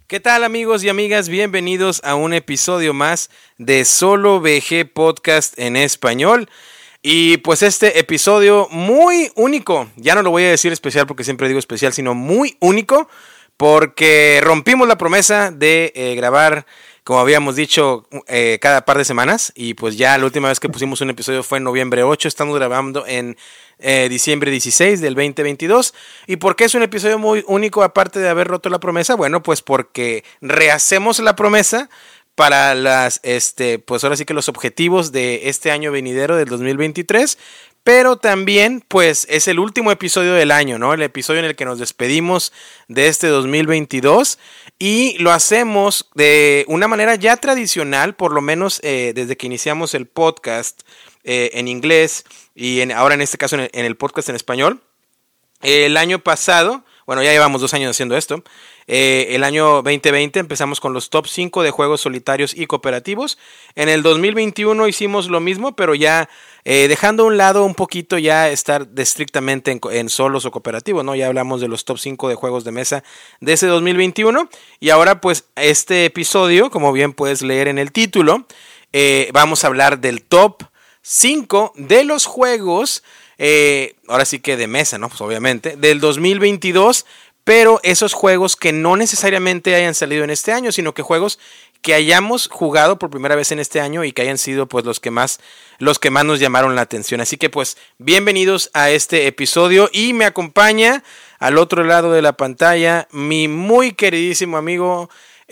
¿Qué tal, amigos y amigas? Bienvenidos a un episodio más de Solo VG Podcast en español. Y pues este episodio muy único, ya no lo voy a decir especial porque siempre digo especial, sino muy único, porque rompimos la promesa de grabar, como habíamos dicho, cada par de semanas. Y pues ya la última vez que pusimos un episodio fue en noviembre 8, estamos grabando en diciembre 16 del 2022. ¿Y por qué es un episodio muy único aparte de haber roto la promesa? Bueno, pues porque rehacemos la promesa para pues ahora sí que los objetivos de este año venidero del 2023, pero también pues es el último episodio del año, ¿no? El episodio en el que nos despedimos de este 2022 y lo hacemos de una manera ya tradicional, por lo menos desde que iniciamos el podcast en inglés y ahora en este caso en el podcast en español. El año pasado, bueno, ya llevamos 2 años haciendo esto. El año 2020 empezamos con los top 5 de juegos solitarios y cooperativos. En el 2021 hicimos lo mismo, pero ya dejando a un lado un poquito ya estar estrictamente en solos o cooperativos, ¿no? Ya hablamos de los top 5 de juegos de mesa de ese 2021. Y ahora pues este episodio, como bien puedes leer en el título, vamos a hablar del top 5 de los juegos, ahora sí que de mesa, ¿no? Pues obviamente, del 2022, pero esos juegos que no necesariamente hayan salido en este año, sino que juegos que hayamos jugado por primera vez en este año y que hayan sido pues los que más nos llamaron la atención. Así que pues bienvenidos a este episodio y me acompaña al otro lado de la pantalla mi muy queridísimo amigo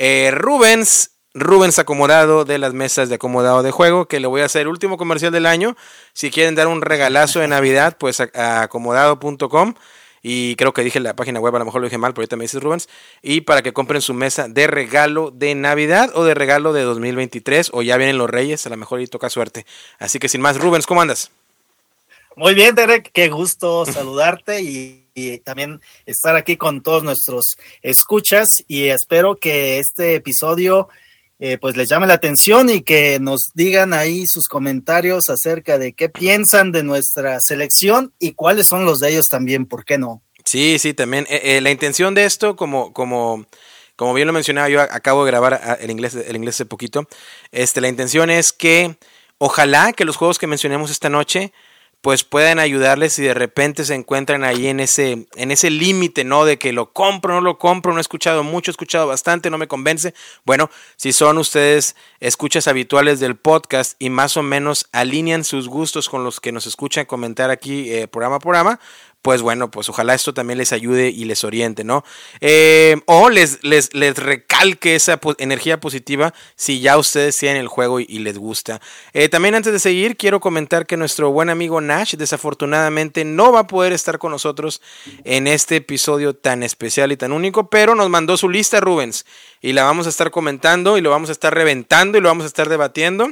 Rubens Acomodado de las mesas de acomodado de juego, que le voy a hacer el último comercial del año. Si quieren dar un regalazo de Navidad, pues a acomodado.com. Y creo que dije la página web, a lo mejor lo dije mal, pero ahorita me dices Rubens. Y para que compren su mesa de regalo de Navidad o de regalo de 2023, o ya vienen los Reyes, a lo mejor y toca suerte. Así que sin más, Rubens, ¿cómo andas? Muy bien, Derek, qué gusto saludarte y también estar aquí con todos nuestros escuchas, y espero que este episodio pues les llame la atención y que nos digan ahí sus comentarios acerca de qué piensan de nuestra selección y cuáles son los de ellos también, ¿por qué no? Sí, también. La intención de esto, como bien lo mencionaba, yo acabo de grabar el inglés hace poquito. La intención es que ojalá que los juegos que mencionemos esta noche pues puedan ayudarles si de repente se encuentran ahí en ese límite, ¿no? De que lo compro, no lo compro, no he escuchado mucho, he escuchado bastante, no me convence. Bueno, si son ustedes escuchas habituales del podcast y más o menos alinean sus gustos con los que nos escuchan comentar aquí programa a programa, pues bueno, pues ojalá esto también les ayude y les oriente, ¿no? O les recalque esa energía positiva si ya ustedes tienen el juego y les gusta. También antes de seguir, quiero comentar que nuestro buen amigo Nash desafortunadamente no va a poder estar con nosotros en este episodio tan especial y tan único, pero nos mandó su lista, Rubens, y la vamos a estar comentando y lo vamos a estar reventando y lo vamos a estar debatiendo.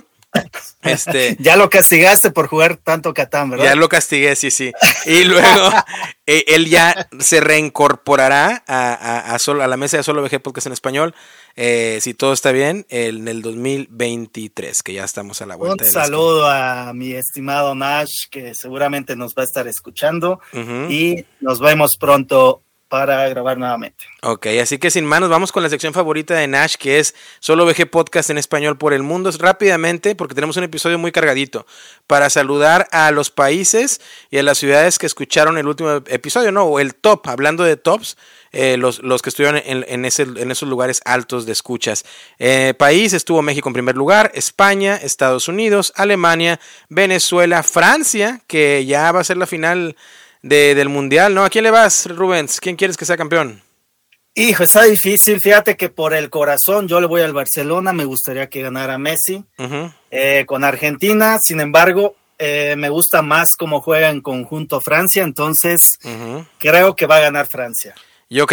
Ya lo castigaste por jugar tanto Catán, ¿verdad? Ya lo castigué, sí. Y luego él ya se reincorporará a la mesa de Solo VG Podcast en español, si todo está bien, en el 2023, que ya estamos a la vuelta. Un saludo a mi estimado Nash, que seguramente nos va a estar escuchando, y nos vemos pronto para grabar nuevamente. Ok, así que sin manos, vamos con la sección favorita de Nash, que es Solo VG Podcast en español por el mundo. Rápidamente, porque tenemos un episodio muy cargadito, para saludar a los países y a las ciudades que escucharon el último episodio, ¿no? O el top, hablando de tops, los que estuvieron en esos lugares altos de escuchas. País, estuvo México en primer lugar, España, Estados Unidos, Alemania, Venezuela, Francia, que ya va a ser la final del mundial, ¿no? ¿A quién le vas, Rubens? ¿Quién quieres que sea campeón? Hijo, está difícil. Fíjate que por el corazón yo le voy al Barcelona. Me gustaría que ganara Messi. Con Argentina, sin embargo, me gusta más cómo juega en conjunto Francia. Entonces, creo que va a ganar Francia. Yo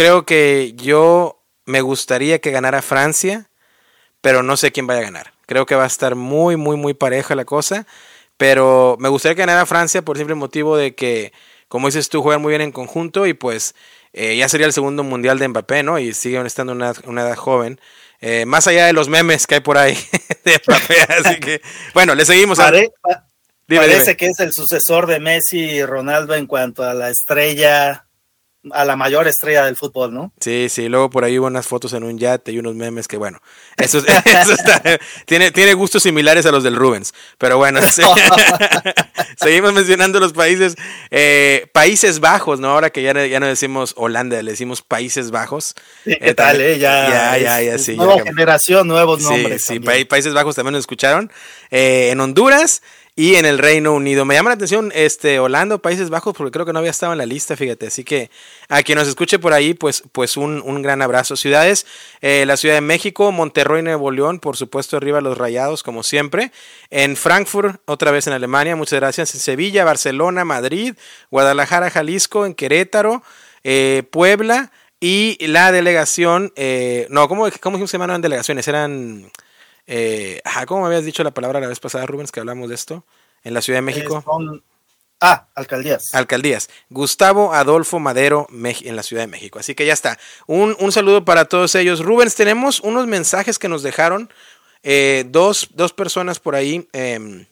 me gustaría que ganara Francia, pero no sé quién vaya a ganar. Creo que va a estar muy, muy, muy pareja la cosa. Pero me gustaría que ganara Francia por el simple motivo de que, como dices tú, juegan muy bien en conjunto y pues ya sería el segundo mundial de Mbappé, ¿no? Y siguen estando en una edad joven. Más allá de los memes que hay por ahí de Mbappé, así que, bueno, le seguimos. Parece que es el sucesor de Messi y Ronaldo en cuanto a la estrella a la mayor estrella del fútbol, ¿no? Sí, luego por ahí hubo unas fotos en un yate y unos memes que bueno, eso tiene gustos similares a los del Rubens, pero bueno, seguimos mencionando los países, Países Bajos, ¿no? Ahora que ya no decimos Holanda, le decimos Países Bajos. Sí, ¿qué tal, Ya, sí. Nueva generación, nuevos nombres. Sí, Países Bajos también nos escucharon, en Honduras y en el Reino Unido. Me llama la atención Holanda o Países Bajos porque creo que no había estado en la lista, fíjate. Así que a quien nos escuche por ahí, pues un gran abrazo. Ciudades, la Ciudad de México, Monterrey, Nuevo León, por supuesto arriba los Rayados, como siempre. En Frankfurt, otra vez en Alemania, muchas gracias. En Sevilla, Barcelona, Madrid, Guadalajara, Jalisco, en Querétaro, Puebla y la delegación, ¿cómo se llamaban delegaciones? Eran... ¿cómo me habías dicho la palabra la vez pasada, Rubens, que hablamos de esto? En la Ciudad de México. Alcaldías. Gustavo Adolfo Madero, en la Ciudad de México. Así que ya está. Un saludo para todos ellos. Rubens, tenemos unos mensajes que nos dejaron dos personas por ahí en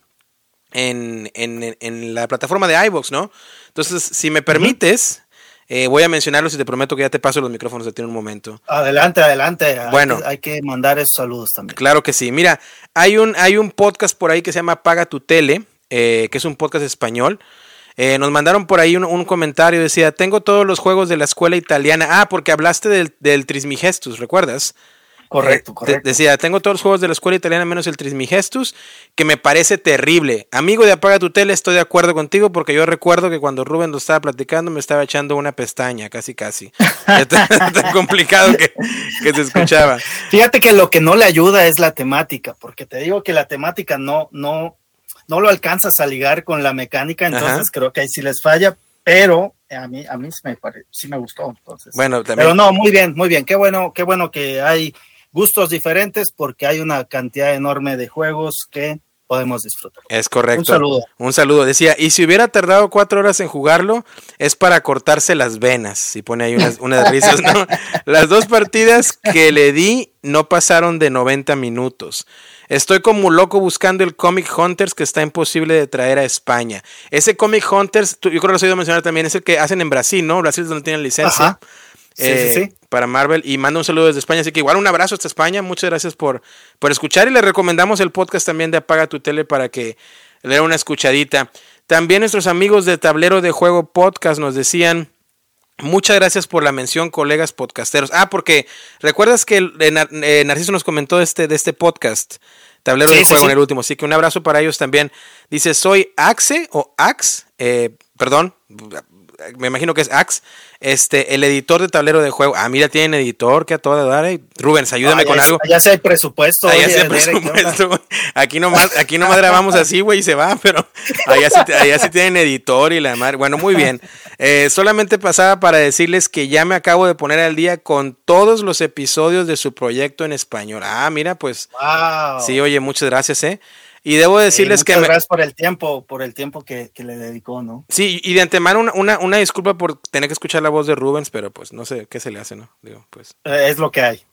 la plataforma de iVoox, ¿no? Entonces, si me permites... voy a mencionarlos y te prometo que ya te paso los micrófonos a ti en un momento. Adelante. Bueno, hay que mandar esos saludos también. Claro que sí. Mira, hay un podcast por ahí que se llama Paga tu Tele, que es un podcast español. Nos mandaron por ahí un comentario, decía, tengo todos los juegos de la escuela italiana. Porque hablaste del Trismegistus, ¿recuerdas? Correcto. Decía, tengo todos los juegos de la escuela italiana menos el Trismegistus, que me parece terrible. Amigo de Apaga tu Tele, estoy de acuerdo contigo porque yo recuerdo que cuando Rubén lo estaba platicando me estaba echando una pestaña, casi. Tan complicado que se escuchaba. Fíjate que lo que no le ayuda es la temática, porque te digo que la temática no lo alcanzas a ligar con la mecánica, entonces creo que ahí sí les falla, pero a mí sí me gustó. Entonces. Bueno, también. Pero no, muy bien, qué bueno que hay gustos diferentes porque hay una cantidad enorme de juegos que podemos disfrutar. Es correcto. Un saludo. Decía, y si hubiera tardado 4 horas en jugarlo, es para cortarse las venas. Y pone ahí unas risas, ¿no? Las 2 partidas que le di no pasaron de 90 minutos. Estoy como loco buscando el Comic Hunters que está imposible de traer a España. Ese Comic Hunters, yo creo que lo has oído mencionar también, es el que hacen en Brasil, ¿no? Brasil es donde tienen licencia. Ajá. Sí. Para Marvel, y manda un saludo desde España, así que igual un abrazo hasta España, muchas gracias por escuchar y le recomendamos el podcast también de Apaga tu Tele para que le den una escuchadita. También nuestros amigos de Tablero de Juego Podcast nos decían, muchas gracias por la mención, colegas podcasteros. Porque recuerdas que Narciso nos comentó de este podcast, Tablero de Juego en el último, así que un abrazo para ellos también. Dice, soy Axe o Ax, perdón, me imagino que es Ax, el editor de Tablero de Juego. Mira, tienen editor que a toda dar. Rubens, ayúdame con algo. Ya sé el presupuesto. Aquí nomás grabamos así, güey, y se va, pero allá sí tienen editor y la madre. Bueno, muy bien. Solamente pasaba para decirles que ya me acabo de poner al día con todos los episodios de su proyecto en español. Mira, pues. Wow. Sí, oye, muchas gracias, Y debo decirles que... Gracias por el tiempo que le dedicó, ¿no? Sí, y de antemano una disculpa por tener que escuchar la voz de Rubens, pero pues no sé qué se le hace, ¿no? Digo, pues. Es lo que hay.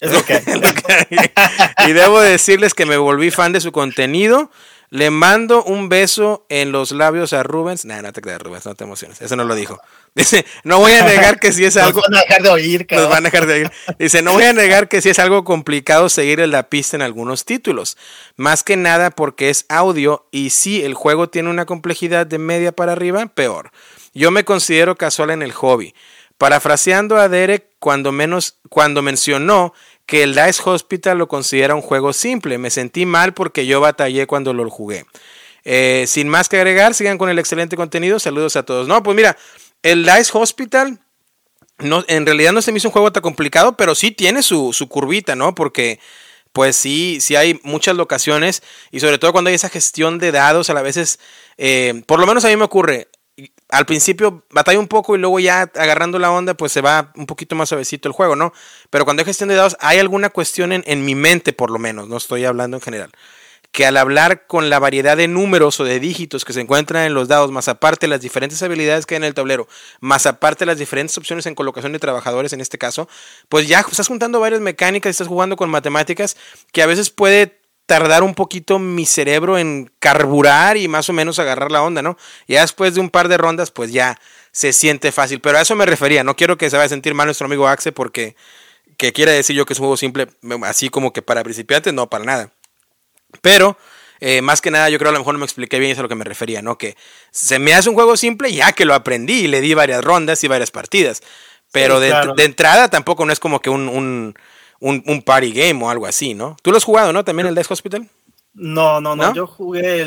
Y debo decirles que me volví fan de su contenido. Le mando un beso en los labios a Rubens. No te creas, Rubens, no te emociones. Eso no lo dijo. Dice, no voy a negar que si es algo... Nos van a dejar de oír, cabrón. Nos van a dejar de oír. Dice, no voy a negar que si es algo complicado seguir la pista en algunos títulos. Más que nada porque es audio y si el juego tiene una complejidad de media para arriba, peor. Yo me considero casual en el hobby. Parafraseando a Derek cuando mencionó que el Dice Hospital lo considera un juego simple. Me sentí mal porque yo batallé cuando lo jugué. Sin más que agregar, sigan con el excelente contenido. Saludos a todos. No, pues mira, el Dice Hospital en realidad no se me hizo un juego tan complicado, pero sí tiene su curvita, ¿no? Porque pues sí hay muchas locaciones y sobre todo cuando hay esa gestión de dados, a la veces, por lo menos a mí me ocurre, al principio batalla un poco y luego ya agarrando la onda pues se va un poquito más suavecito el juego, ¿no? Pero cuando hay gestión de dados hay alguna cuestión en mi mente por lo menos, no estoy hablando en general, que al hablar con la variedad de números o de dígitos que se encuentran en los dados, más aparte las diferentes habilidades que hay en el tablero, más aparte las diferentes opciones en colocación de trabajadores en este caso, pues ya estás juntando varias mecánicas y estás jugando con matemáticas que a veces puede tardar un poquito mi cerebro en carburar y más o menos agarrar la onda, ¿no? Ya después de un par de rondas, pues ya se siente fácil. Pero a eso me refería. No quiero que se vaya a sentir mal nuestro amigo Axe porque que quiera decir yo que es un juego simple, así como que para principiantes, no, para nada. Pero, más que nada, yo creo a lo mejor no me expliqué bien, eso a lo que me refería, ¿no? Que se me hace un juego simple ya que lo aprendí y le di varias rondas y varias partidas. Pero sí, claro, de entrada tampoco no es como que un party game o algo así, ¿no? ¿Tú lo has jugado, no? ¿También el Dice Hospital? No. Yo jugué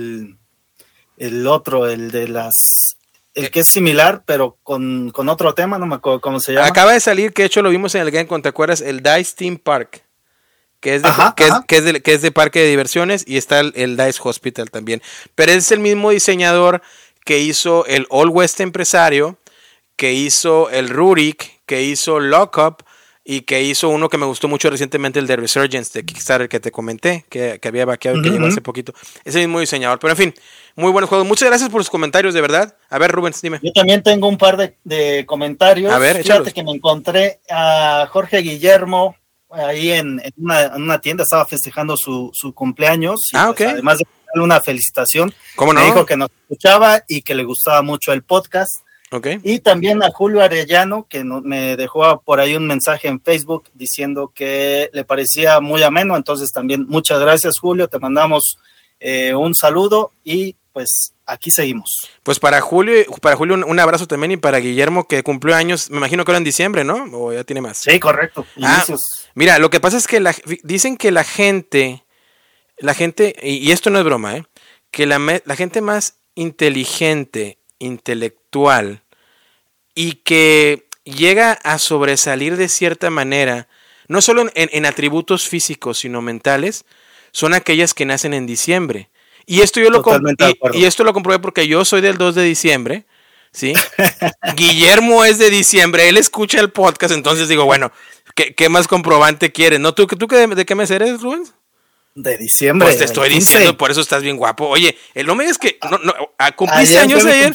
el otro, el de las... El que es similar, pero con otro tema, no me acuerdo cómo se llama. Acaba de salir, que de hecho lo vimos en el Game, ¿te acuerdas? El Dice Theme Park. Que es de parque de diversiones, y está el Dice Hospital también. Pero es el mismo diseñador que hizo el All West Empresario, que hizo el Rurik, que hizo Lock Up, y que hizo uno que me gustó mucho recientemente, el de Resurgence de Kickstarter que te comenté, que había vaqueado y que llegó hace poquito. Es el mismo diseñador. Pero en fin, muy buen juego. Muchas gracias por sus comentarios, de verdad. A ver, Rubens, dime. Yo también tengo un par de comentarios. A ver, fíjate échalos. Que me encontré a Jorge Guillermo ahí en una tienda, estaba festejando su cumpleaños. Y pues, además de darle una felicitación, ¿cómo no? Me dijo que nos escuchaba y que le gustaba mucho el podcast. Okay. Y también a Julio Arellano, que me dejó por ahí un mensaje en Facebook diciendo que le parecía muy ameno. Entonces también muchas gracias, Julio, te mandamos un saludo y pues aquí seguimos. Pues para Julio un abrazo también, y para Guillermo, que cumplió años, me imagino que era en diciembre, ¿no? O ya tiene más. Sí, correcto. Mira, lo que pasa es que dicen que la gente, y esto no es broma, que la gente más inteligente, intelectual, y que llega a sobresalir de cierta manera, no solo en atributos físicos, sino mentales, son aquellas que nacen en diciembre. Y esto esto lo comprobé porque yo soy del 2 de diciembre, ¿sí? Guillermo es de diciembre, él escucha el podcast, entonces digo, bueno, ¿qué más comprobante quieres? ¿No? ¿Tú de qué mes eres, Rubens? De diciembre. Pues te estoy diciendo, por eso estás bien guapo. Oye, no me digas que cumpliste años ayer.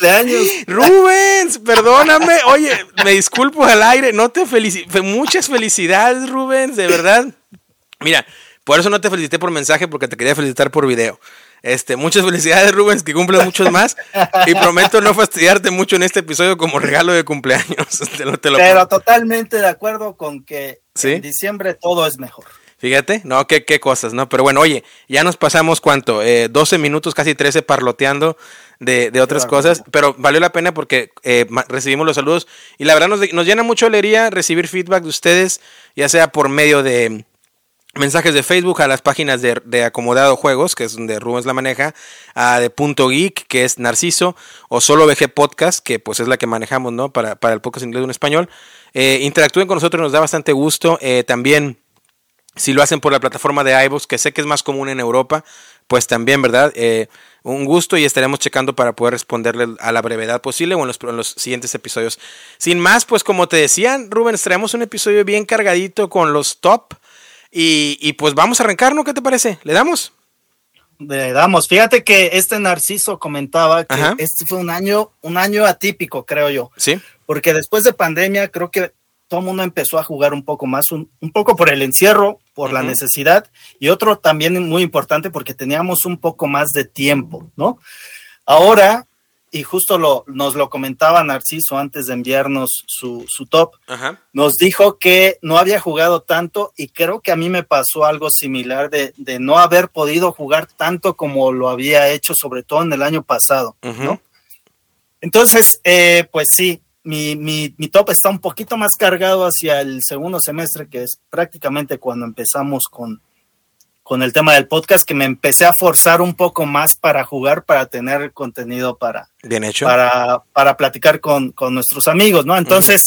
Rubens, perdóname. Oye, me disculpo al aire. No te felicito. Muchas felicidades, Rubens, de verdad. Mira, por eso no te felicité por mensaje, porque te quería felicitar por video. Muchas felicidades, Rubens, que cumplas muchos más. Y prometo no fastidiarte mucho en este episodio como regalo de cumpleaños. Pero totalmente de acuerdo con que en diciembre todo es mejor. Fíjate, no, qué cosas, ¿no? Pero bueno, oye, ya nos pasamos, ¿cuánto? 12 minutos, casi 13 parloteando de otras cosas, pero valió la pena porque recibimos los saludos y la verdad nos llena mucho alegría recibir feedback de ustedes, ya sea por medio de mensajes de Facebook a las páginas de Acomodado Juegos, que es donde Rubens la maneja, de Punto Geek, que es Narciso, o Solo VG Podcast, que pues es la que manejamos, ¿no? Para el podcast inglés y en español. Interactúen con nosotros, nos da bastante gusto. También, si lo hacen por la plataforma de iVoox, que sé que es más común en Europa, pues también, ¿verdad? Un gusto, y estaremos checando para poder responderle a la brevedad posible o en los siguientes episodios. Sin más, pues como te decían, Rubens, traemos un episodio bien cargadito con los top y pues vamos a arrancar, ¿no? ¿Qué te parece? ¿Le damos? Le damos. Fíjate que Narciso comentaba que este fue un año atípico, creo yo. Sí. Porque después de pandemia creo que todo el mundo empezó a jugar un poco más, un poco por el encierro, por la necesidad, y otro también muy importante porque teníamos un poco más de tiempo, ¿no? Ahora, y justo nos lo comentaba Narciso antes de enviarnos su top, nos dijo que no había jugado tanto, y creo que a mí me pasó algo similar de no haber podido jugar tanto como lo había hecho, sobre todo en el año pasado, ¿no? Entonces, pues sí, mi top está un poquito más cargado hacia el segundo semestre, que es prácticamente cuando empezamos con el tema del podcast, que me empecé a forzar un poco más para jugar, para tener contenido bien hecho, para platicar con nuestros amigos, ¿no? Entonces,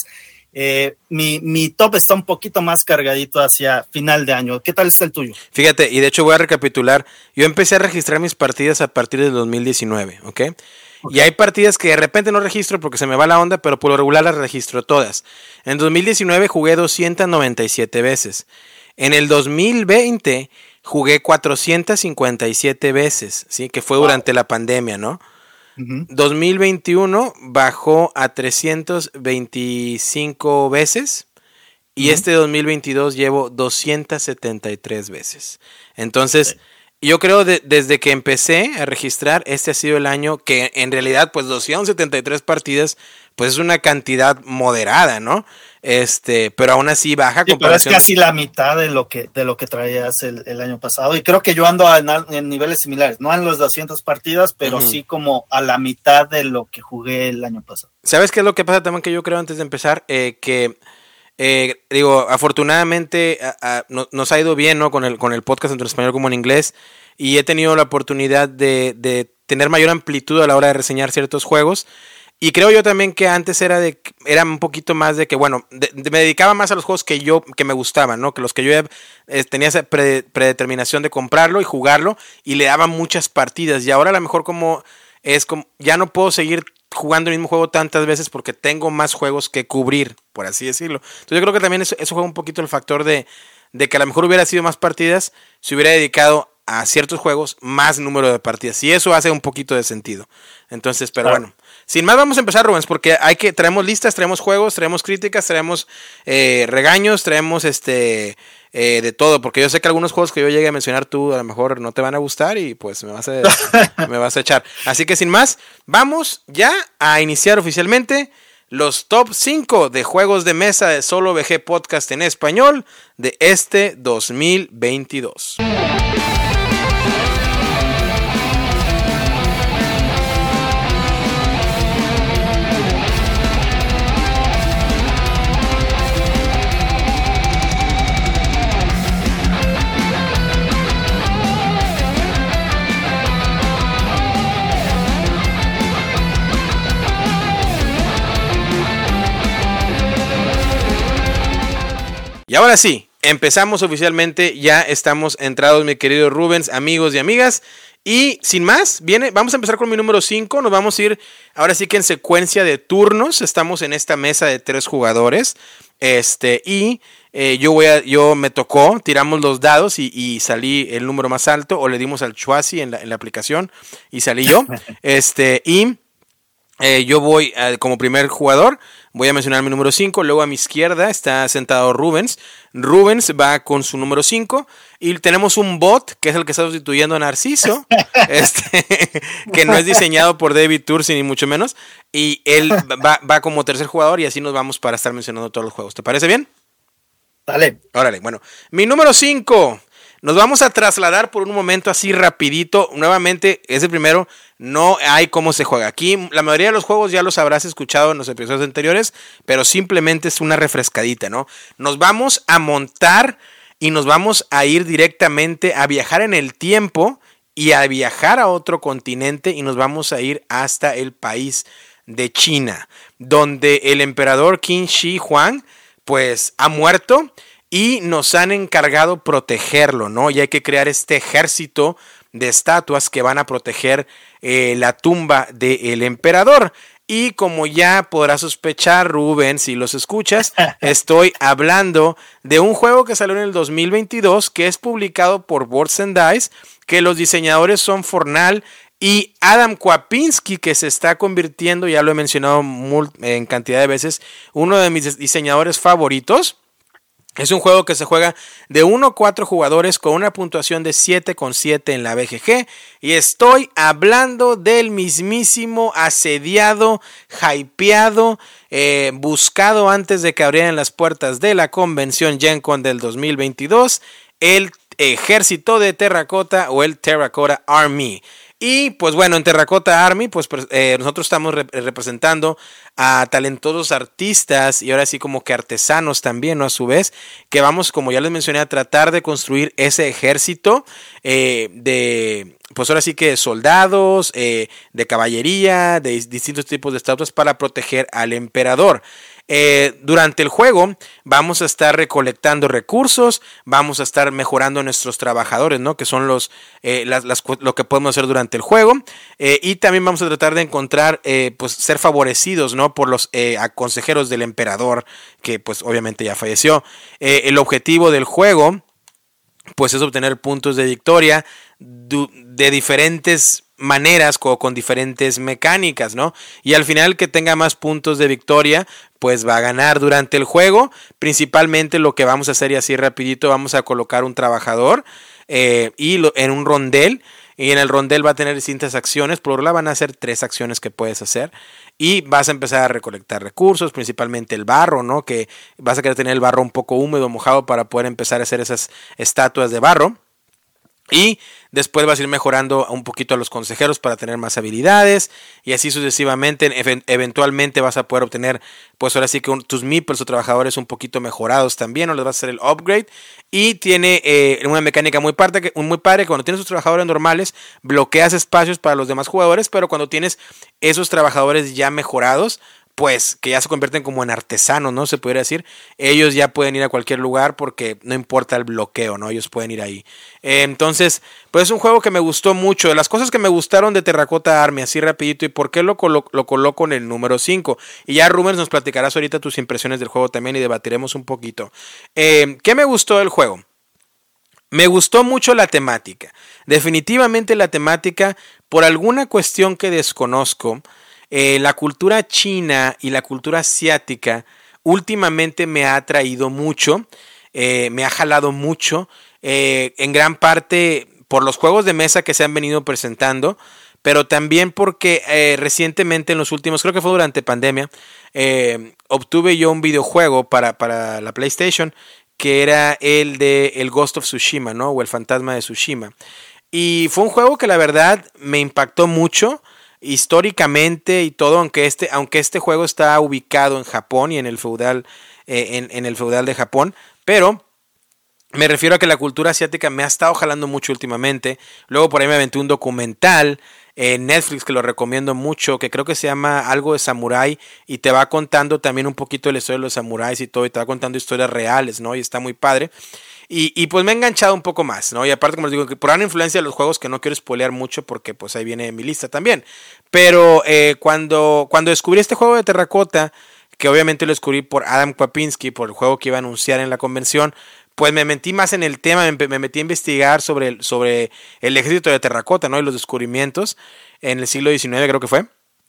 mi top está un poquito más cargadito hacia final de año. ¿Qué tal está el tuyo? Fíjate, y de hecho voy a recapitular. Yo empecé a registrar mis partidas a partir del 2019, ¿ok? Y hay partidas que de repente no registro porque se me va la onda, pero por lo regular las registro todas. En 2019 jugué 297 veces. En el 2020 jugué 457 veces, ¿sí? Que fue durante la pandemia, ¿no? 2021 bajó a 325 veces. Y este 2022 llevo 273 veces. Entonces, Yo creo desde que empecé a registrar, este ha sido el año que en realidad pues 273 partidas pues es una cantidad moderada, ¿no? Pero aún así baja. Sí, pero es casi la mitad de lo que traías el año pasado, y creo que yo ando en niveles similares, no en los 200 partidas, pero sí como a la mitad de lo que jugué el año pasado. ¿Sabes qué es lo que pasa también que yo creo antes de empezar? Afortunadamente nos ha ido bien, ¿no? Con el podcast tanto en español como en inglés, y he tenido la oportunidad de tener mayor amplitud a la hora de reseñar ciertos juegos. Y creo yo también que antes era un poquito más de que, bueno, me dedicaba más a los juegos que me gustaban, ¿no? Que los que yo tenía esa predeterminación de comprarlo y jugarlo, y le daba muchas partidas. Y ahora a lo mejor como ya no puedo seguir jugando el mismo juego tantas veces porque tengo más juegos que cubrir, por así decirlo. Entonces yo creo que también eso juega un poquito el factor de que a lo mejor hubiera sido más partidas si hubiera dedicado a ciertos juegos más número de partidas, y eso hace un poquito de sentido. Entonces, pero bueno, sin más vamos a empezar, Rubens, porque traemos listas, traemos juegos, traemos críticas, traemos regaños, traemos de todo, porque yo sé que algunos juegos que yo llegue a mencionar tú a lo mejor no te van a gustar y pues me vas a echar. Así que sin más, vamos ya a iniciar oficialmente los top 5 de juegos de mesa de Solo VG Podcast en español de este 2022. Y ahora sí, empezamos oficialmente, ya estamos entrados, mi querido Rubens, amigos y amigas. Y sin más, vamos a empezar con mi número 5, nos vamos a ir ahora sí que en secuencia de turnos. Estamos en esta mesa de 3 jugadores, yo me tocó, tiramos los dados y salí el número más alto, o le dimos al Chuasi en la aplicación y salí yo. Yo voy como primer jugador, voy a mencionar mi número 5, luego a mi izquierda está sentado Rubens. Rubens va con su número 5 y tenemos un bot que es el que está sustituyendo a Narciso, que no es diseñado por David Tursi ni mucho menos, y él va como tercer jugador, y así nos vamos para estar mencionando todos los juegos. ¿Te parece bien? Dale. Órale, bueno, mi número 5. Nos vamos a trasladar por un momento así rapidito. Nuevamente, es el primero. No hay cómo se juega. Aquí la mayoría de los juegos ya los habrás escuchado en los episodios anteriores, pero simplemente es una refrescadita, ¿no? Nos vamos a montar y nos vamos a ir directamente a viajar en el tiempo y a viajar a otro continente, y nos vamos a ir hasta el país de China, donde el emperador Qin Shi Huang pues ha muerto y nos han encargado protegerlo, ¿no? Y hay que crear este ejército de estatuas que van a proteger la tumba del emperador. Y como ya podrás sospechar, Rubén, si los escuchas, estoy hablando de un juego que salió en el 2022, que es publicado por Boards and Dice, que los diseñadores son Fornal y Adam Kwapinski, que se está convirtiendo, ya lo he mencionado en cantidad de veces, uno de mis diseñadores favoritos. Es un juego que se juega de 1 a 4 jugadores con una puntuación de 7,7 en la BGG. Y estoy hablando del mismísimo, asediado, hypeado, buscado antes de que abrieran las puertas de la convención Gen Con del 2022, el Ejército de Terracota, o el Terracotta Army. Y pues bueno, en Terracotta Army pues nosotros estamos representando a talentosos artistas y ahora sí como que artesanos también, ¿no? A su vez, que vamos, como ya les mencioné, a tratar de construir ese ejército pues ahora sí que de soldados, de caballería, de distintos tipos de estatuas para proteger al emperador. Durante el juego vamos a estar recolectando recursos, vamos a estar mejorando a nuestros trabajadores, ¿no? Que son lo que podemos hacer durante el juego, y también vamos a tratar de encontrar, pues ser favorecidos, ¿no? Por los consejeros del emperador, que pues obviamente ya falleció. El objetivo del juego pues es obtener puntos de victoria de diferentes maneras o con diferentes mecánicas, ¿no? Y al final, el que tenga más puntos de victoria pues va a ganar durante el juego. Principalmente lo que vamos a hacer, y así rapidito, vamos a colocar un trabajador en un rondel. Y en el rondel va a tener distintas acciones. Por ahora van a ser 3 acciones que puedes hacer. Y vas a empezar a recolectar recursos, principalmente el barro, ¿no? Que vas a querer tener el barro un poco húmedo, mojado, para poder empezar a hacer esas estatuas de barro. Y después vas a ir mejorando un poquito a los consejeros para tener más habilidades. Y así sucesivamente. Eventualmente vas a poder obtener, pues ahora sí que tus meeples o trabajadores un poquito mejorados también. O les vas a hacer el upgrade. Y tiene una mecánica muy padre que cuando tienes tus trabajadores normales, bloqueas espacios para los demás jugadores. Pero cuando tienes esos trabajadores ya mejorados, pues que ya se convierten como en artesanos, ¿no? Se podría decir. Ellos ya pueden ir a cualquier lugar porque no importa el bloqueo, ¿no? Ellos pueden ir ahí. Entonces, pues es un juego que me gustó mucho. De las cosas que me gustaron de Terracotta Army, así rapidito, y por qué lo coloco en el número 5. Y ya Rumers nos platicarás ahorita tus impresiones del juego también y debatiremos un poquito. ¿Qué me gustó del juego? Me gustó mucho la temática. Definitivamente la temática, por alguna cuestión que desconozco, la cultura china y la cultura asiática últimamente me ha atraído mucho, me ha jalado mucho, en gran parte por los juegos de mesa que se han venido presentando, pero también porque recientemente en los últimos, creo que fue durante pandemia, obtuve yo un videojuego para la PlayStation que era el de el Ghost of Tsushima, ¿no? O el Fantasma de Tsushima. Y fue un juego que la verdad me impactó mucho históricamente y todo, aunque este juego está ubicado en Japón y en el feudal de Japón, pero me refiero a que la cultura asiática me ha estado jalando mucho últimamente. Luego por ahí me aventé un documental en Netflix que lo recomiendo mucho, que creo que se llama algo de samurái y te va contando también un poquito de la historia de los samuráis y todo, y te va contando historias reales, ¿no? Y está muy padre. Y pues me ha enganchado un poco más, ¿no? Y aparte, como les digo, que por una influencia de los juegos que no quiero spoilear mucho porque pues ahí viene mi lista también. Pero cuando descubrí este juego de Terracotta, que obviamente lo descubrí por Adam Kwapinski, por el juego que iba a anunciar en la convención, pues me metí más en el tema, me metí a investigar sobre el ejército de Terracotta, ¿no? Y los descubrimientos en el siglo XIX creo que fue.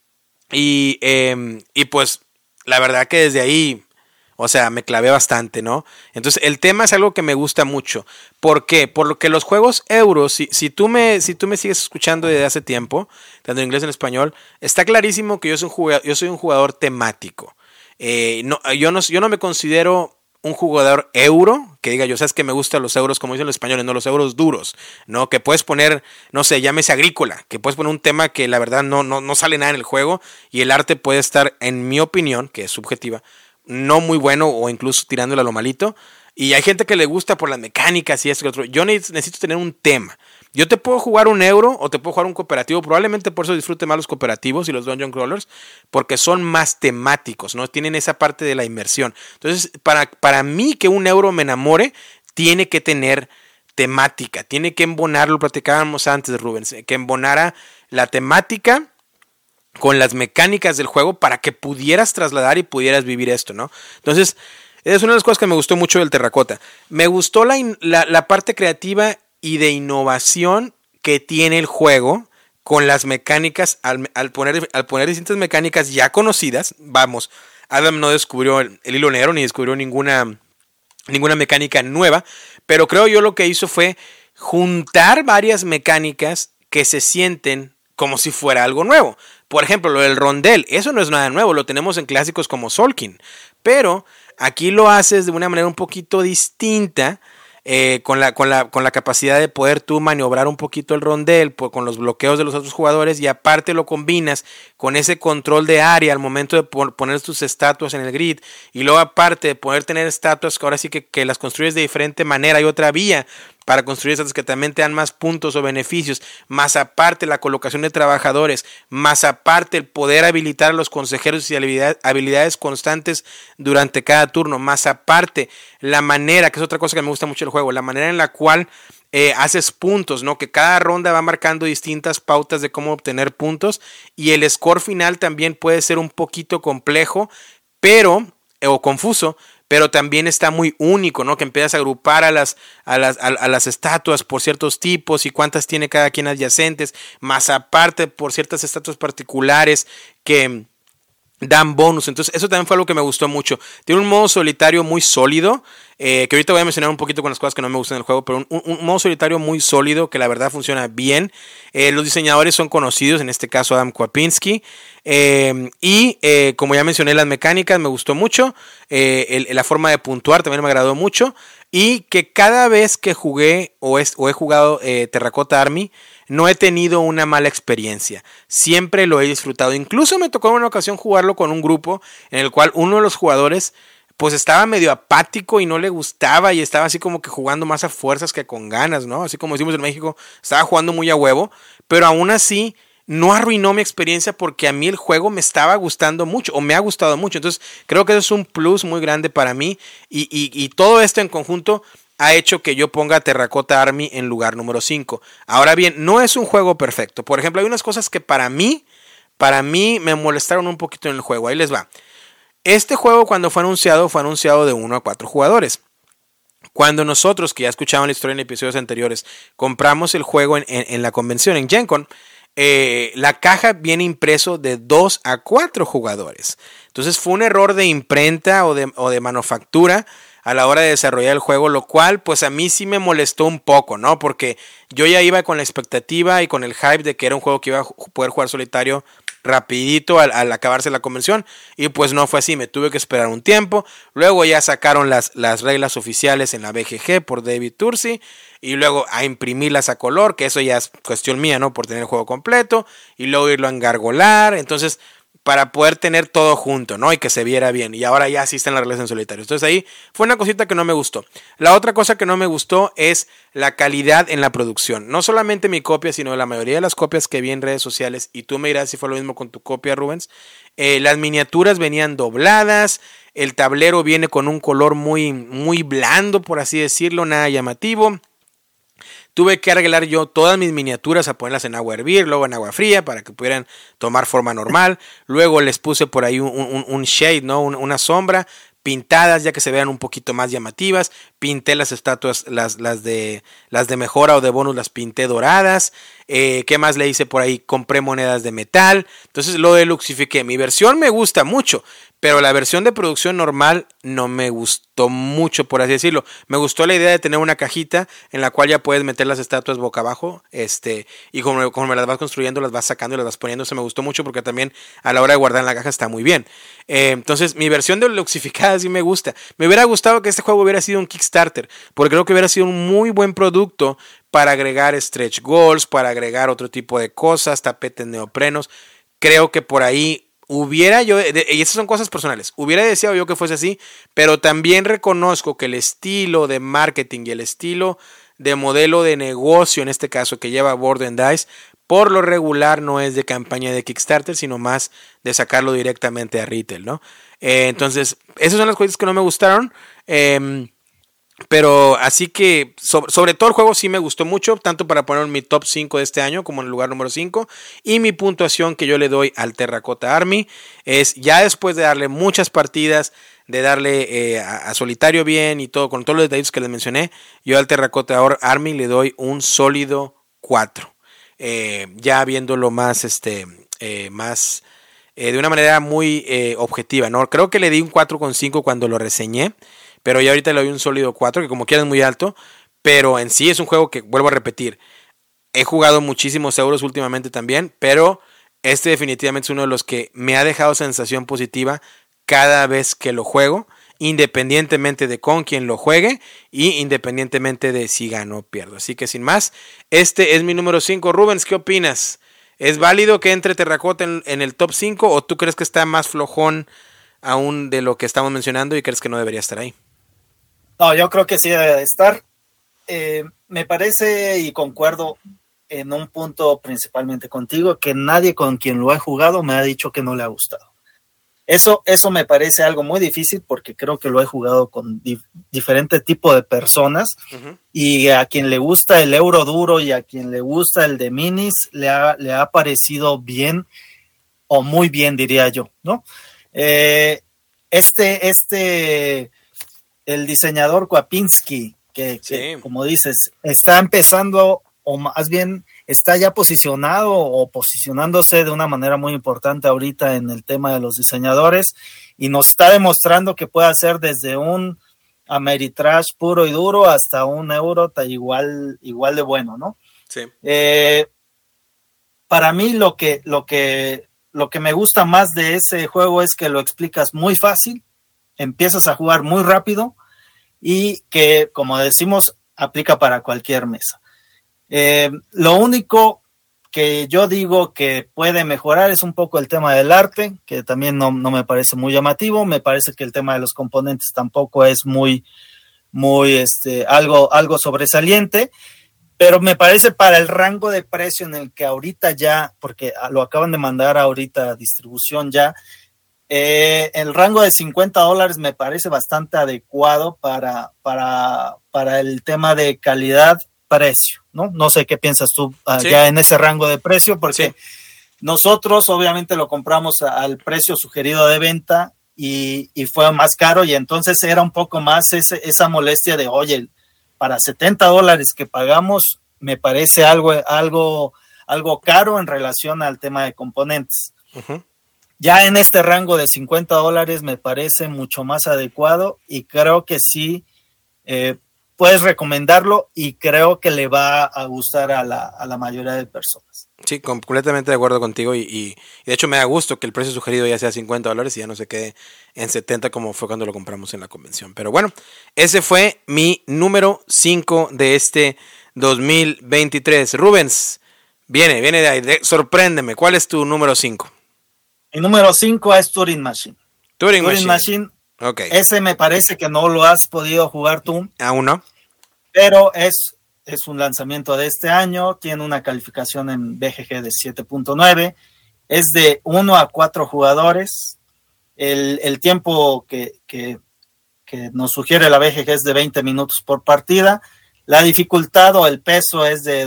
Y pues la verdad que desde ahí, o sea, me clavé bastante, ¿no? Entonces el tema es algo que me gusta mucho. ¿Por qué? Por lo que los juegos euros, si tú me sigues escuchando desde hace tiempo, tanto en inglés como en español, está clarísimo que yo soy un jugador temático. Yo no me considero un jugador euro, que diga yo, sabes que me gustan los euros, como dicen los españoles, no los euros duros, ¿no? Que puedes poner, no sé, llámese agrícola, que puedes poner un tema que la verdad no sale nada en el juego y el arte puede estar, en mi opinión, que es subjetiva, no muy bueno o incluso tirándole a lo malito. Y hay gente que le gusta por las mecánicas y esto y otro. Yo necesito tener un tema. Yo te puedo jugar un euro o te puedo jugar un cooperativo. Probablemente por eso disfrute más los cooperativos y los dungeon crawlers, porque son más temáticos, ¿no? Tienen esa parte de la inmersión. Entonces, para mí que un euro me enamore, tiene que tener temática. Tiene que embonar, lo platicábamos antes, Rubens, que embonara la temática con las mecánicas del juego para que pudieras trasladar y pudieras vivir esto, ¿no? Entonces, es una de las cosas que me gustó mucho del Terracotta. Me gustó la parte creativa y de innovación que tiene el juego con las mecánicas, al poner distintas mecánicas ya conocidas. Vamos, Adam no descubrió el hilo negro ni descubrió ninguna mecánica nueva, pero creo yo lo que hizo fue juntar varias mecánicas que se sienten como si fuera algo nuevo. Por ejemplo, lo del rondel, eso no es nada nuevo, lo tenemos en clásicos como Solkin, pero aquí lo haces de una manera un poquito distinta, con la capacidad de poder tú maniobrar un poquito el rondel con los bloqueos de los otros jugadores, y aparte lo combinas con ese control de área al momento de poner tus estatuas en el grid, y luego aparte de poder tener estatuas que ahora sí que las construyes de diferente manera. Hay otra vía para construir estatuas que también te dan más puntos o beneficios, más aparte la colocación de trabajadores, más aparte el poder habilitar a los consejeros y habilidades constantes durante cada turno, más aparte la manera, que es otra cosa que me gusta mucho del juego, la manera en la cual haces puntos, ¿no? Que cada ronda va marcando distintas pautas de cómo obtener puntos, y el score final también puede ser un poquito complejo, o confuso, pero también está muy único, ¿no? Que empiezas a agrupar a las estatuas por ciertos tipos y cuántas tiene cada quien adyacentes, más aparte por ciertas estatuas particulares que dan bonus. Entonces eso también fue algo que me gustó mucho. Tiene un modo solitario muy sólido, que ahorita voy a mencionar un poquito con las cosas que no me gustan del juego, pero un modo solitario muy sólido que la verdad funciona bien. Los diseñadores son conocidos, en este caso Adam Kwapinski, como ya mencioné, las mecánicas me gustó mucho, la forma de puntuar también me agradó mucho, y que cada vez que jugué o he jugado Terracotta Army, no he tenido una mala experiencia. Siempre lo he disfrutado. Incluso me tocó en una ocasión jugarlo con un grupo en el cual uno de los jugadores pues estaba medio apático y no le gustaba y estaba así como que jugando más a fuerzas que con ganas, ¿no? Así como decimos en México, estaba jugando muy a huevo, pero aún así no arruinó mi experiencia porque a mí el juego me estaba gustando mucho o me ha gustado mucho. Entonces creo que eso es un plus muy grande para mí y todo esto en conjunto ha hecho que yo ponga Terracotta Army en lugar número 5. Ahora bien, no es un juego perfecto. Por ejemplo, hay unas cosas que para mí me molestaron un poquito en el juego. Ahí les va. Este juego cuando fue anunciado de 1 a 4 jugadores. Cuando nosotros, que ya escuchaban la historia en episodios anteriores, compramos el juego en la convención, en Gen Con, la caja viene impreso de 2 a 4 jugadores. Entonces fue un error de imprenta o de manufactura a la hora de desarrollar el juego, lo cual pues a mí sí me molestó un poco, ¿no? Porque yo ya iba con la expectativa y con el hype de que era un juego que iba a poder jugar solitario rapidito al acabarse la convención, y pues no fue así, me tuve que esperar un tiempo. Luego ya sacaron las reglas oficiales en la BGG por David Tursi, y luego a imprimirlas a color, que eso ya es cuestión mía, ¿no? Por tener el juego completo, y luego irlo a engargolar, entonces para poder tener todo junto, ¿no? Y que se viera bien. Y ahora ya sí están las reglas en solitario. Entonces ahí fue una cosita que no me gustó. La otra cosa que no me gustó es la calidad en la producción. No solamente mi copia, sino la mayoría de las copias que vi en redes sociales. Y tú me dirás si fue lo mismo con tu copia, Rubens. Las miniaturas venían dobladas. El tablero viene con un color muy, muy blando, por así decirlo, nada llamativo. Tuve que arreglar yo todas mis miniaturas a ponerlas en agua a hervir, luego en agua fría para que pudieran tomar forma normal. Luego les puse por ahí un shade, ¿no? Una sombra, pintadas ya que se vean un poquito más llamativas. Pinté las estatuas, las de mejora o de bonus, las pinté doradas. ¿Qué más le hice por ahí? Compré monedas de metal. Entonces lo deluxifiqué. Mi versión me gusta mucho, pero la versión de producción normal no me gustó mucho, por así decirlo. Me gustó la idea de tener una cajita en la cual ya puedes meter las estatuas boca abajo, y como las vas construyendo, las vas sacando y las vas poniendo. Se me gustó mucho porque también a la hora de guardar en la caja está muy bien. Entonces mi versión de deluxificada sí me gusta. Me hubiera gustado que este juego hubiera sido un Kickstarter, porque creo que hubiera sido un muy buen producto para agregar stretch goals, para agregar otro tipo de cosas, tapetes neoprenos. Creo que por ahí hubiera yo, y esas son cosas personales, hubiera deseado yo que fuese así, pero también reconozco que el estilo de marketing y el estilo de modelo de negocio, en este caso que lleva Board and Dice, por lo regular no es de campaña de Kickstarter, sino más de sacarlo directamente a retail, ¿no? Entonces, esas son las cosas que no me gustaron. Pero así que sobre todo el juego sí me gustó mucho, tanto para poner en mi top 5 de este año como en el lugar número 5. Y mi puntuación que yo le doy al Terracotta Army es, ya después de darle muchas partidas, de darle a solitario bien y todo, con todos los detalles que les mencioné, yo al Terracotta Army le doy un sólido 4. Ya viéndolo más, más de una manera muy objetiva, ¿no? Creo que le di un 4,5 cuando lo reseñé, pero ya ahorita le doy un sólido 4, que como quieran es muy alto, pero en sí es un juego que, vuelvo a repetir, he jugado muchísimos euros últimamente también, pero este definitivamente es uno de los que me ha dejado sensación positiva cada vez que lo juego, independientemente de con quién lo juegue y independientemente de si gano o pierdo. Así que sin más, este es mi número 5. Rubens, ¿qué opinas? ¿Es válido que entre Terracotta en el top 5 o tú crees que está más flojón aún de lo que estamos mencionando y crees que no debería estar ahí? No, yo creo que sí debe de estar. Me parece y concuerdo en un punto principalmente contigo, que nadie con quien lo he jugado me ha dicho que no le ha gustado. Eso me parece algo muy difícil porque creo que lo he jugado con diferente tipo de personas, uh-huh. Y a quien le gusta el euro duro y a quien le gusta el de minis le ha parecido bien o muy bien, diría yo, ¿no? El diseñador Kwapinski, que como dices, está empezando, o más bien está ya posicionado o posicionándose de una manera muy importante ahorita en el tema de los diseñadores y nos está demostrando que puede hacer desde un Ameritrash puro y duro hasta un euro igual de bueno, ¿no? Sí. Para mí lo que me gusta más de ese juego es que lo explicas muy fácil, empiezas a jugar muy rápido y que, como decimos, aplica para cualquier mesa. Lo único que yo digo que puede mejorar es un poco el tema del arte, que también no me parece muy llamativo. Me parece que el tema de los componentes tampoco es muy algo sobresaliente, pero me parece para el rango de precio en el que ahorita ya, porque lo acaban de mandar ahorita a distribución ya, el rango de $50 me parece bastante adecuado para el tema de calidad-precio, ¿no? No sé qué piensas tú Sí. ya en ese rango de precio, porque Sí. nosotros obviamente lo compramos al precio sugerido de venta y fue más caro, y entonces era un poco más esa molestia de, oye, para $70 que pagamos me parece algo caro en relación al tema de componentes. Uh-huh. Ya en este rango de $50 me parece mucho más adecuado y creo que sí puedes recomendarlo y creo que le va a gustar a la mayoría de personas. Sí, completamente de acuerdo contigo y de hecho me da gusto que el precio sugerido ya sea $50 y ya no se quede en 70 como fue cuando lo compramos en la convención. Pero bueno, ese fue mi número 5 de este 2023. Rubens, viene de ahí, sorpréndeme, ¿cuál es tu número 5? Mi número 5 es Turing Machine. Turing Machine. Okay. Ese me parece que no lo has podido jugar tú. Aún no. Pero es un lanzamiento de este año, tiene una calificación en BGG de 7.9, es de 1 a 4 jugadores, el tiempo que nos sugiere la BGG es de 20 minutos por partida, la dificultad o el peso es de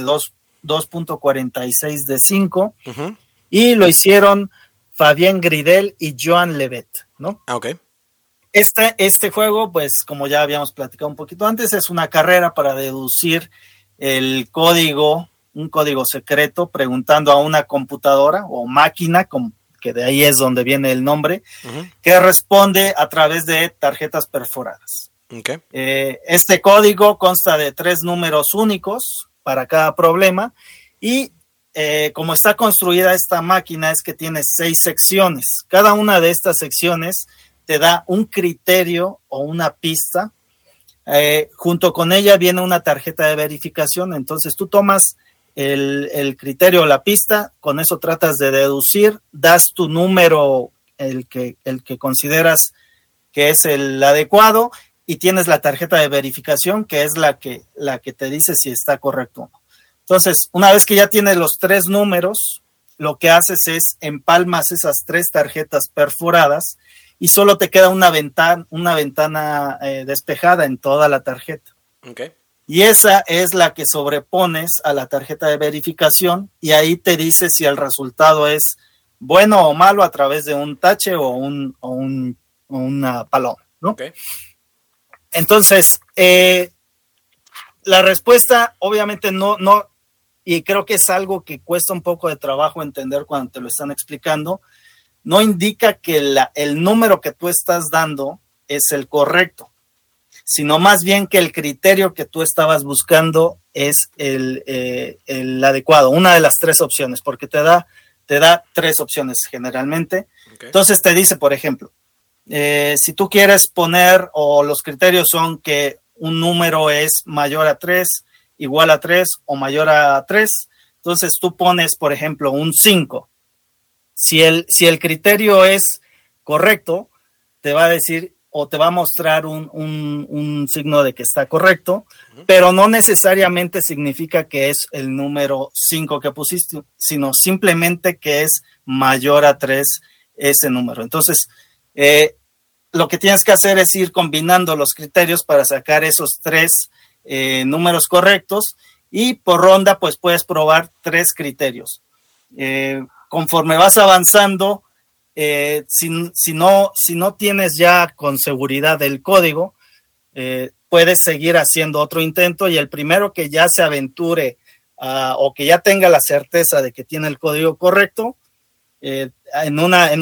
2.46 de 5, uh-huh. Y lo hicieron Fabien Gridel y Joan Levet, ¿no? Ok. Este juego, pues como ya habíamos platicado un poquito antes, es una carrera para deducir el código, un código secreto, preguntando a una computadora o máquina, que de ahí es donde viene el nombre, uh-huh. Que responde a través de tarjetas perforadas. Okay. Este código consta de 3 números únicos para cada problema y como está construida esta máquina es que tiene 6 secciones. Cada una de estas secciones te da un criterio o una pista. Junto con ella viene una tarjeta de verificación. Entonces tú tomas el criterio o la pista, con eso tratas de deducir, das tu número, el que consideras que es el adecuado, y tienes la tarjeta de verificación, que es la que te dice si está correcto o no. Entonces, una vez que ya tienes los 3 números, lo que haces es empalmas esas 3 tarjetas perforadas y solo te queda una ventana despejada en toda la tarjeta. Okay. Y esa es la que sobrepones a la tarjeta de verificación y ahí te dice si el resultado es bueno o malo a través de un tache o una paloma, ¿no? Okay. Entonces, la respuesta obviamente no, y creo que es algo que cuesta un poco de trabajo entender cuando te lo están explicando, no indica que el número que tú estás dando es el correcto, sino más bien que el criterio que tú estabas buscando es el adecuado, una de las 3 opciones, porque te da 3 opciones generalmente. Okay. Entonces te dice, por ejemplo, si tú quieres poner, o los criterios son que un número es mayor a 3, igual a 3 o mayor a 3, entonces tú pones, por ejemplo, un 5. Si el criterio es correcto, te va a decir o te va a mostrar un signo de que está correcto, uh-huh. Pero no necesariamente significa que es el número 5 que pusiste, sino simplemente que es mayor a 3 ese número. Entonces, lo que tienes que hacer es ir combinando los criterios para sacar esos 3 números correctos, y por ronda pues puedes probar 3 criterios. Conforme vas avanzando, si no tienes ya con seguridad el código, puedes seguir haciendo otro intento, y el primero que ya se aventure o que ya tenga la certeza de que tiene el código correcto, al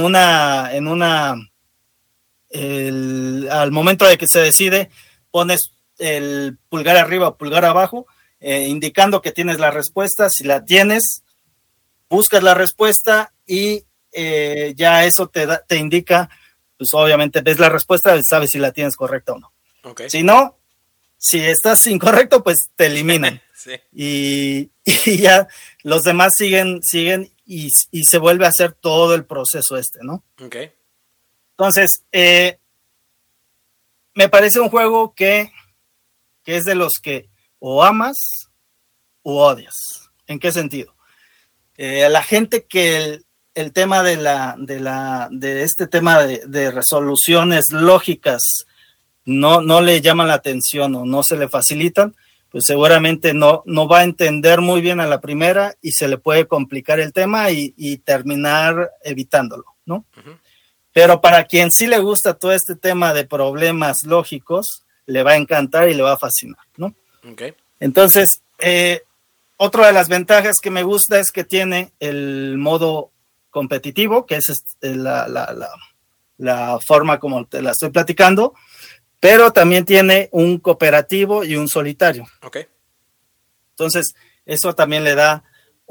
momento de que se decide, pones el pulgar arriba o pulgar abajo, indicando que tienes la respuesta. Si la tienes, buscas la respuesta y ya eso te indica, pues obviamente ves la respuesta y sabes si la tienes correcta o no. Okay. Si no, si estás incorrecto, pues te eliminan. Sí. Y ya los demás siguen y se vuelve a hacer todo el proceso ¿no? Okay. Entonces, me parece un juego que es de los que o amas o odias. ¿En qué sentido? A la gente que el tema de este tema de resoluciones lógicas no le llaman la atención o no se le facilitan, pues seguramente no va a entender muy bien a la primera y se le puede complicar el tema y terminar evitándolo, ¿no? Uh-huh. Pero para quien sí le gusta todo este tema de problemas lógicos, le va a encantar y le va a fascinar, ¿no? Okay. Entonces, otra de las ventajas que me gusta es que tiene el modo competitivo, que es la forma como te la estoy platicando, pero también tiene un cooperativo y un solitario. Okay. Entonces, eso también le da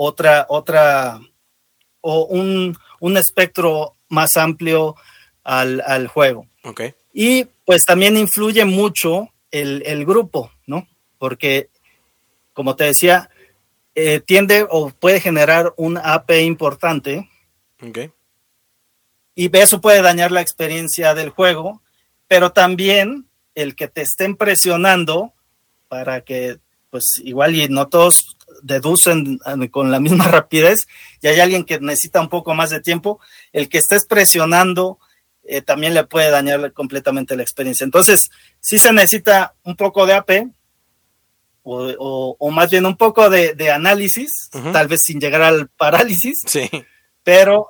un espectro más amplio al juego. Okay. Y pues también influye mucho el grupo, ¿no? Porque, como te decía, tiende o puede generar un AP importante. Okay. Y eso puede dañar la experiencia del juego, pero también el que te estén presionando para que, pues igual y no todos deducen con la misma rapidez y hay alguien que necesita un poco más de tiempo, el que estés presionando también le puede dañar completamente la experiencia. Entonces, sí se necesita un poco de AP o más bien un poco de análisis, uh-huh, tal vez sin llegar al parálisis, sí, pero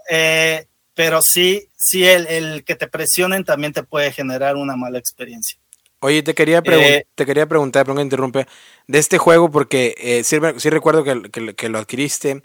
sí el que te presionen también te puede generar una mala experiencia. Oye, te quería preguntar, perdón que interrumpe, de este juego, porque sí recuerdo que lo adquiriste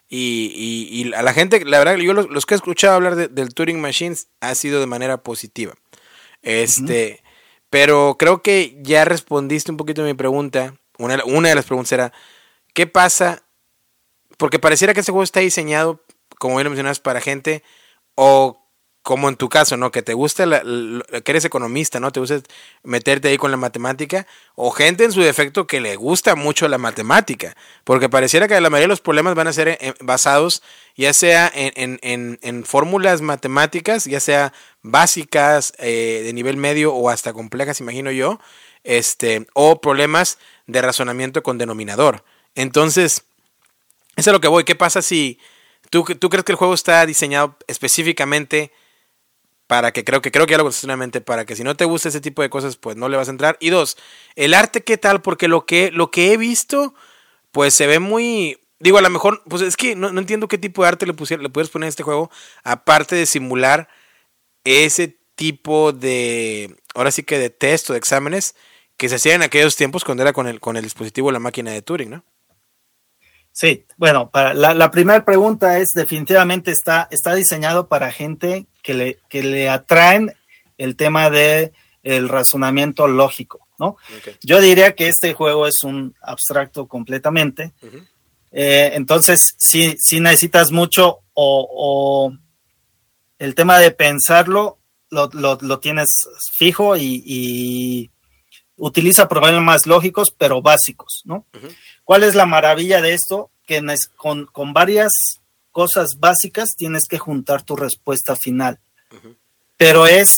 y a la gente, la verdad, yo los que he escuchado hablar del Turing Machines ha sido de manera positiva. Uh-huh. Pero creo que ya respondiste un poquito a mi pregunta. Una de las preguntas era, ¿qué pasa? Porque pareciera que este juego está diseñado, como bien lo mencionabas, para gente o como en tu caso, ¿no? Que te gusta, que eres economista, ¿no? Te gusta meterte ahí con la matemática, o gente en su defecto que le gusta mucho la matemática, porque pareciera que la mayoría de los problemas van a ser basados ya sea en fórmulas matemáticas, ya sea básicas, de nivel medio o hasta complejas, imagino yo, o problemas de razonamiento con denominador. Entonces, eso es a lo que voy. ¿Qué pasa si tú crees que el juego está diseñado específicamente para que creo que ya lo contesté nuevamente, para que si no te gusta ese tipo de cosas, pues no le vas a entrar? Y dos, el arte, ¿qué tal? Porque lo que he visto, pues se ve muy... Digo, a lo mejor, pues es que no entiendo qué tipo de arte le puedes poner a este juego, aparte de simular ese tipo de, ahora sí que de test o de exámenes que se hacían en aquellos tiempos cuando era con el dispositivo, la máquina de Turing, ¿no? Sí, bueno, para la primera pregunta es, definitivamente está diseñado para gente que le atraen el tema de el razonamiento lógico, ¿no? Okay. Yo diría que este juego es un abstracto completamente. Uh-huh. Entonces, sí necesitas mucho o el tema de pensarlo lo tienes fijo y utiliza problemas lógicos, pero básicos, ¿no? Uh-huh. ¿Cuál es la maravilla de esto? Que con varias cosas básicas tienes que juntar tu respuesta final. Uh-huh. Pero es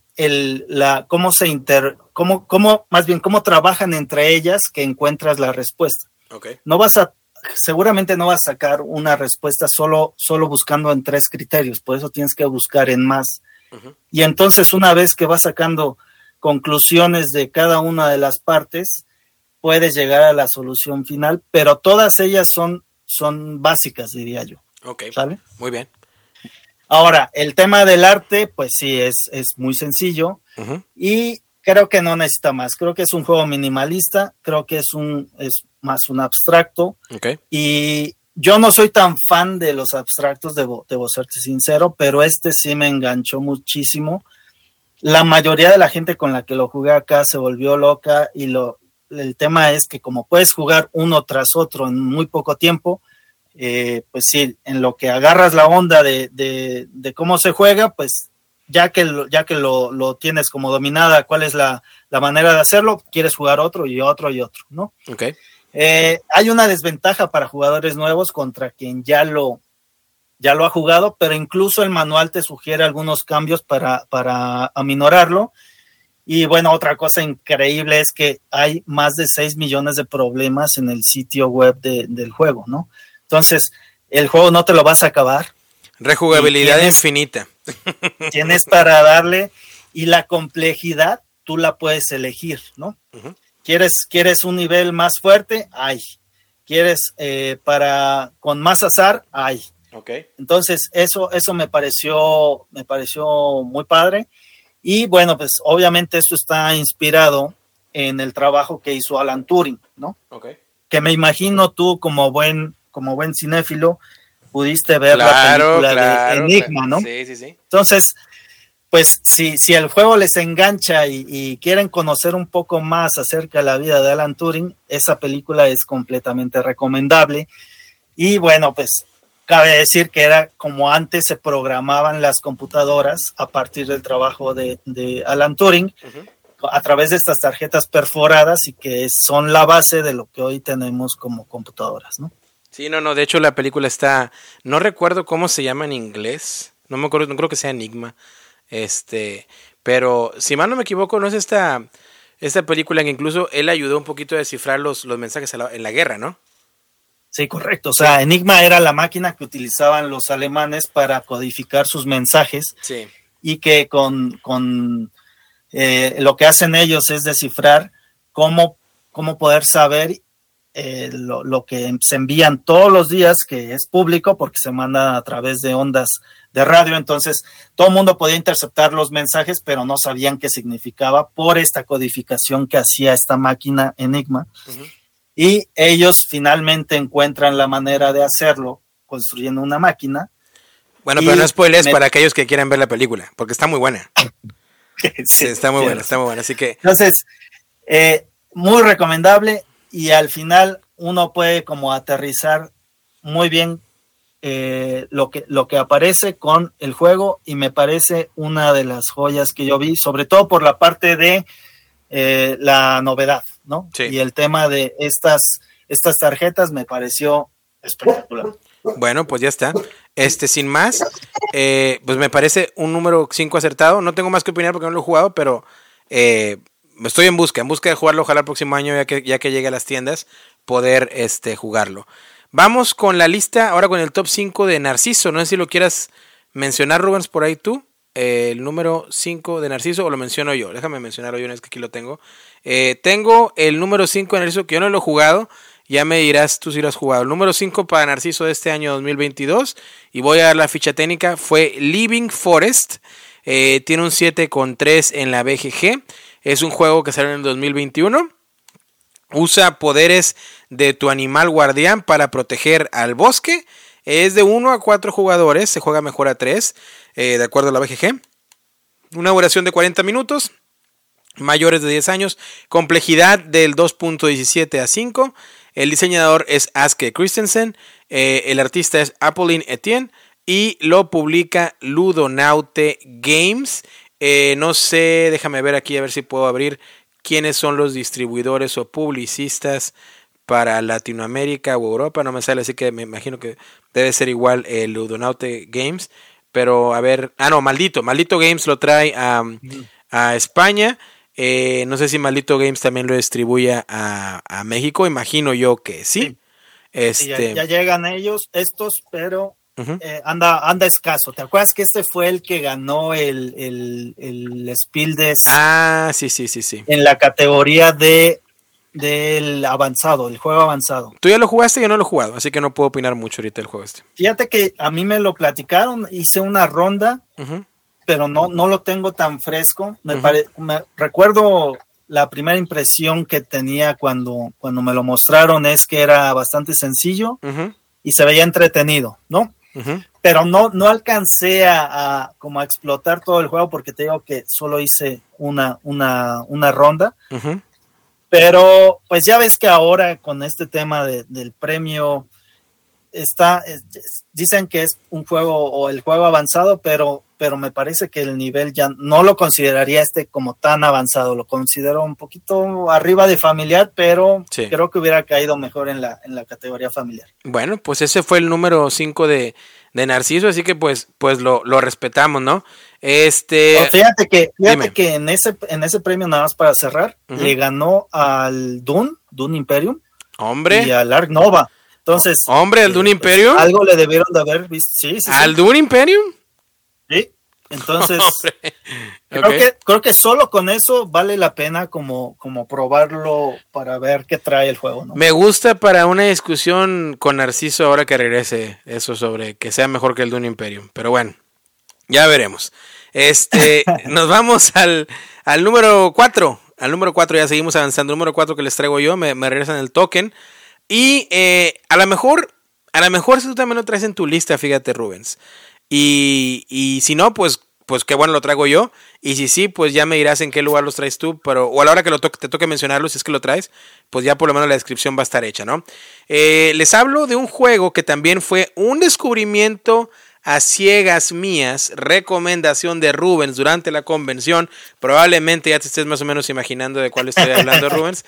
cómo trabajan entre ellas que encuentras la respuesta. Okay. Seguramente no vas a sacar una respuesta solo buscando en 3 criterios, por eso tienes que buscar en más. Uh-huh. Y entonces, una vez que vas sacando conclusiones de cada una de las partes, puedes llegar a la solución final, pero todas ellas son básicas, diría yo. Ok, ¿sale? Muy bien. Ahora, el tema del arte, pues sí, es muy sencillo. Uh-huh. Y creo que no necesita más. Creo que es un juego minimalista, creo que es más un abstracto. Okay. Y yo no soy tan fan de los abstractos, debo serte sincero, pero este sí me enganchó muchísimo. La mayoría de la gente con la que lo jugué acá se volvió loca y el tema es que como puedes jugar uno tras otro en muy poco tiempo, pues sí, en lo que agarras la onda de cómo se juega, pues ya que lo tienes como dominada, cuál es la manera de hacerlo, quieres jugar otro y otro y otro, ¿no? Okay. Hay una desventaja para jugadores nuevos contra quien ya lo ha jugado, pero incluso el manual te sugiere algunos cambios para aminorarlo. Y bueno, otra cosa increíble es que hay más de 6 millones de problemas en el sitio web del juego, ¿no? Entonces, el juego no te lo vas a acabar. Rejugabilidad infinita. Tienes para darle, y la complejidad tú la puedes elegir, ¿no? Uh-huh. ¿Quieres un nivel más fuerte? Hay. ¿Quieres con más azar? Hay. Okay. Entonces, eso me pareció muy padre. Y bueno, pues obviamente esto está inspirado en el trabajo que hizo Alan Turing, ¿no? Okay. Que me imagino tú como buen cinéfilo pudiste ver la película de Enigma, ¿no? Sí. Entonces, pues si el juego les engancha y quieren conocer un poco más acerca de la vida de Alan Turing, esa película es completamente recomendable. Y bueno, pues cabe decir que era como antes se programaban las computadoras a partir del trabajo de Alan Turing, uh-huh, a través de estas tarjetas perforadas, y que son la base de lo que hoy tenemos como computadoras, ¿no? Sí, no, de hecho la película está, no recuerdo cómo se llama en inglés, no creo que sea Enigma, pero si mal no me equivoco, no es esta película en que incluso él ayudó un poquito a descifrar los mensajes en la guerra, ¿no? Sí, correcto. O sea, Enigma era la máquina que utilizaban los alemanes para codificar sus mensajes. Sí. Y que con lo que hacen ellos es descifrar cómo poder saber lo que se envían todos los días, que es público porque se manda a través de ondas de radio. Entonces, todo el mundo podía interceptar los mensajes, pero no sabían qué significaba por esta codificación que hacía esta máquina Enigma. Uh-huh. Y ellos finalmente encuentran la manera de hacerlo construyendo una máquina. Bueno, pero no spoilers para aquellos que quieran ver la película, porque está muy buena. Sí, está muy buena, así que... Entonces, muy recomendable, y al final uno puede como aterrizar muy bien lo que aparece con el juego, y me parece una de las joyas que yo vi, sobre todo por la parte de la novedad, ¿no? Sí. Y el tema de estas tarjetas me pareció espectacular. Bueno, pues ya está. Sin más, pues me parece un número 5 acertado. No tengo más que opinar porque no lo he jugado, pero estoy en busca de jugarlo. Ojalá el próximo año, ya que llegue a las tiendas, poder jugarlo. Vamos con la lista, ahora con el top 5 de Narciso. No sé si lo quieras mencionar, Rubens, por ahí tú. El número 5 de Narciso, o lo menciono yo. Déjame mencionarlo yo, una vez que aquí lo tengo. Tengo el número 5 de Narciso, que yo no lo he jugado. Ya me dirás tú si lo has jugado. El número 5 para Narciso de este año 2022. Y voy a dar la ficha técnica. Fue Living Forest. Tiene un 7,3 en la BGG. Es un juego que salió en el 2021. Usa poderes de tu animal guardián para proteger al bosque. Es de 1 a 4 jugadores. Se juega mejor a 3. De acuerdo a la BGG. Una duración de 40 minutos. Mayores de 10 años. Complejidad del 2.17 a 5. El diseñador es Aske Christensen. El artista es Apolline Etienne. Y lo publica Ludonaute Games. No sé, déjame ver aquí a ver si puedo abrir quiénes son los distribuidores o publicistas para Latinoamérica o Europa. No me sale, así que me imagino que debe ser igual el Ludonaute Games. Pero a ver, Maldito Games lo trae a España. No sé si Maldito Games también lo distribuye a México. Imagino yo que sí. Ya llegan ellos, pero uh-huh, anda escaso. ¿Te acuerdas que este fue el que ganó el Spiel des? Sí. En la categoría del avanzado, el juego avanzado. Tú ya lo jugaste, yo no lo he jugado, así que no puedo opinar mucho ahorita del juego este. Fíjate que a mí me lo platicaron, hice una ronda. Uh-huh. pero no lo tengo tan fresco. Me recuerdo la primera impresión que tenía cuando me lo mostraron es que era bastante sencillo y se veía entretenido, ¿no? Pero no alcancé a como a explotar todo el juego porque te digo que solo hice una ronda. Pero pues ya ves que ahora con este tema del premio dicen que es un juego o el juego avanzado, pero me parece que el nivel ya no lo consideraría como tan avanzado, lo considero un poquito arriba de familiar, pero sí, creo que hubiera caído mejor en la categoría familiar. Bueno, pues ese fue el número 5 de Narciso, así que pues lo respetamos, ¿no? Fíjate que en ese premio, nada más para cerrar, le ganó al Dune Imperium, hombre, y al Ark Nova. Entonces, hombre, al Dune Imperium, algo le debieron de haber visto. Sí. ¿Al Dune Imperium? Sí. Entonces, creo que solo con eso vale la pena como probarlo para ver qué trae el juego, ¿no? Me gusta para una discusión con Narciso ahora que regrese eso sobre que sea mejor que el Dune Imperium. Pero bueno, ya veremos. Nos vamos al número 4. Al número 4 ya seguimos avanzando. El número 4 que les traigo yo, me regresan el token. Y a lo mejor si tú también lo traes en tu lista, fíjate, Rubens. Y si no, pues qué bueno, lo traigo yo. Y si sí, pues ya me dirás en qué lugar los traes tú. O a la hora que te toque mencionarlo, si es que lo traes, pues ya por lo menos la descripción va a estar hecha, ¿no? Les hablo de un juego que también fue un descubrimiento a ciegas mías, recomendación de Rubens durante la convención. Probablemente ya te estés más o menos imaginando de cuál estoy hablando, Rubens.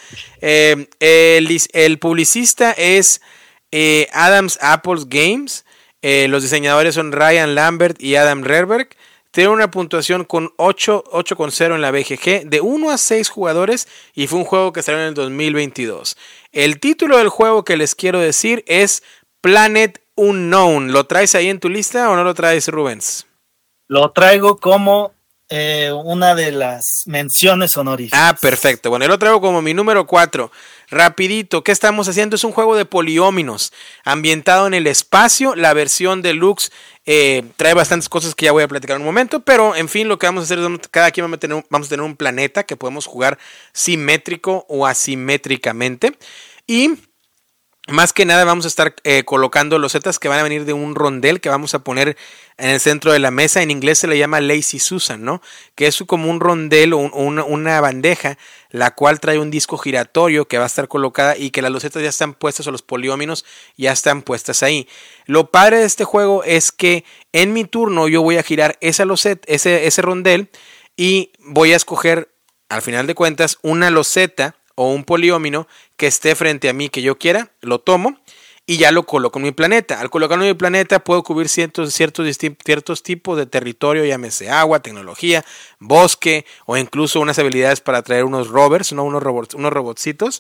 El publicista es Adams Apples Games. Los diseñadores son Ryan Lambert y Adam Rerberg. Tiene una puntuación con 8.0 en la BGG, de 1 a 6 jugadores, y fue un juego que salió en el 2022. El título del juego que les quiero decir es Planet Unknown. ¿Lo traes ahí en tu lista o no lo traes, Rubens? Lo traigo como una de las menciones honoríficas. Ah, perfecto. Bueno, yo lo traigo como mi número 4. Rapidito, ¿qué estamos haciendo? Es un juego de polióminos ambientado en el espacio. La versión deluxe trae bastantes cosas que ya voy a platicar en un momento, pero en fin, lo que vamos a hacer es cada quien vamos a tener un planeta que podemos jugar simétrico o asimétricamente. Y más que nada vamos a estar colocando losetas que van a venir de un rondel que vamos a poner en el centro de la mesa. En inglés se le llama Lazy Susan, ¿no? Que es como un rondel o una bandeja, la cual trae un disco giratorio que va a estar colocada y que las losetas ya están puestas, o los polióminos ya están puestas ahí. Lo padre de este juego es que en mi turno yo voy a girar esa loseta, ese rondel, y voy a escoger, al final de cuentas, una loseta o un poliómino que esté frente a mí que yo quiera, lo tomo y ya lo coloco en mi planeta. Al colocarlo en mi planeta puedo cubrir ciertos tipos de territorio, llámese agua, tecnología, bosque, o incluso unas habilidades para traer unos rovers, ¿no? unos robotcitos.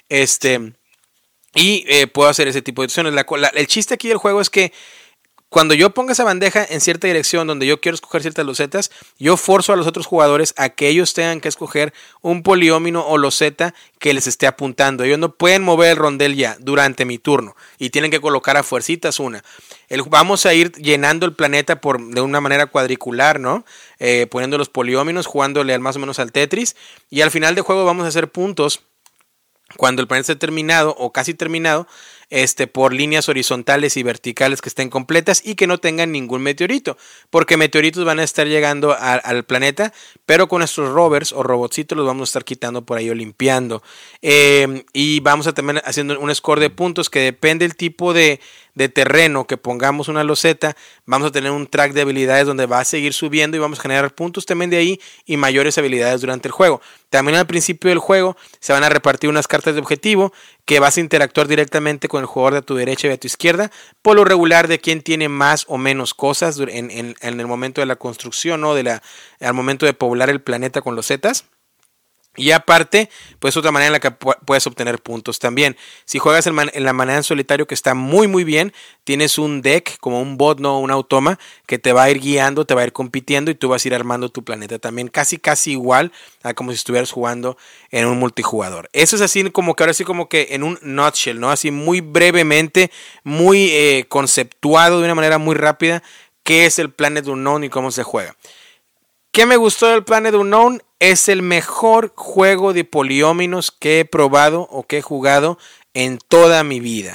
Y puedo hacer ese tipo de decisiones. El chiste aquí del juego es que cuando yo ponga esa bandeja en cierta dirección donde yo quiero escoger ciertas losetas, yo forzo a los otros jugadores a que ellos tengan que escoger un poliómino o loseta que les esté apuntando. Ellos no pueden mover el rondel ya durante mi turno y tienen que colocar a fuercitas una. Vamos a ir llenando el planeta de una manera cuadricular, ¿no? Poniendo los polióminos, jugándole más o menos al Tetris, y al final de juego vamos a hacer puntos cuando el planeta esté terminado o casi terminado, por líneas horizontales y verticales que estén completas y que no tengan ningún meteorito, porque meteoritos van a estar llegando al planeta, pero con nuestros rovers o robotcitos los vamos a estar quitando por ahí o limpiando. Y vamos a también haciendo un score de puntos que depende del tipo de terreno que pongamos una loseta. Vamos a tener un track de habilidades donde va a seguir subiendo y vamos a generar puntos también de ahí y mayores habilidades durante el juego. También al principio del juego se van a repartir unas cartas de objetivo que vas a interactuar directamente con el jugador de a tu derecha y a tu izquierda, por lo regular de quién tiene más o menos cosas en el momento de la construcción, ¿no? Al momento de poblar el planeta con losetas. Y aparte, pues otra manera en la que puedes obtener puntos también. Si juegas en la manera en solitario, que está muy muy bien, tienes un deck como un bot, no un automa, que te va a ir guiando, te va a ir compitiendo y tú vas a ir armando tu planeta también, casi igual a como si estuvieras jugando en un multijugador. Eso es así como que ahora sí como que en un nutshell, ¿no? Así muy brevemente, muy conceptuado de una manera muy rápida, qué es el Planet Unknown y cómo se juega. ¿Qué me gustó del Planet Unknown? Es el mejor juego de polióminos que he probado o que he jugado en toda mi vida.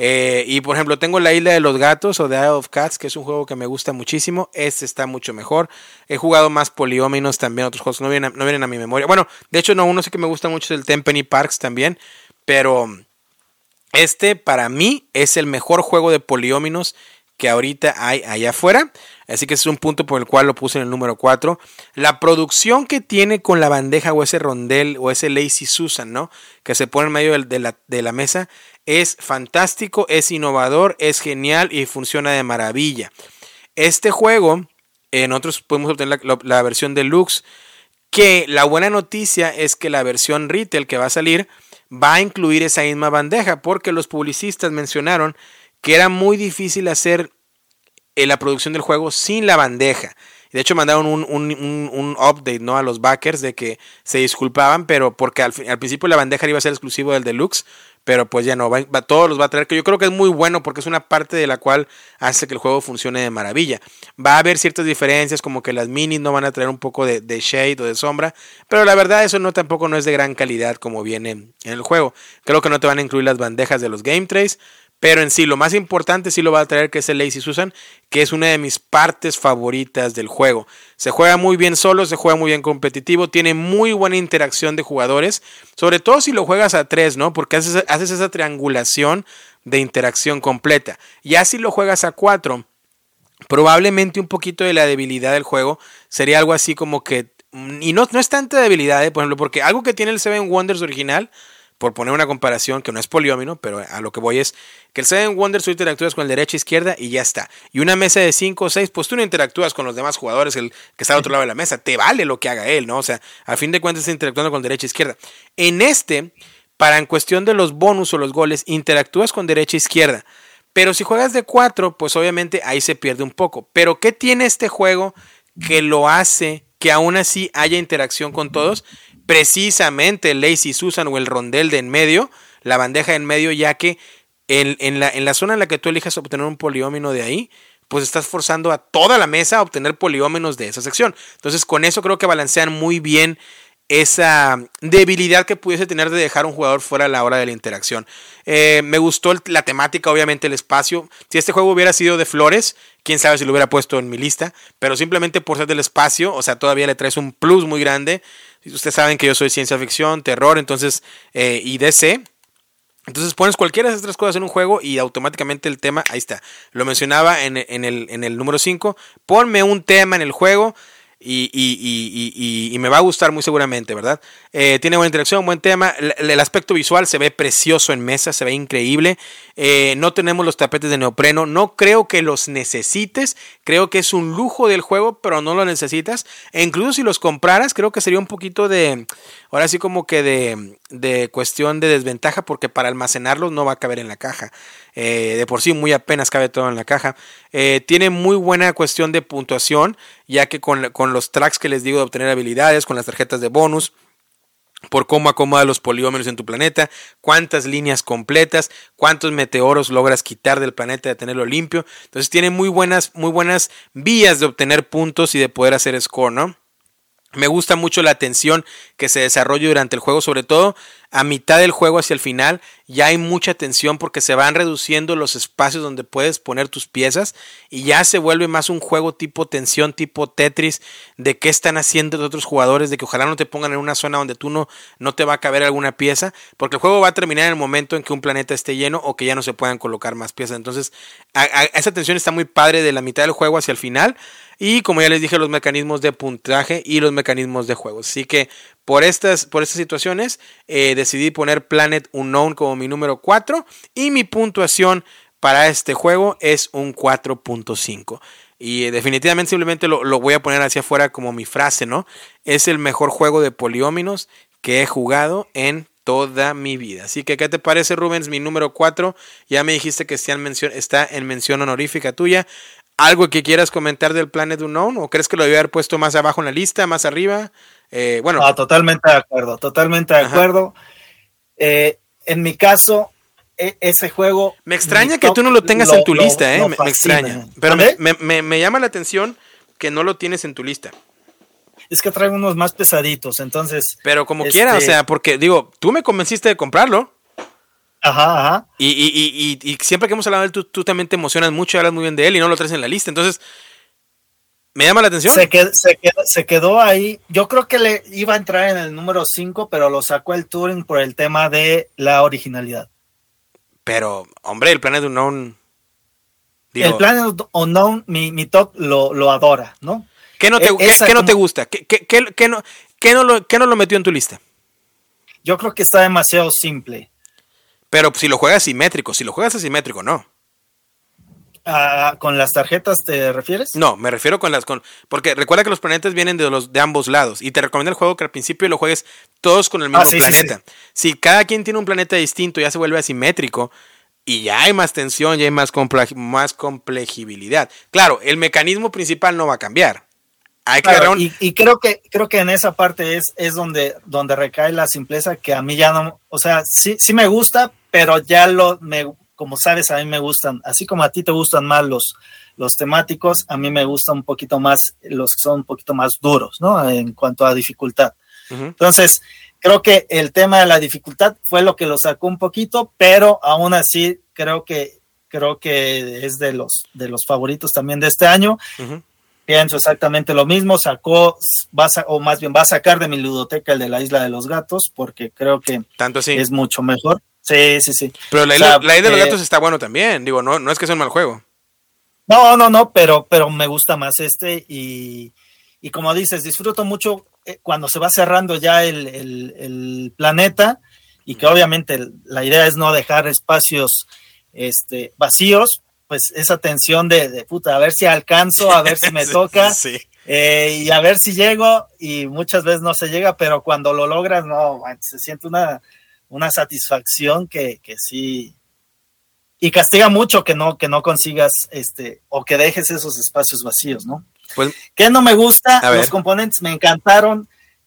Y por ejemplo, tengo la Isla de los Gatos o The Isle of Cats, que es un juego que me gusta muchísimo. Este está mucho mejor. He jugado más polióminos también, otros juegos no vienen a mi memoria. Bueno, de hecho, uno sí que me gusta mucho es el Tempenny Parks también. Pero este para mí es el mejor juego de polióminos que ahorita hay allá afuera. Así que ese es un punto por el cual lo puse en el número 4. La producción que tiene con la bandeja o ese rondel o ese Lazy Susan, ¿no? Que se pone en medio de la mesa. Es fantástico, es innovador, es genial y funciona de maravilla. Este juego, nosotros podemos obtener la versión deluxe. Que la buena noticia es que la versión retail que va a salir va a incluir esa misma bandeja. Porque los publicistas mencionaron que era muy difícil hacer la producción del juego sin la bandeja. De hecho mandaron un update, ¿no? A los backers de que se disculpaban, pero porque al principio la bandeja iba a ser exclusivo del deluxe, pero pues ya no, todos los va a traer, que yo creo que es muy bueno porque es una parte de la cual hace que el juego funcione de maravilla. Va a haber ciertas diferencias, como que las minis no van a traer un poco de shade o de sombra, pero la verdad eso tampoco no es de gran calidad como viene en el juego. Creo que no te van a incluir las bandejas de los Game Trays, pero en sí, lo más importante sí lo va a traer, que es el Lazy Susan, que es una de mis partes favoritas del juego. Se juega muy bien solo, se juega muy bien competitivo, tiene muy buena interacción de jugadores, sobre todo si lo juegas a 3, ¿no? Porque haces esa triangulación de interacción completa. Ya si lo juegas a 4, probablemente un poquito de la debilidad del juego sería algo así como que... Y no es tanta debilidad, por ejemplo, porque algo que tiene el Seven Wonders original... Por poner una comparación que no es poliómino, pero a lo que voy es que el Seven Wonders tú interactúas con el derecha e izquierda y ya está. Y una mesa de 5 o 6, pues tú no interactúas con los demás jugadores, el que está al otro lado de la mesa. Te vale lo que haga él, ¿no? O sea, a fin de cuentas estás interactuando con derecha e izquierda. En en cuestión de los bonus o los goles, interactúas con derecha e izquierda. Pero si juegas de 4, pues obviamente ahí se pierde un poco. Pero ¿qué tiene este juego que lo hace que aún así haya interacción con todos? Precisamente el Lazy Susan o el rondel de en medio, la bandeja de en medio, ya que en la zona en la que tú elijas obtener un poliómino de ahí, pues estás forzando a toda la mesa a obtener polióminos de esa sección. Entonces con eso creo que balancean muy bien esa debilidad que pudiese tener de dejar un jugador fuera a la hora de la interacción. Me gustó la temática, obviamente el espacio. Si este juego hubiera sido de flores, quién sabe si lo hubiera puesto en mi lista, pero simplemente por ser del espacio, o sea, todavía le traes un plus muy grande. Ustedes saben que yo soy ciencia ficción, terror, entonces, y DC. Entonces pones cualquiera de esas tres cosas en un juego y automáticamente el tema, ahí está. Lo mencionaba en el número 5. Ponme un tema en el juego y me va a gustar muy seguramente, ¿verdad? Tiene buena interacción, buen tema. El aspecto visual se ve precioso en mesa, se ve increíble. No tenemos los tapetes de neopreno. No creo que los necesites. Creo que es un lujo del juego, pero no lo necesitas. E incluso si los compraras, creo que sería un poquito de... Ahora sí como que de cuestión de desventaja, porque para almacenarlos no va a caber en la caja. De por sí muy apenas cabe todo en la caja. Tiene muy buena cuestión de puntuación, ya que con los tracks que les digo de obtener habilidades, con las tarjetas de bonus, por cómo acomoda los poliómeros en tu planeta, cuántas líneas completas, cuántos meteoros logras quitar del planeta de tenerlo limpio. Entonces tiene muy buenas vías de obtener puntos y de poder hacer score, ¿no? Me gusta mucho la tensión que se desarrolla durante el juego, sobre todo a mitad del juego hacia el final. Ya hay mucha tensión porque se van reduciendo los espacios donde puedes poner tus piezas y ya se vuelve más un juego tipo tensión, tipo Tetris, de qué están haciendo los otros jugadores, de que ojalá no te pongan en una zona donde tú no te va a caber alguna pieza, porque el juego va a terminar en el momento en que un planeta esté lleno o que ya no se puedan colocar más piezas. Entonces esa tensión está muy padre de la mitad del juego hacia el final. Y como ya les dije, los mecanismos de puntaje y los mecanismos de juego. Así que por estas situaciones decidí poner Planet Unknown como mi número 4. Y mi puntuación para este juego es un 4.5. Y definitivamente simplemente lo voy a poner hacia afuera como mi frase, ¿no? Es el mejor juego de polióminos que he jugado en toda mi vida. Así que, ¿qué te parece, Rubens? Mi número 4. Ya me dijiste que está en mención honorífica tuya. ¿Algo que quieras comentar del Planet Unknown? ¿O crees que lo debía haber puesto más abajo en la lista, más arriba? Bueno. No, totalmente de acuerdo, totalmente de acuerdo. En mi caso, ese juego... Me extraña que tú no lo tengas en tu lista, me extraña. Pero me llama la atención que no lo tienes en tu lista. es que traigo unos más pesaditos, entonces. Pero como quiera, o sea, porque digo, tú me convenciste de comprarlo. Ajá. Y siempre que hemos hablado de él, tú también te emocionas mucho, hablas muy bien de él y no lo traes en la lista. Entonces, me llama la atención. Se quedó ahí. Yo creo que le iba a entrar en el número 5, pero lo sacó el Turing por el tema de la originalidad. Pero, hombre, el Planet Unknown. El Planet Unknown, mi top lo adora, ¿no? ¿Qué no te gusta? ¿Qué no lo metió en tu lista? Yo creo que está demasiado simple. Pero si lo juegas asimétrico, no. ¿Con las tarjetas te refieres? No, me refiero porque recuerda que los planetas vienen de ambos lados y te recomiendo el juego que al principio lo juegues todos con el mismo planeta. Sí. Si cada quien tiene un planeta distinto, ya se vuelve asimétrico y ya hay más tensión, ya hay más complejibilidad. Claro, el mecanismo principal no va a cambiar. Hay que y creo que en esa parte es donde recae la simpleza, que a mí ya no, o sea, sí me gusta, pero ya como sabes, a mí me gustan, así como a ti te gustan más los temáticos, a mí me gustan un poquito más los que son un poquito más duros, ¿no? En cuanto a dificultad. Uh-huh. Entonces, creo que el tema de la dificultad fue lo que lo sacó un poquito, pero aún así creo que es de los favoritos también de este año. Uh-huh. Pienso exactamente lo mismo, va a sacar de mi ludoteca el de la Isla de los Gatos, porque creo que tanto así es mucho mejor. Sí. Pero la Isla de los Gatos está bueno también, digo, no es que sea un mal juego. No, pero me gusta más y como dices, disfruto mucho cuando se va cerrando ya el planeta, y que obviamente la idea es no dejar espacios vacíos, pues esa tensión de puta, a ver si alcanzo, a ver si me toca, sí. Y a ver si llego, y muchas veces no se llega, pero cuando lo logras, no, se siente una satisfacción que sí, y castiga mucho que no consigas o que dejes esos espacios vacíos, ¿no? Pues, ¿qué no me gusta? Los componentes me encantaron,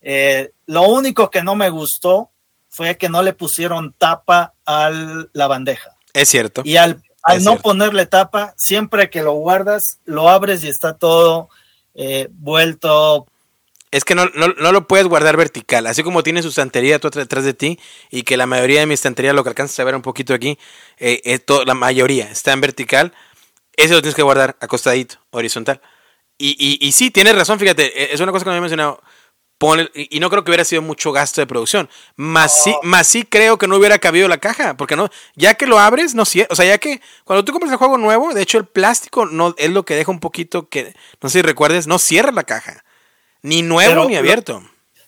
lo único que no me gustó fue que no le pusieron tapa a la bandeja. Es cierto. Y al no ponerle tapa, siempre que lo guardas, lo abres y está todo vuelto. Es que no lo puedes guardar vertical, así como tienes su estantería tú detrás de ti, y que la mayoría de mi estantería, lo que alcanzas a ver un poquito aquí, la mayoría está en vertical, ese lo tienes que guardar acostadito, horizontal. Y sí, tienes razón, fíjate, es una cosa que me había mencionado, y no creo que hubiera sido mucho gasto de producción, más sí creo que no hubiera cabido la caja, porque no, ya que lo abres, no cierra, o sea, ya que cuando tú compras el juego nuevo, de hecho el plástico no es lo que deja un poquito que, no sé si recuerdes, no cierra la caja, ni nuevo ni abierto.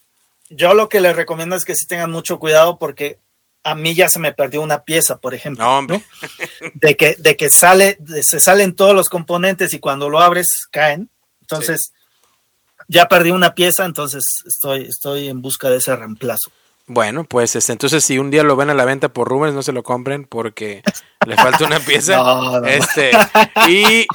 Yo lo que les recomiendo es que sí tengan mucho cuidado, porque a mí ya se me perdió una pieza, por ejemplo. No, hombre. ¿No? De que se salen todos los componentes y cuando lo abres caen, entonces... Sí. Ya perdí una pieza, entonces estoy en busca de ese reemplazo. Bueno, pues entonces si un día lo ven a la venta por Rubens, no se lo compren porque le falta una pieza. No. Y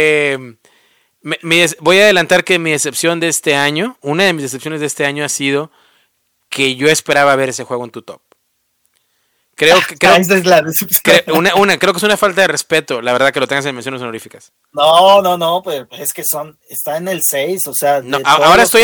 voy a adelantar que mi decepción de este año, una de mis decepciones de este año ha sido que yo esperaba ver ese juego en tu top. Creo que esa es la decepción. Creo que es una falta de respeto, la verdad, que lo tengas en menciones honoríficas. No, pues es que está en el 6, o sea, no, ahora estoy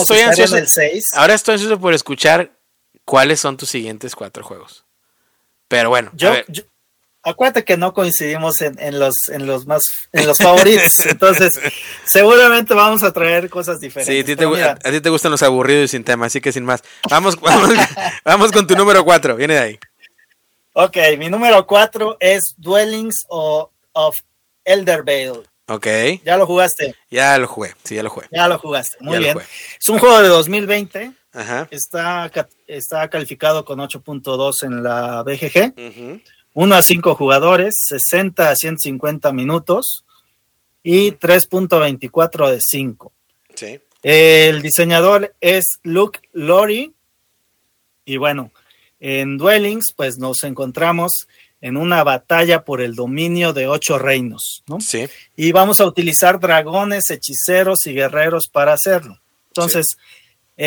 ansioso por escuchar cuáles son tus siguientes 4 juegos. Pero bueno, acuérdate que no coincidimos en los favoritos, entonces seguramente vamos a traer cosas diferentes. Sí, a ti te gustan los aburridos y sin tema, así que sin más. Vamos con tu número 4, viene de ahí. Ok, mi número 4 es Dwellings of Eldervale. Ok. ¿Ya lo jugaste? Ya lo jugué, sí, ya lo jugué. Ya lo jugaste, muy bien. Es un juego de 2020. Ajá. Está calificado con 8.2 en la BGG. Uh-huh. 1 a 5 jugadores, 60 a 150 minutos y 3.24 de 5. Sí. El diseñador es Luke Lori. Y bueno, en Dwellings, pues nos encontramos en una batalla por el dominio de 8 reinos, ¿no? Sí. Y vamos a utilizar dragones, hechiceros y guerreros para hacerlo. Entonces, sí.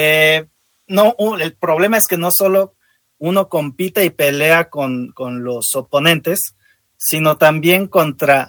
El problema es que no solo uno compite y pelea con los oponentes, sino también contra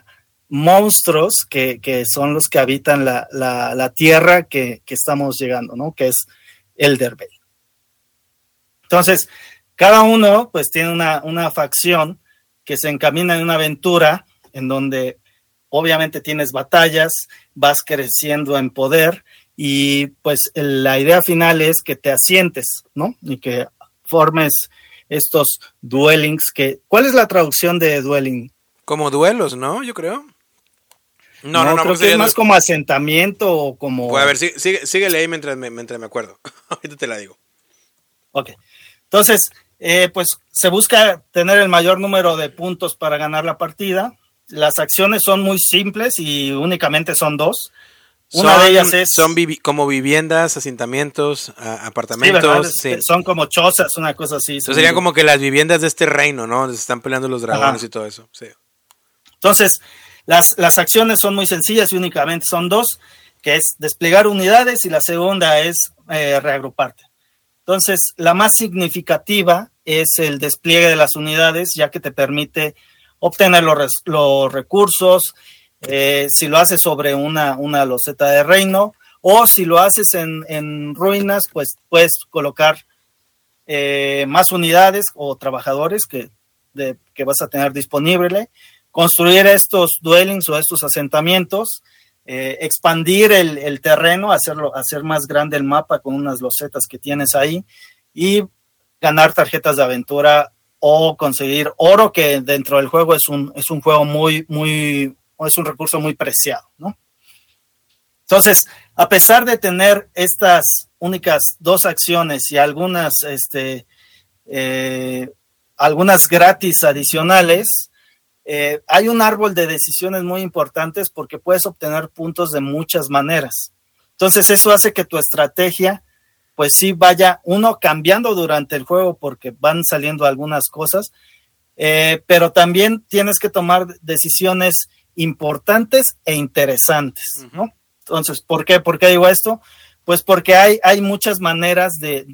monstruos que son los que habitan la tierra que estamos llegando, ¿no? Que es Elder Bay. Entonces, cada uno pues tiene una facción que se encamina en una aventura en donde obviamente tienes batallas, vas creciendo en poder y pues la idea final es que te asientes, ¿no? Y que formes estos dwellings ¿cuál es la traducción de dwelling? Como duelos, ¿no? Yo creo. No, creo que es más como asentamiento o como... Pues a ver, síguele ahí mientras me acuerdo. Ahorita te la digo. Ok. Entonces, pues se busca tener el mayor número de puntos para ganar la partida. Las acciones son muy simples y únicamente son 2. Una de ellas es... Son como viviendas, asentamientos, apartamentos. Sí. Son como chozas, una cosa así. Entonces serían como que las viviendas de este reino, ¿no? Donde se están peleando los dragones. Ajá. Y todo eso. Sí. Entonces, las acciones son muy sencillas y únicamente son 2, que es desplegar unidades y la segunda es reagruparte. Entonces, la más significativa es el despliegue de las unidades, ya que te permite obtener los recursos, si lo haces sobre una loseta de reino, o si lo haces en ruinas, pues puedes colocar más unidades o trabajadores que vas a tener disponible, construir estos dwellings o estos asentamientos, expandir el terreno, hacer más grande el mapa con unas losetas que tienes ahí y ganar tarjetas de aventura o conseguir oro, que dentro del juego es un juego es un recurso muy preciado, ¿no? Entonces, a pesar de tener estas únicas 2 acciones y algunas gratis adicionales, hay un árbol de decisiones muy importantes porque puedes obtener puntos de muchas maneras. Entonces, eso hace que tu estrategia, pues sí vaya cambiando durante el juego porque van saliendo algunas cosas, pero también tienes que tomar decisiones importantes e interesantes, ¿no? Entonces, ¿por qué? ¿Por qué digo esto? Pues porque hay muchas maneras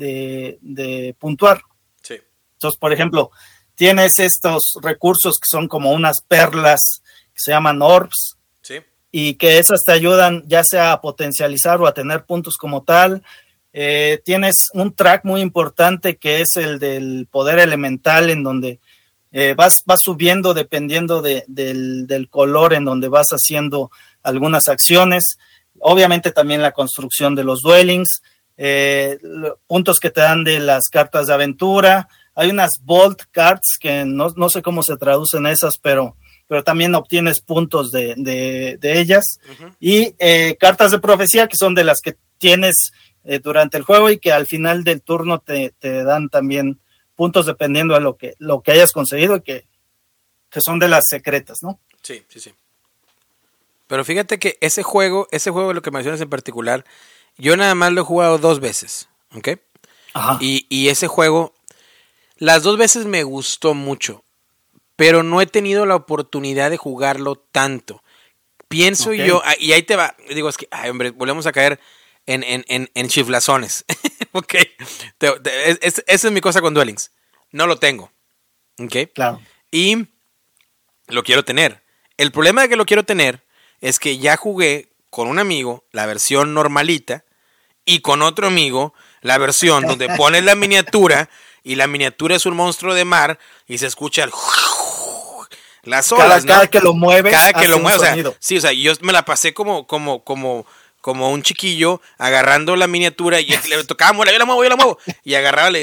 de puntuar. Sí. Entonces, por ejemplo, tienes estos recursos que son como unas perlas que se llaman orbs. Sí. Y que esas te ayudan ya sea a potencializar o a tener puntos como tal. Tienes un track muy importante que es el del poder elemental, en donde vas subiendo dependiendo del color en donde vas haciendo algunas acciones. Obviamente también la construcción de los dwellings, puntos que te dan de las cartas de aventura. Hay unas Bolt Cards que no sé cómo se traducen esas, pero también obtienes puntos de ellas. Uh-huh. Y cartas de profecía, que son de las que tienes durante el juego y que al final del turno te dan también puntos dependiendo de lo que hayas conseguido y que son de las secretas, ¿no? Sí. Pero fíjate que ese juego, lo que mencionas en particular, yo nada más lo he jugado 2 veces, ¿ok? Ajá. Y ese juego, las 2 veces me gustó mucho, pero no he tenido la oportunidad de jugarlo tanto. Pienso okay. Yo, y ahí te va, digo, es que, ay, hombre, volvemos a caer en chiflazones. Ok, esa es mi cosa con Dwellings. No lo tengo, ¿ok? Claro. Y lo quiero tener. El problema de que lo quiero tener es que ya jugué con un amigo la versión normalita y con otro amigo la versión donde pones la miniatura y la miniatura es un monstruo de mar y se escucha las olas, cada que lo mueves, o sea, sí, o sea, yo me la pasé como un chiquillo agarrando la miniatura y le tocaba, yo la muevo y agarraba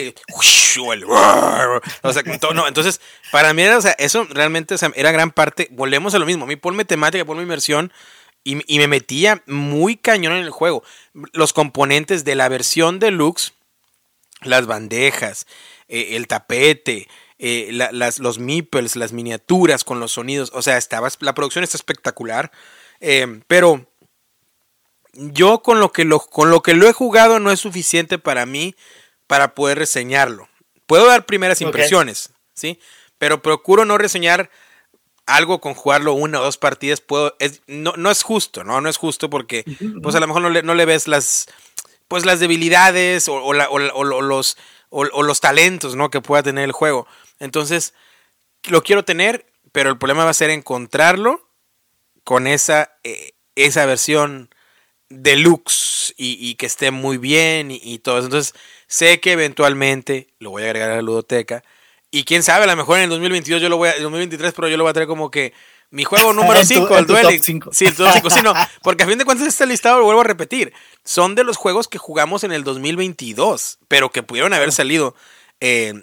o sea, no, entonces para mí era, o sea, eso realmente, o sea, era gran parte. Volvemos a lo mismo, a mí ponme temática, ponme inmersión y me metía muy cañón en el juego. Los componentes de la versión deluxe, las bandejas, el tapete, los meeples, las miniaturas con los sonidos, o sea, la producción está espectacular, pero yo con lo que lo he jugado no es suficiente para mí para poder reseñarlo. Puedo dar primeras impresiones, ¿sí? Pero procuro no reseñar algo con jugarlo 1 o 2 partidas. No es justo, ¿no? No es justo porque pues a lo mejor no le ves las debilidades o los talentos, ¿no? Que pueda tener el juego. Entonces, lo quiero tener, pero el problema va a ser encontrarlo con esa versión deluxe y que esté muy bien y todo eso. Entonces sé que eventualmente lo voy a agregar a la ludoteca y quién sabe, a lo mejor en el 2022 el 2023, pero yo lo voy a traer como que mi juego número 5, el Dueling. Sí, el top 5, sí, no, porque a fin de cuentas este listado, lo vuelvo a repetir, son de los juegos que jugamos en el 2022, pero que pudieron haber salido en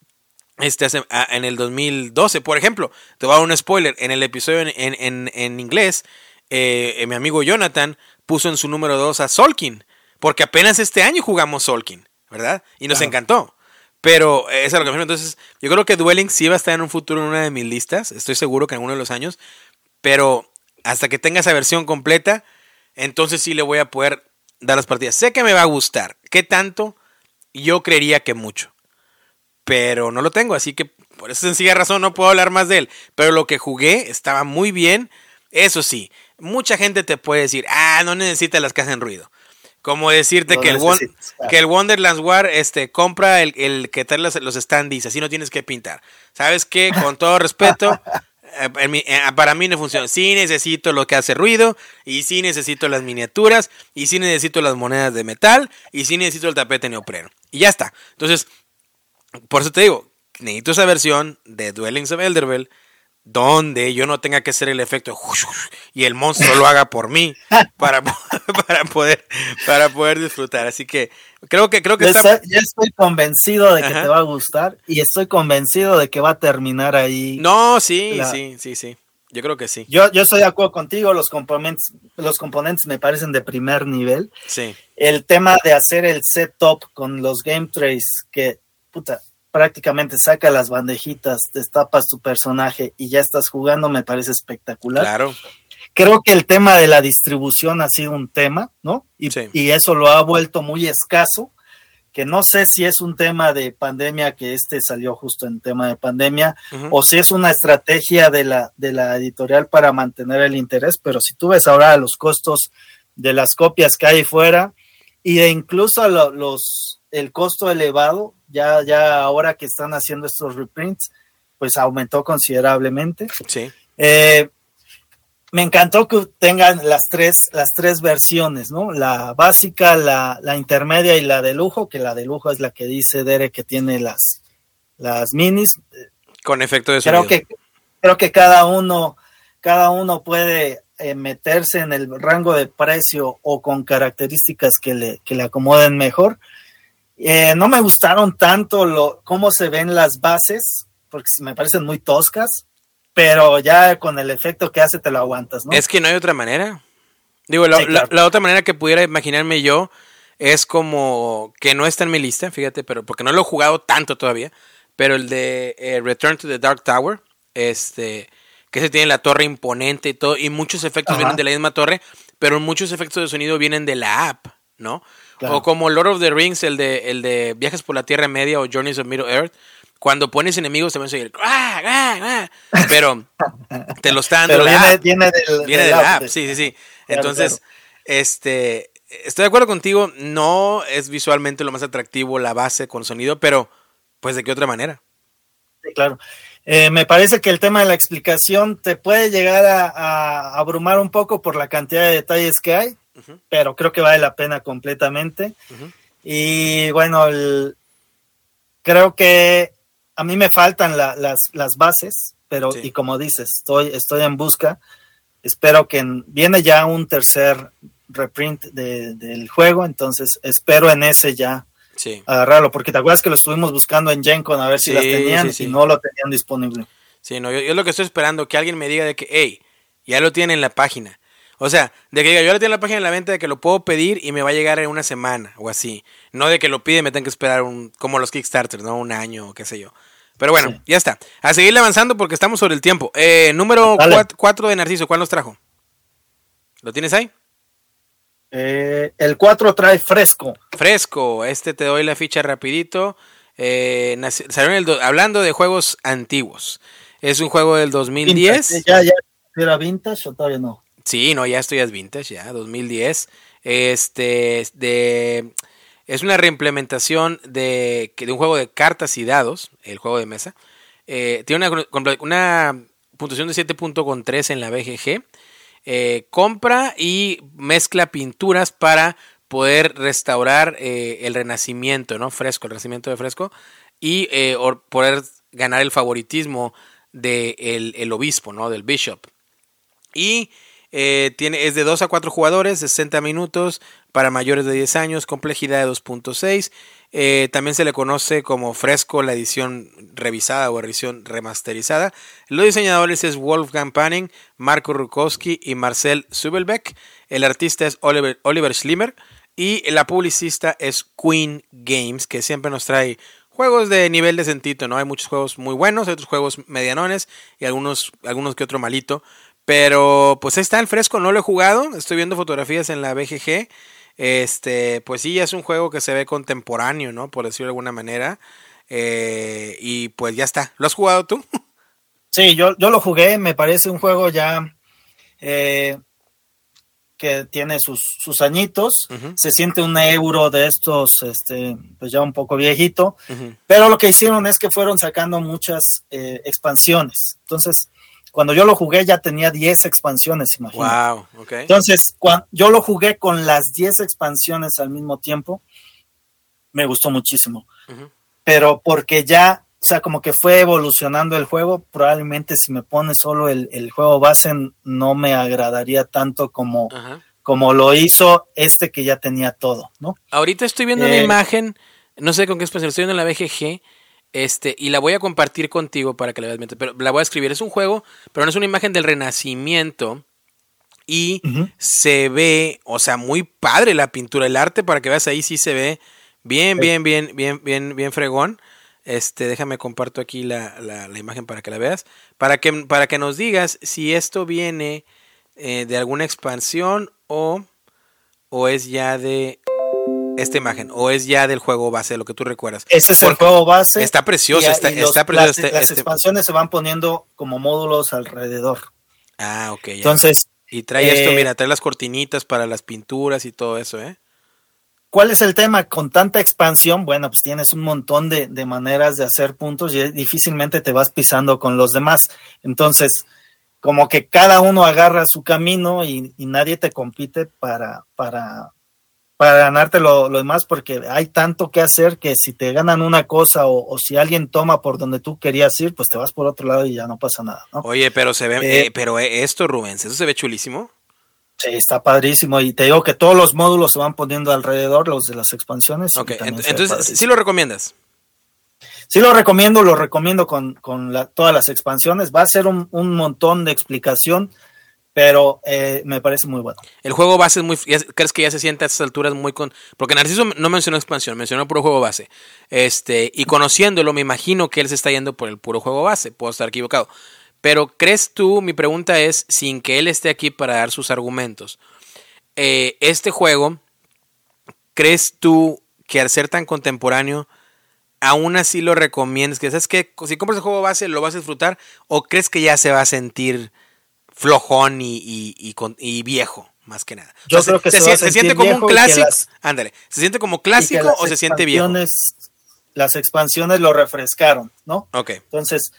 el 2012. Por ejemplo, te voy a dar un spoiler, en el episodio en inglés, mi amigo Jonathan puso en su número 2 a Solkin, porque apenas este año jugamos Solkin, ¿verdad? Y nos encantó. Pero eso es lo que me refiero. Entonces, yo creo que Dueling sí va a estar en un futuro en una de mis listas. Estoy seguro que en uno de los años. Pero hasta que tenga esa versión completa, entonces sí le voy a poder dar las partidas. Sé que me va a gustar. ¿Qué tanto? Yo creería que mucho. Pero no lo tengo, así que por esa sencilla razón no puedo hablar más de él. Pero lo que jugué estaba muy bien. Eso sí, mucha gente te puede decir, no necesitas las que hacen ruido. Como decirte que el Wonderlands War compra el que trae los standees, así no tienes que pintar. ¿Sabes qué? Con todo respeto, para mí no funciona. Sí necesito lo que hace ruido, y sí necesito las miniaturas, y sí necesito las monedas de metal, y sí necesito el tapete neopreno. Y ya está. Entonces, por eso te digo, necesito esa versión de Dwellings of Eldervale donde yo no tenga que hacer el efecto y el monstruo lo haga por mí para poder disfrutar. Así que creo que yo estoy convencido de que te va a gustar y estoy convencido de que va a terminar ahí. No, sí. Yo creo que sí. Yo estoy de acuerdo contigo, los componentes me parecen de primer nivel. Sí. El tema de hacer el setup con los game trays que prácticamente saca las bandejitas, destapas tu personaje y ya estás jugando, me parece espectacular. Claro. Creo que el tema de la distribución ha sido un tema, ¿no? Y eso lo ha vuelto muy escaso, que no sé si es un tema de pandemia, que salió justo en tema de pandemia, o si es una estrategia de la editorial para mantener el interés, pero si tú ves ahora los costos de las copias que hay fuera, y de incluso el costo elevado, ya ahora que están haciendo estos reprints, pues aumentó considerablemente. Sí. Me encantó que tengan las tres versiones, ¿no? La básica, la intermedia y la de lujo, que la de lujo es la que dice Derek que tiene las minis. Con efecto de sonido. Creo que cada uno puede meterse en el rango de precio o con características que le acomoden mejor. No me gustaron tanto cómo se ven las bases, porque me parecen muy toscas, pero ya con el efecto que hace te lo aguantas, ¿no? Es que no hay otra manera. Digo, claro. la otra manera que pudiera imaginarme yo es como que no está en mi lista, fíjate, pero porque no lo he jugado tanto todavía, pero el de Return to the Dark Tower, que se tiene la torre imponente y todo, y muchos efectos vienen de la misma torre, pero muchos efectos de sonido vienen de la app, ¿no? Claro. O como Lord of the Rings, el de Viajes por la Tierra Media o Journeys of Middle Earth, cuando pones enemigos también se oye pero te lo está dando viene de la app, sí. Entonces, claro. Estoy de acuerdo contigo, no es visualmente lo más atractivo la base con sonido, pero pues de qué otra manera. Sí, claro. Me parece que el tema de la explicación te puede llegar a abrumar un poco por la cantidad de detalles que hay, pero creo que vale la pena completamente. Y bueno, creo que a mí me faltan las bases, pero y como dices, estoy en busca. Espero que viene ya un tercer reprint del juego, entonces espero en ese ya agarrarlo, porque te acuerdas que lo estuvimos buscando en GenCon a ver si las tenían y no lo tenían disponible. Sí, no, yo lo que estoy esperando, que alguien me diga de que, hey, ya lo tienen en la página. O sea, de que diga, yo lo tengo en la página de la venta, de que lo puedo pedir y me va a llegar en una semana o así. No de que lo pide y me tengo que esperar como los Kickstarters, ¿no? Un año o qué sé yo. Pero bueno, ya está. A seguirle avanzando porque estamos sobre el tiempo. Número 4 de Narciso, ¿cuál nos trajo? ¿Lo tienes ahí? El 4 trae Fresco. Fresco, te doy la ficha rapidito. Salió hablando de juegos antiguos. Es un juego del 2010. ¿Ya era vintage o todavía no? Sí, no, ya esto ya es vintage, ya, 2010. Es una reimplementación de un juego de cartas y dados, el juego de mesa. Tiene una puntuación de 7.3 en la BGG. compra y mezcla pinturas para poder restaurar el renacimiento, ¿no? Fresco, el renacimiento de Fresco, y poder ganar el favoritismo del obispo, ¿no? Del bishop. Y es de 2 a 4 jugadores, 60 minutos para mayores de 10 años, complejidad de 2.6. También se le conoce como Fresco, la edición revisada o edición remasterizada. Los diseñadores es Wolfgang Panning, Marco Rukowski y Marcel Zubelbeck. El artista es Oliver Schlimmer y la publicista es Queen Games, que siempre nos trae juegos de nivel decentito, ¿no? Hay muchos juegos muy buenos, otros juegos medianones y algunos que otro malito. Pero pues ahí está el Fresco, no lo he jugado, estoy viendo fotografías en la BGG. Pues sí, es un juego que se ve contemporáneo, ¿no? Por decirlo de alguna manera. Y pues ya está. ¿Lo has jugado tú? Sí, yo lo jugué, me parece un juego ya que tiene sus añitos. Uh-huh. Se siente un euro de estos, pues ya un poco viejito. Uh-huh. Pero lo que hicieron es que fueron sacando muchas expansiones. Entonces, cuando yo lo jugué ya tenía 10 expansiones, imagínate. Wow, okay. Entonces, cuando yo lo jugué con las 10 expansiones al mismo tiempo, me gustó muchísimo. Uh-huh. Pero porque ya, o sea, como que fue evolucionando el juego, probablemente si me pones solo el juego base, no me agradaría tanto como, uh-huh, como lo hizo que ya tenía todo, ¿no? Ahorita estoy viendo una imagen, no sé con qué expansión, estoy viendo en la BGG, y la voy a compartir contigo para que la veas, pero la voy a escribir. Es un juego, pero no es una imagen del Renacimiento. Y uh-huh, se ve, o sea, muy padre la pintura, el arte, para que veas ahí sí se ve bien fregón. Déjame comparto aquí la imagen para que la veas, para que nos digas si esto viene de alguna expansión o es ya de esta imagen, o es ya del juego base, lo que tú recuerdas. Ese es el juego base. Está precioso, está precioso. Las expansiones se van poniendo como módulos alrededor. Ah, ok. Ya. Entonces, y trae esto, mira, trae las cortinitas para las pinturas y todo eso, ¿eh? ¿Cuál es el tema? Con tanta expansión, bueno, pues tienes un montón de maneras de hacer puntos y difícilmente te vas pisando con los demás. Entonces, como que cada uno agarra su camino y nadie te compite para ganarte lo demás, porque hay tanto que hacer que si te ganan una cosa o si alguien toma por donde tú querías ir, pues te vas por otro lado y ya no pasa nada, ¿no? Oye, pero se ve, esto, Rubens, eso se ve chulísimo. Sí, está padrísimo, y te digo que todos los módulos se van poniendo alrededor, los de las expansiones. Ok, entonces, ¿sí lo recomiendas? Sí lo recomiendo con todas las expansiones. Va a ser un montón de explicación, pero me parece muy bueno. El juego base es muy... ¿Crees que ya se siente a estas alturas muy porque Narciso no mencionó expansión, mencionó puro juego base. Y conociéndolo, me imagino que él se está yendo por el puro juego base. Puedo estar equivocado. Pero ¿crees tú, mi pregunta es, sin que él esté aquí para dar sus argumentos, este juego, ¿crees tú que al ser tan contemporáneo, aún así lo recomiendas? Que sabes que si compras el juego base, lo vas a disfrutar, ¿o crees que ya se va a sentir flojón y viejo, más que nada? Yo creo que se siente como un clásico. Ándale, ¿se siente como clásico o se siente viejo? Las expansiones lo refrescaron, ¿no? Ok. Entonces,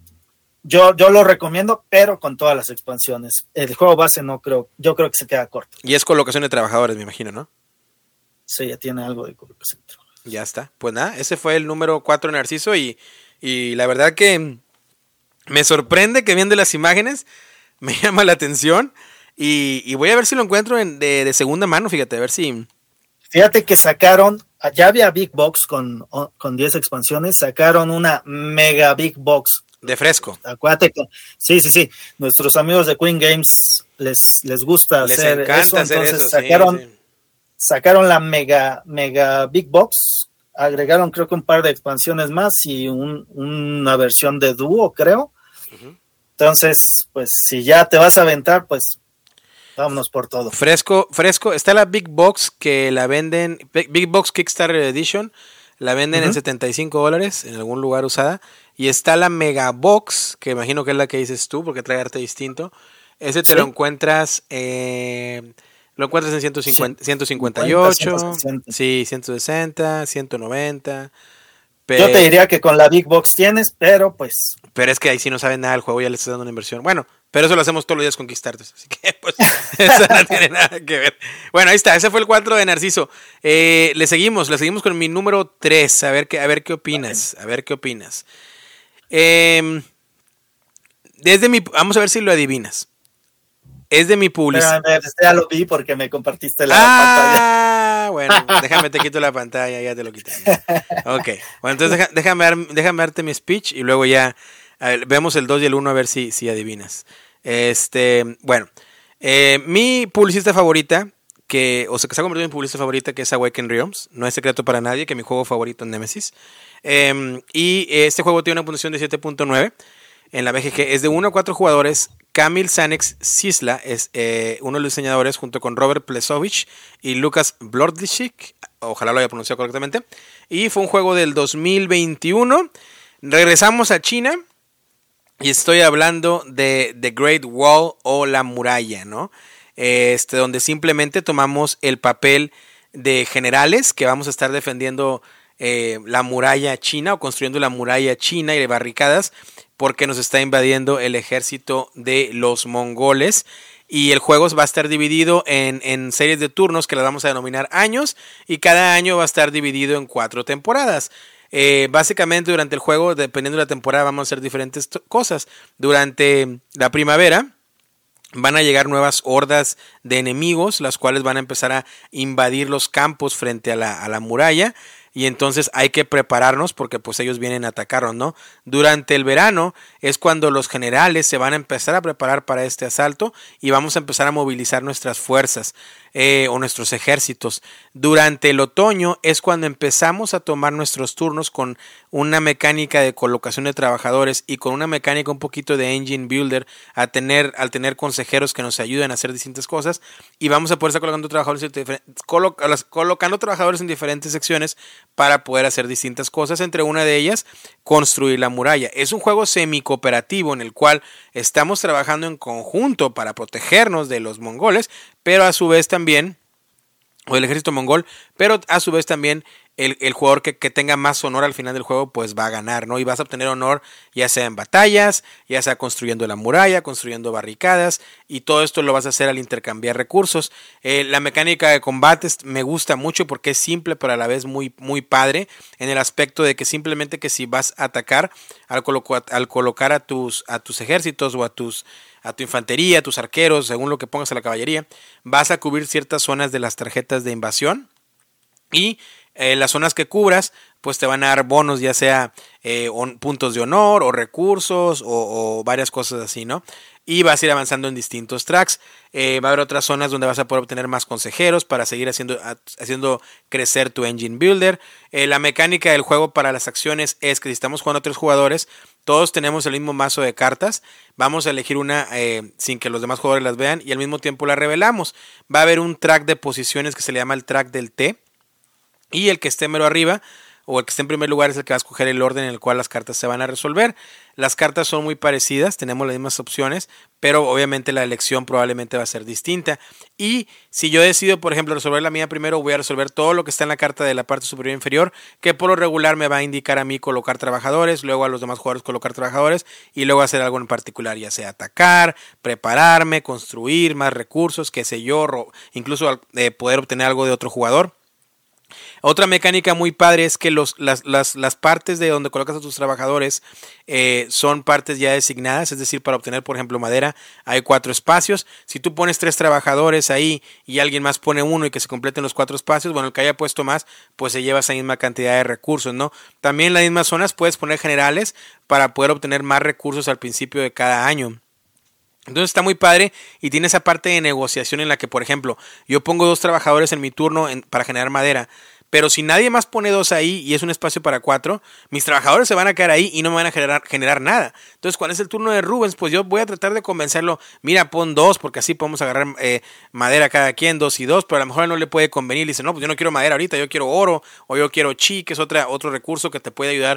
yo lo recomiendo, pero con todas las expansiones. El juego base yo creo que se queda corto. Y es colocación de trabajadores, me imagino, ¿no? Sí, ya tiene algo de colocación de trabajadores. Ya está. Pues nada, ese fue el número 4 Narciso, y la verdad que me sorprende que viendo las imágenes me llama la atención, y voy a ver si lo encuentro de segunda mano, fíjate, a ver si... Fíjate que sacaron, ya había Big Box con 10 expansiones, sacaron una Mega Big Box. De Fresco. Acuérdate que, sí, nuestros amigos de Queen Games les gusta hacer eso, entonces sacaron la Mega Big Box, agregaron creo que un par de expansiones más y una versión de dúo, creo. Uh-huh. Entonces, pues si ya te vas a aventar, pues vámonos por todo. Fresco, está la Big Box que la venden, Big Box Kickstarter Edition, la venden uh-huh, en $75 en algún lugar usada, y está la Mega Box, que imagino que es la que dices tú, porque trae arte distinto. Ese te lo encuentras en 158, sí, 160, 190. Yo te diría que con la Big Box tienes, pero pues... Pero es que ahí sí no saben nada del juego, ya le estás dando una inversión. Bueno, Pero eso lo hacemos todos los días con Kickstarter, así que pues eso no tiene nada que ver. Bueno, ahí está, ese fue el 4 de Narciso. Le seguimos con mi número 3, a ver qué opinas, Vamos a ver si lo adivinas. Es de mi publicidad. Ya lo vi porque me compartiste la pantalla. Bueno, déjame te quito la pantalla, ya te lo quité. Ok, bueno, entonces déjame darte mi speech y luego ya vemos el 2 y el 1 a ver si adivinas. Bueno, mi publicista favorita, que se ha convertido en mi publicista favorita, que es Awaken Realms. No es secreto para nadie que mi juego favorito es Nemesis. Y este juego tiene una puntuación de 7.9 en la BGG. Es de 1 a 4 jugadores. Kamil Sanex Sisla es uno de los diseñadores, junto con Robert Plesovich y Lukas Blordicik. Ojalá lo haya pronunciado correctamente. Y fue un juego del 2021. Regresamos a China. Y estoy hablando de The Great Wall o la muralla, ¿no? Donde simplemente tomamos el papel de generales que vamos a estar defendiendo la muralla china o construyendo la muralla china y de barricadas, porque nos está invadiendo el ejército de los mongoles. Y el juego va a estar dividido en series de turnos que las vamos a denominar años, y cada año va a estar dividido en 4 temporadas. Básicamente durante el juego, dependiendo de la temporada, vamos a hacer diferentes cosas. Durante la primavera van a llegar nuevas hordas de enemigos, las cuales van a empezar a invadir los campos frente a la muralla. Y entonces hay que prepararnos porque pues ellos vienen a atacarnos, ¿no? Durante el verano es cuando los generales se van a empezar a preparar para este asalto y vamos a empezar a movilizar nuestras fuerzas o nuestros ejércitos. Durante el otoño es cuando empezamos a tomar nuestros turnos con una mecánica de colocación de trabajadores y con una mecánica un poquito de engine builder al tener consejeros que nos ayuden a hacer distintas cosas, y vamos a poder estar colocando trabajadores en diferentes secciones para poder hacer distintas cosas, entre una de ellas construir la muralla. Es un juego semi-cooperativo en el cual estamos trabajando en conjunto para protegernos de los mongoles, pero a su vez también, o del ejército mongol, pero a su vez también el jugador que tenga más honor al final del juego pues va a ganar, ¿no? Y vas a obtener honor ya sea en batallas, ya sea construyendo la muralla, construyendo barricadas, y todo esto lo vas a hacer al intercambiar recursos. La mecánica de combates me gusta mucho porque es simple pero a la vez muy, muy padre, en el aspecto de que simplemente que si vas a atacar, al colocar a tus ejércitos o a tu infantería, a tus arqueros, según lo que pongas a la caballería, vas a cubrir ciertas zonas de las tarjetas de invasión, y las zonas que cubras pues te van a dar bonos, ya sea puntos de honor o recursos o varias cosas así, ¿no? Y vas a ir avanzando en distintos tracks. Va a haber otras zonas donde vas a poder obtener más consejeros para seguir haciendo crecer tu engine builder. La mecánica del juego para las acciones es que si estamos jugando a 3 jugadores, todos tenemos el mismo mazo de cartas. Vamos a elegir una sin que los demás jugadores las vean y al mismo tiempo la revelamos. Va a haber un track de posiciones que se le llama el track del T. Y el que esté mero arriba o el que esté en primer lugar es el que va a escoger el orden en el cual las cartas se van a resolver. Las cartas son muy parecidas, tenemos las mismas opciones, pero obviamente la elección probablemente va a ser distinta. Y si yo decido, por ejemplo, resolver la mía primero, voy a resolver todo lo que está en la carta de la parte superior e inferior, que por lo regular me va a indicar a mí colocar trabajadores, luego a los demás jugadores colocar trabajadores y luego hacer algo en particular, ya sea atacar, prepararme, construir más recursos, qué sé yo, incluso poder obtener algo de otro jugador. Otra mecánica muy padre es que las partes de donde colocas a tus trabajadores son partes ya designadas, es decir, para obtener, por ejemplo, madera, hay 4 espacios. Si tú pones 3 trabajadores ahí y alguien más pone 1 y que se completen los 4 espacios, bueno, el que haya puesto más, pues se lleva esa misma cantidad de recursos, ¿no? También en las mismas zonas puedes poner generales para poder obtener más recursos al principio de cada año. Entonces está muy padre y tiene esa parte de negociación en la que, por ejemplo, yo pongo 2 trabajadores en mi turno para generar madera, pero si nadie más pone 2 ahí y es un espacio para 4, mis trabajadores se van a quedar ahí y no me van a generar nada. Entonces, cuando es el turno de Rubens, pues yo voy a tratar de convencerlo, mira, pon 2 porque así podemos agarrar madera cada quien, 2 y 2, pero a lo mejor no le puede convenir. Dice, no, pues yo no quiero madera ahorita, yo quiero oro o yo quiero chi, que es otro recurso que te puede ayudar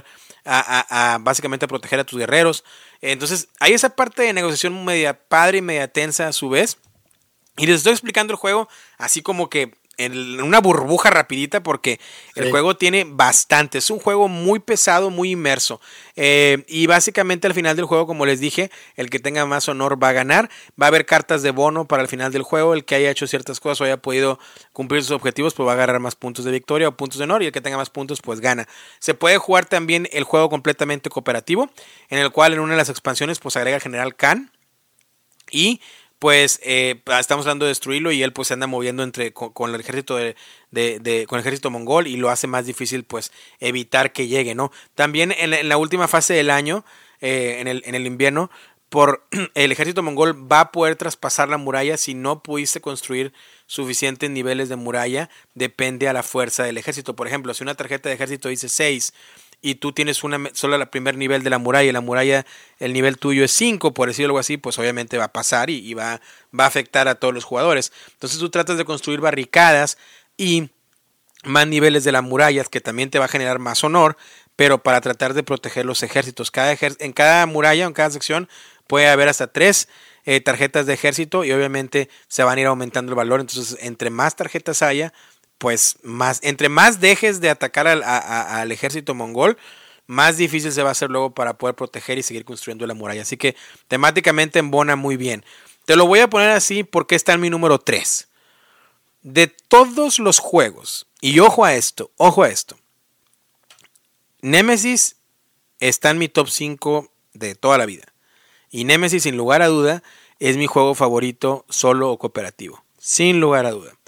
a básicamente a proteger a tus guerreros. Entonces, hay esa parte de negociación media padre y media tensa a su vez. Y les estoy explicando el juego así como que en una burbuja rapidita porque el juego tiene bastante. Es un juego muy pesado, muy inmerso. Y básicamente al final del juego, como les dije, el que tenga más honor va a ganar. Va a haber cartas de bono para el final del juego. El que haya hecho ciertas cosas o haya podido cumplir sus objetivos, pues va a agarrar más puntos de victoria o puntos de honor. Y el que tenga más puntos, pues gana. Se puede jugar también el juego completamente cooperativo, en el cual en una de las expansiones pues agrega el General Khan. Y pues estamos hablando de destruirlo y él pues se anda moviendo con el ejército con el ejército mongol y lo hace más difícil pues evitar que llegue, ¿no? También en la última fase del año, en el invierno, el ejército mongol va a poder traspasar la muralla si no pudiste construir suficientes niveles de muralla, depende a la fuerza del ejército. Por ejemplo, si una tarjeta de ejército dice 6 y tú tienes solo el primer nivel de la muralla, el nivel tuyo es 5, por decirlo algo así, pues obviamente va a pasar y va a afectar a todos los jugadores. Entonces tú tratas de construir barricadas y más niveles de la muralla, que también te va a generar más honor, pero para tratar de proteger los ejércitos. En cada muralla, en cada sección, puede haber hasta 3 tarjetas de ejército y obviamente se van a ir aumentando el valor. Entonces, entre más tarjetas haya, pues entre más dejes de atacar al ejército mongol, más difícil se va a hacer luego para poder proteger y seguir construyendo la muralla. Así que temáticamente embona muy bien. Te lo voy a poner así porque está en mi número 3. De todos los juegos, y ojo a esto, Nemesis está en mi top 5 de toda la vida. Y Nemesis, sin lugar a duda, es mi juego favorito solo o cooperativo. Sin lugar a duda.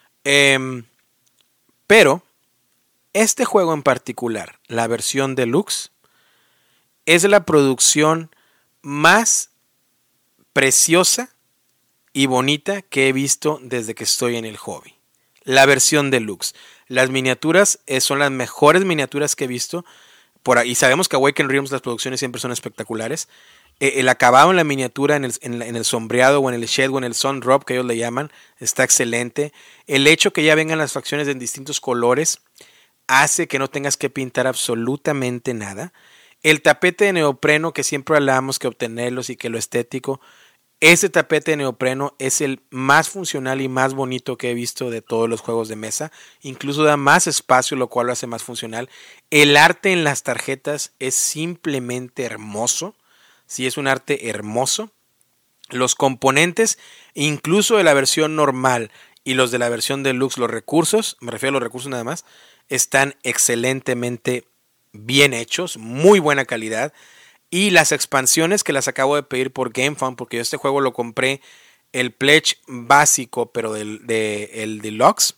Pero este juego en particular, la versión deluxe, es la producción más preciosa y bonita que he visto desde que estoy en el hobby. La versión deluxe. Las miniaturas son las mejores miniaturas que he visto. Y sabemos que Awaken Realms las producciones siempre son espectaculares. El acabado en la miniatura, en el sombreado o en el shed o en el sun drop que ellos le llaman, está excelente. El hecho que ya vengan las facciones en distintos colores hace que no tengas que pintar absolutamente nada. El tapete de neopreno, que siempre hablamos que obtenerlos y que lo estético, ese tapete de neopreno es el más funcional y más bonito que he visto de todos los juegos de mesa. Incluso da más espacio, lo cual lo hace más funcional. El arte en las tarjetas es simplemente hermoso. Sí, es un arte hermoso. Los componentes, incluso de la versión normal y los de la versión deluxe, los recursos, me refiero a los recursos nada más, están excelentemente bien hechos, muy buena calidad. Y las expansiones que las acabo de pedir por GameFound, porque yo este juego lo compré el pledge básico, pero el deluxe.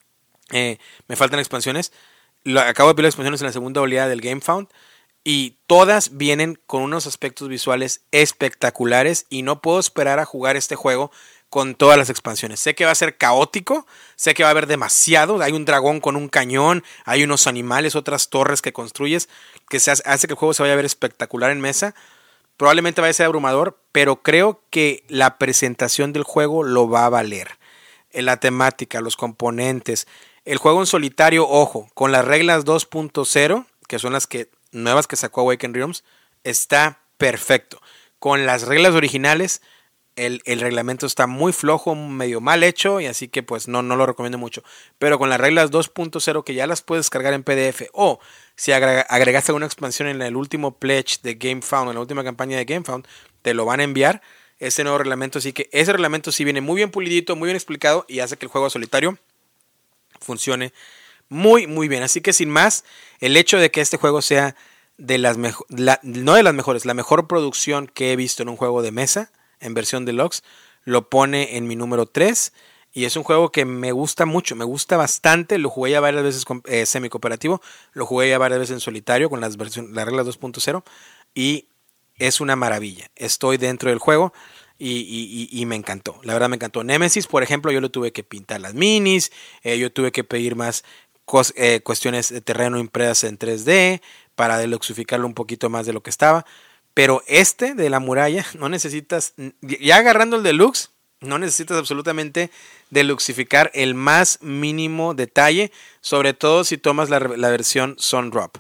Me faltan expansiones. Acabo de pedir las expansiones en la segunda oleada del GameFound. Y todas vienen con unos aspectos visuales espectaculares. Y no puedo esperar a jugar este juego con todas las expansiones. Sé que va a ser caótico, sé que va a haber demasiado. Hay un dragón con un cañón, hay unos animales, otras torres que construyes, que hace que el juego se vaya a ver espectacular en mesa. Probablemente vaya a ser abrumador, pero creo que la presentación del juego lo va a valer. La temática, los componentes, el juego en solitario, ojo, con las reglas 2.0, que son las nuevas que sacó Awaken Realms, está perfecto. Con las reglas originales, el reglamento está muy flojo, medio mal hecho, y así que pues no lo recomiendo mucho. Pero con las reglas 2.0, que ya las puedes cargar en PDF, o si agregaste alguna expansión en el último pledge de GameFound, en la última campaña de GameFound, te lo van a enviar este nuevo reglamento. Así que ese reglamento sí viene muy bien pulidito, muy bien explicado, y hace que el juego solitario funcione muy muy bien. Así que sin más, el hecho de que este juego sea no de las mejores, la mejor producción que he visto en un juego de mesa en versión deluxe, lo pone en mi número 3. Y es un juego que me gusta mucho, me gusta bastante. Lo jugué ya varias veces semi cooperativo, lo jugué ya varias veces en solitario con las reglas 2.0, y es una maravilla. Estoy dentro del juego y me encantó, la verdad me encantó. Nemesis, por ejemplo, yo le tuve que pintar las minis, yo tuve que pedir más cuestiones de terreno impresas en 3D para deluxificarlo un poquito más de lo que estaba. Pero de la muralla, no necesitas, ya agarrando el deluxe, no necesitas absolutamente deluxificar el más mínimo detalle, sobre todo si tomas la versión Sundrop.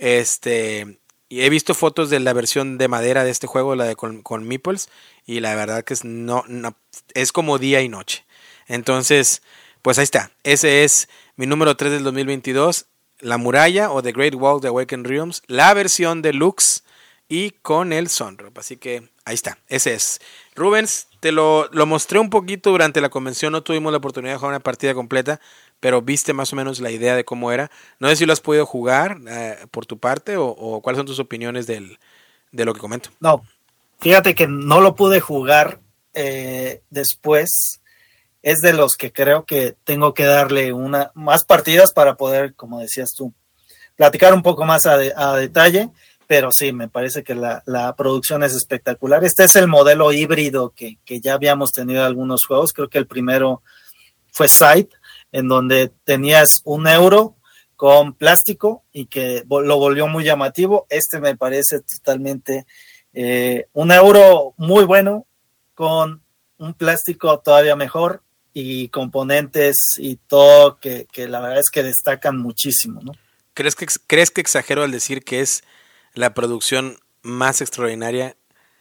Y he visto fotos de la versión de madera de este juego, la de con meeples, y la verdad que es como día y noche. Entonces, pues ahí está. Ese es mi número 3 del 2022. La muralla o The Great Wall de Awakened Realms. La versión deluxe y con el Sunroof. Así que ahí está. Ese es. Rubens, te lo mostré un poquito durante la convención. No tuvimos la oportunidad de jugar una partida completa, pero viste más o menos la idea de cómo era. No sé si lo has podido jugar por tu parte o cuáles son tus opiniones de lo que comento. No, fíjate que no lo pude jugar después. Es de los que creo que tengo que darle más partidas para poder, como decías tú, platicar un poco más a detalle, pero sí, me parece que la producción es espectacular. Este es el modelo híbrido que ya habíamos tenido en algunos juegos. Creo que el primero fue Scythe, en donde tenías €1 con plástico y que lo volvió muy llamativo. Este me parece totalmente €1 muy bueno, con un plástico todavía mejor y componentes y todo que la verdad es que destacan muchísimo, ¿no? ¿Crees que exagero al decir que es la producción más extraordinaria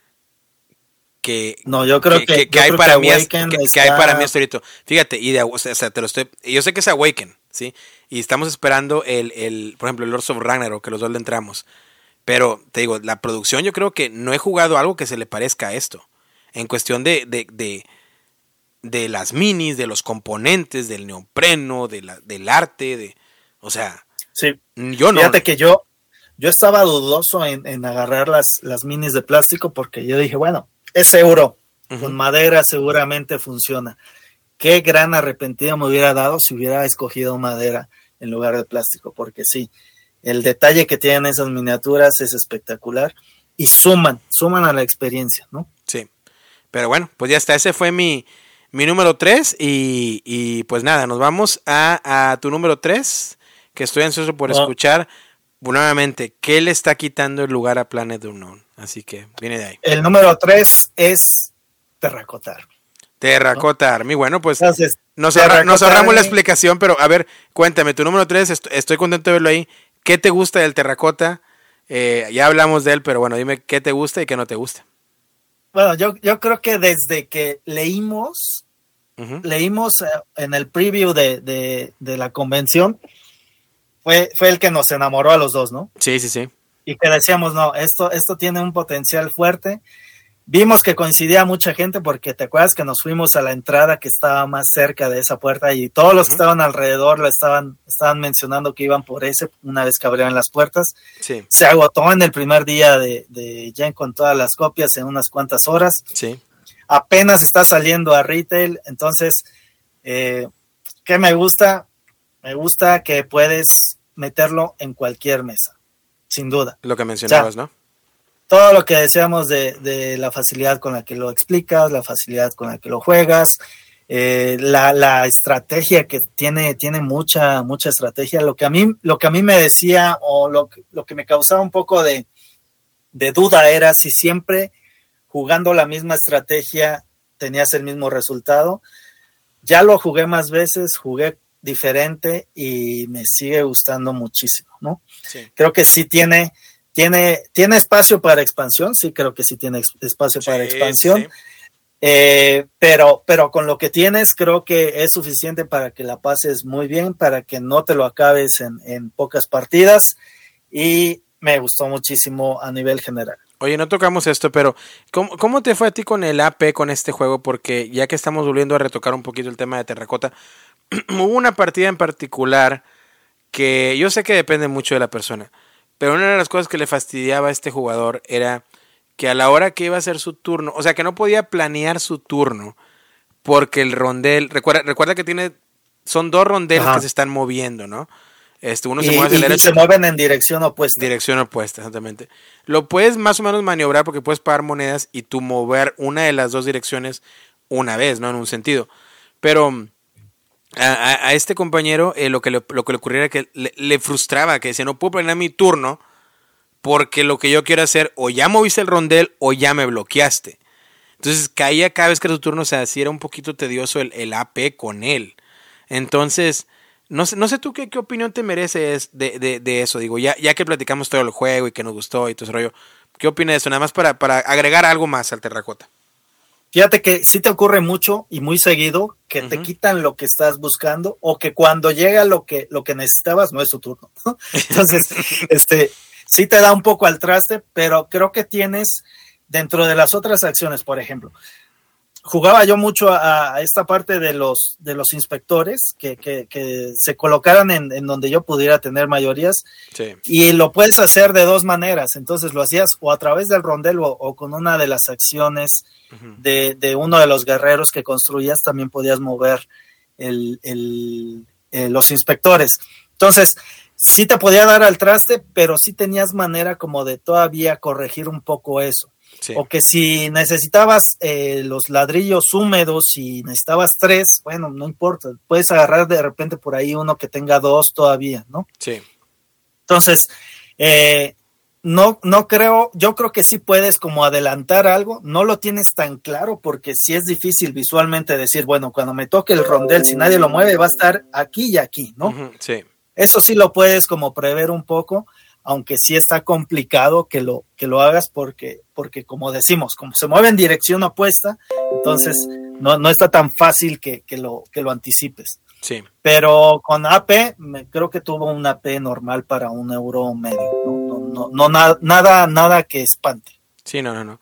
no, yo creo que hay para mí hay para mí hasta ahorita? Fíjate, o sea, yo sé que es Awaken, ¿sí? Y estamos esperando por ejemplo, el Lords of Ragnarok, que los dos le entramos. Pero te digo, la producción, yo creo que no he jugado algo que se le parezca a esto. En cuestión de las minis, de los componentes, del neopreno, del arte, o sea, sí. Yo no. Fíjate que yo estaba dudoso en agarrar las minis de plástico, porque yo dije, bueno, es euro, con madera seguramente funciona. Qué gran arrepentido me hubiera dado si hubiera escogido madera en lugar de plástico, porque sí, el detalle que tienen esas miniaturas es espectacular y suman a la experiencia, ¿no? Sí, pero bueno, pues ya está, ese fue mi número 3 y pues nada, nos vamos a tu número 3, que estoy ansioso por escuchar nuevamente, ¿qué le está quitando el lugar a Planet Unknown? Así que viene de ahí. El número 3 es Terracotta Army. Bueno, pues entonces, nos ahorramos la explicación, pero a ver, cuéntame, tu número 3, estoy contento de verlo ahí. ¿Qué te gusta del Terracotta? Ya hablamos de él, pero bueno, dime qué te gusta y qué no te gusta. Bueno, yo creo que desde que leímos en el preview de la convención, fue el que nos enamoró a los dos, ¿no? Sí. Y que decíamos, no, esto tiene un potencial fuerte. Vimos que coincidía mucha gente, porque te acuerdas que nos fuimos a la entrada que estaba más cerca de esa puerta y todos los que estaban alrededor estaban mencionando que iban por ese una vez que abrieron las puertas. Sí. Se agotó en el primer día de Gen con todas las copias en unas cuantas horas. Sí. Apenas está saliendo a retail, entonces, ¿qué me gusta? Me gusta que puedes meterlo en cualquier mesa, sin duda. Lo que mencionabas, ¿no? Todo lo que decíamos de la facilidad con la que lo explicas, la facilidad con la que lo juegas, la estrategia que tiene mucha estrategia. Lo que a mí me decía, o lo que me causaba un poco de duda, era si siempre jugando la misma estrategia tenías el mismo resultado. Ya lo jugué más veces, jugué diferente y me sigue gustando muchísimo, ¿no? Sí. Creo que sí tiene espacio para expansión, sí creo que sí tiene espacio para expansión, sí. Pero con lo que tienes creo que es suficiente para que la pases muy bien, para que no te lo acabes en pocas partidas, y me gustó muchísimo a nivel general. Oye, no tocamos esto, pero ¿cómo te fue a ti con el AP, con este juego? Porque ya que estamos volviendo a retocar un poquito el tema de Terracotta, hubo una partida en particular que yo sé que depende mucho de la persona, pero una de las cosas que le fastidiaba a este jugador era que a la hora que iba a hacer su turno, o sea, que no podía planear su turno, porque el rondel, recuerda que son 2 rondeles que se están moviendo, ¿no? Uno se mueve hacia la derecha, se mueven en dirección opuesta. Dirección opuesta, exactamente. Lo puedes más o menos maniobrar porque puedes pagar monedas y tú mover una de las 2 direcciones una vez, ¿no? En un sentido. Pero a este compañero lo que le ocurría era que le frustraba, que decía, no puedo planear mi turno porque lo que yo quiero hacer, o ya moviste el rondel o ya me bloqueaste. Entonces caía cada vez que era su turno, o sea, sí era un poquito tedioso el AP con él. Entonces, no sé tú qué opinión te mereces de eso. Digo, ya que platicamos todo el juego y que nos gustó y todo ese rollo, ¿qué opinas de eso? Nada más para agregar algo más al Terracotta. Fíjate que sí te ocurre mucho y muy seguido que te quitan lo que estás buscando, o que cuando llega lo que necesitabas no es tu turno, ¿no? Entonces, sí te da un poco al traste, pero creo que tienes dentro de las otras acciones, por ejemplo, jugaba yo mucho a esta parte de los inspectores que se colocaran en donde yo pudiera tener mayorías. Sí. Y lo puedes hacer de dos maneras. Entonces lo hacías o a través del rondel o con una de las acciones de uno de los guerreros que construías. También podías mover los inspectores. Entonces sí te podía dar al traste, pero sí tenías manera como de todavía corregir un poco eso. Sí. O que si necesitabas los ladrillos húmedos y necesitabas 3, bueno, no importa, puedes agarrar de repente por ahí uno que tenga 2 todavía, ¿no? Sí. Entonces, no creo, yo creo que sí puedes como adelantar algo, no lo tienes tan claro porque sí es difícil visualmente decir, bueno, cuando me toque el rondel, si nadie lo mueve, va a estar aquí y aquí, ¿no? Sí. Eso sí lo puedes como prever un poco, aunque sí está complicado que lo hagas porque como decimos, como se mueve en dirección opuesta, entonces no está tan fácil que lo anticipes. Sí. Pero con AP, creo que tuvo un AP normal para €1 medio. No nada que espante. Sí, no.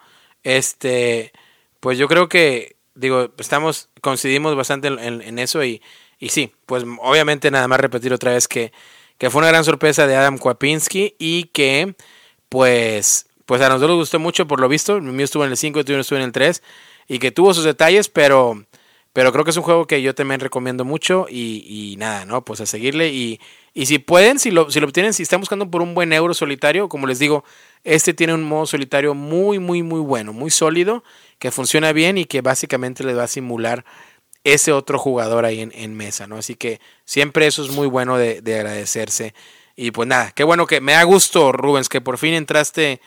Pues yo creo que, coincidimos bastante en eso y sí, pues obviamente nada más repetir otra vez que fue una gran sorpresa de Adam Kwapinski y que pues a nosotros nos gustó mucho por lo visto. El mío estuvo en el 5, el tuyo estuvo en el 3 y que tuvo sus detalles, pero creo que es un juego que yo también recomiendo mucho y nada, ¿no? Pues a seguirle y si pueden, si lo obtienen, si están buscando por un buen euro solitario, como les digo, tiene un modo solitario muy, muy, muy bueno, muy sólido, que funciona bien y que básicamente le va a simular ese otro jugador ahí en mesa, ¿no? Así que siempre eso es muy bueno de agradecerse. Y pues nada, qué bueno que me da gusto, Rubens, que por fin entraste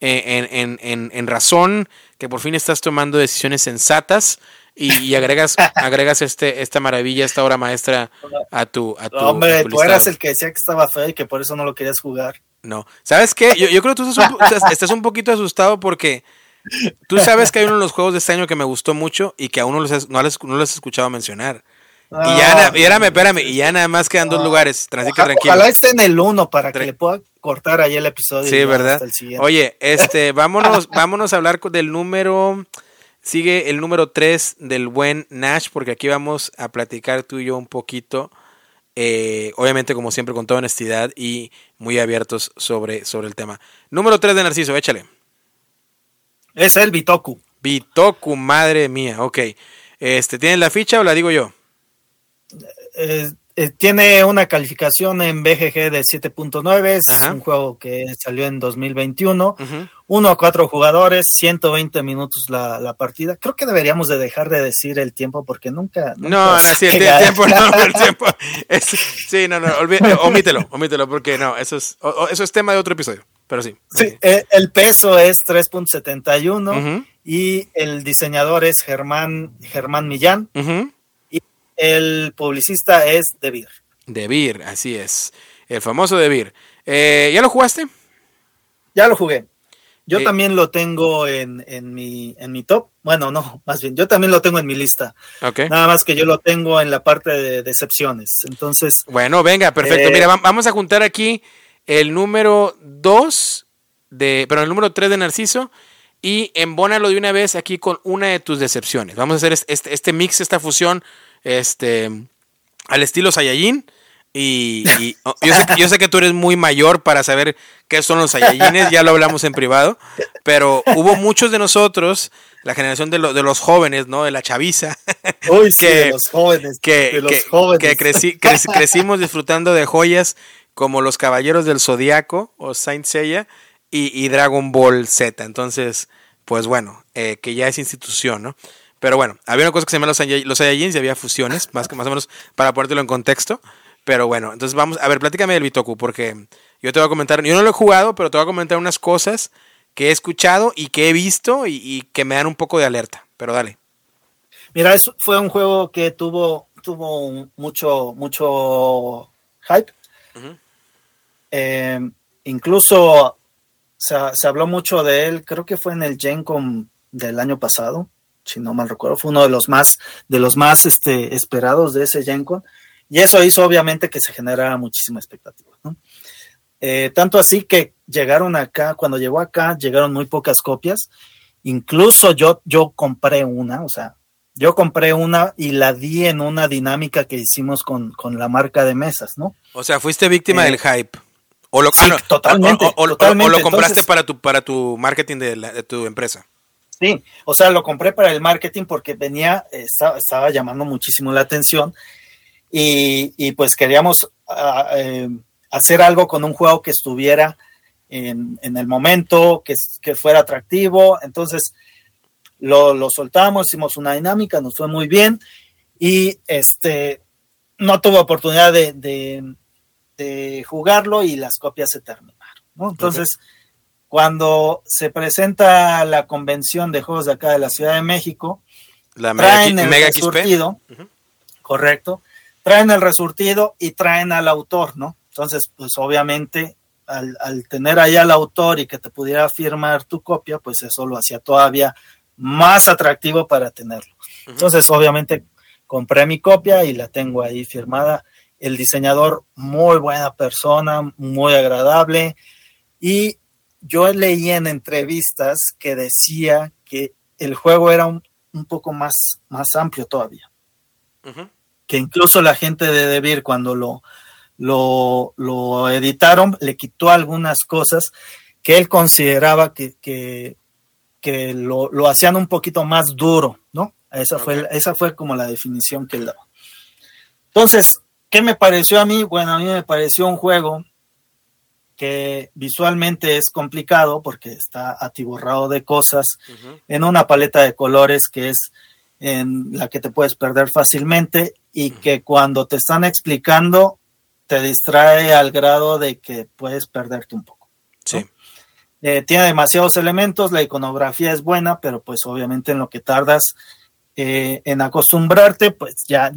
en razón, que por fin estás tomando decisiones sensatas y agregas esta maravilla, esta obra maestra a tu hombre, tú eras el que decía que estaba feo y que por eso no lo querías jugar. No, ¿sabes qué? Yo creo que tú estás un poquito asustado porque tú sabes que hay uno de los juegos de este año que me gustó mucho y que aún no los has escuchado mencionar. Y ya nada más quedan 2 lugares. Tranquilo. Ojalá esté en el 1 para que le pueda cortar ahí el episodio. Sí, ¿verdad? Oye, vámonos a hablar del número. Sigue el número 3 del buen Nash, porque aquí vamos a platicar tú y yo un poquito. Obviamente, como siempre, con toda honestidad y muy abiertos sobre el tema. Número 3 de Narciso, échale. Es el Bitoku. Bitoku, madre mía, ok. ¿Tienes la ficha o la digo yo? Tiene una calificación en BGG de 7.9, es un juego que salió en 2021, 1 a 4 jugadores, 120 minutos la partida. Creo que deberíamos de dejar de decir el tiempo porque nunca sí, el tiempo. Sí, no, omítelo porque no, eso es tema de otro episodio, pero sí. Sí, el peso es 3.71 y el diseñador es Germán Millán. El publicista es De Beer. De Beer, así es. El famoso De Beer. ¿Ya lo jugaste? Ya lo jugué. Yo también lo tengo en mi top. Bueno, no, más bien, yo también lo tengo en mi lista. Okay. Nada más que yo lo tengo en la parte de decepciones. Entonces. Bueno, venga, perfecto. Mira, vamos a juntar aquí el número 2 el número 3 de Narciso y embónalo de una vez aquí con una de tus decepciones. Vamos a hacer este mix, esta fusión. Al estilo Saiyajin y yo sé que tú eres muy mayor para saber qué son los Saiyajines, ya lo hablamos en privado, pero hubo muchos de nosotros, la generación de los jóvenes, ¿no? De la chaviza. Uy, sí, de los jóvenes. Que crecimos disfrutando de joyas como los Caballeros del Zodiaco o Saint Seiya y Dragon Ball Z. Entonces, pues bueno, que ya es institución, ¿no? Pero bueno, había una cosa que se llama los Saiyajins y había fusiones, más o menos para ponértelo en contexto. Pero bueno, entonces vamos, a ver, platícame del Bitoku, porque yo te voy a comentar, yo no lo he jugado, pero te voy a comentar unas cosas que he escuchado y que he visto y que me dan un poco de alerta, pero dale. Mira, eso fue un juego que tuvo mucho hype. Incluso se habló mucho de él, creo que fue en el Gen Con del año pasado, si no mal recuerdo, fue uno de los más esperados de ese Gen Con, y eso hizo obviamente que se generara muchísima expectativa, ¿no? Tanto así que cuando llegó acá, llegaron muy pocas copias. Incluso yo compré una, y la di en una dinámica que hicimos con la marca de mesas, ¿no? O sea, fuiste víctima del hype. Sí, totalmente. O lo compraste. Entonces, para tu marketing de tu empresa. Sí, o sea, lo compré para el marketing porque estaba llamando muchísimo la atención y pues queríamos hacer algo con un juego que estuviera en el momento, que fuera atractivo. Entonces lo soltamos, hicimos una dinámica, nos fue muy bien y no tuve oportunidad de jugarlo y las copias se terminaron, ¿no? Entonces, cuando se presenta la convención de juegos de acá de la Ciudad de México, traen el resurtido, correcto, traen el resurtido y traen al autor, ¿no? Entonces, pues obviamente, al tener ahí al autor y que te pudiera firmar tu copia, pues eso lo hacía todavía más atractivo para tenerlo. Entonces, obviamente, compré mi copia y la tengo ahí firmada. El diseñador, muy buena persona, muy agradable, y yo leí en entrevistas que decía que el juego era un poco más amplio todavía. Que incluso la gente de Devir, cuando lo editaron, le quitó algunas cosas que él consideraba que lo hacían un poquito más duro, ¿no? Esa fue como la definición que él daba. Entonces, ¿qué me pareció a mí? Bueno, a mí me pareció un juego que visualmente es complicado porque está atiborrado de cosas, en una paleta de colores que es en la que te puedes perder fácilmente y que cuando te están explicando te distrae al grado de que puedes perderte un poco, ¿no? Sí. Tiene demasiados elementos, la iconografía es buena, pero pues obviamente en lo que tardas en acostumbrarte, pues ya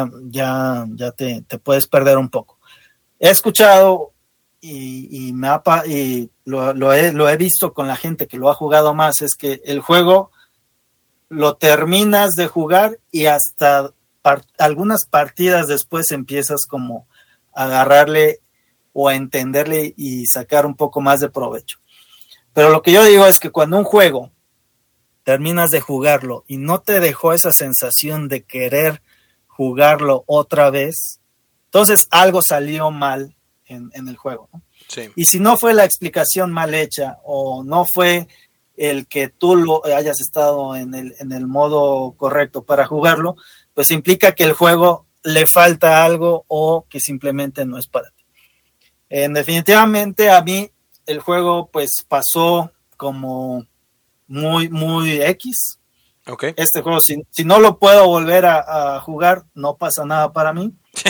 te puedes perder un poco. He escuchado y lo he visto con la gente que lo ha jugado más, es que el juego lo terminas de jugar y hasta algunas partidas después empiezas como a agarrarle o a entenderle y sacar un poco más de provecho. Pero lo que yo digo es que cuando un juego terminas de jugarlo y no te dejó esa sensación de querer jugarlo otra vez, entonces algo salió mal en el juego, ¿no? Sí. Y si no fue la explicación mal hecha o no fue el que tú hayas estado en el modo correcto para jugarlo, pues implica que el juego le falta algo o que simplemente no es para ti. Definitivamente a mí el juego pues pasó como muy, muy X. Okay. Este juego, si no lo puedo volver a jugar, no pasa nada para mí.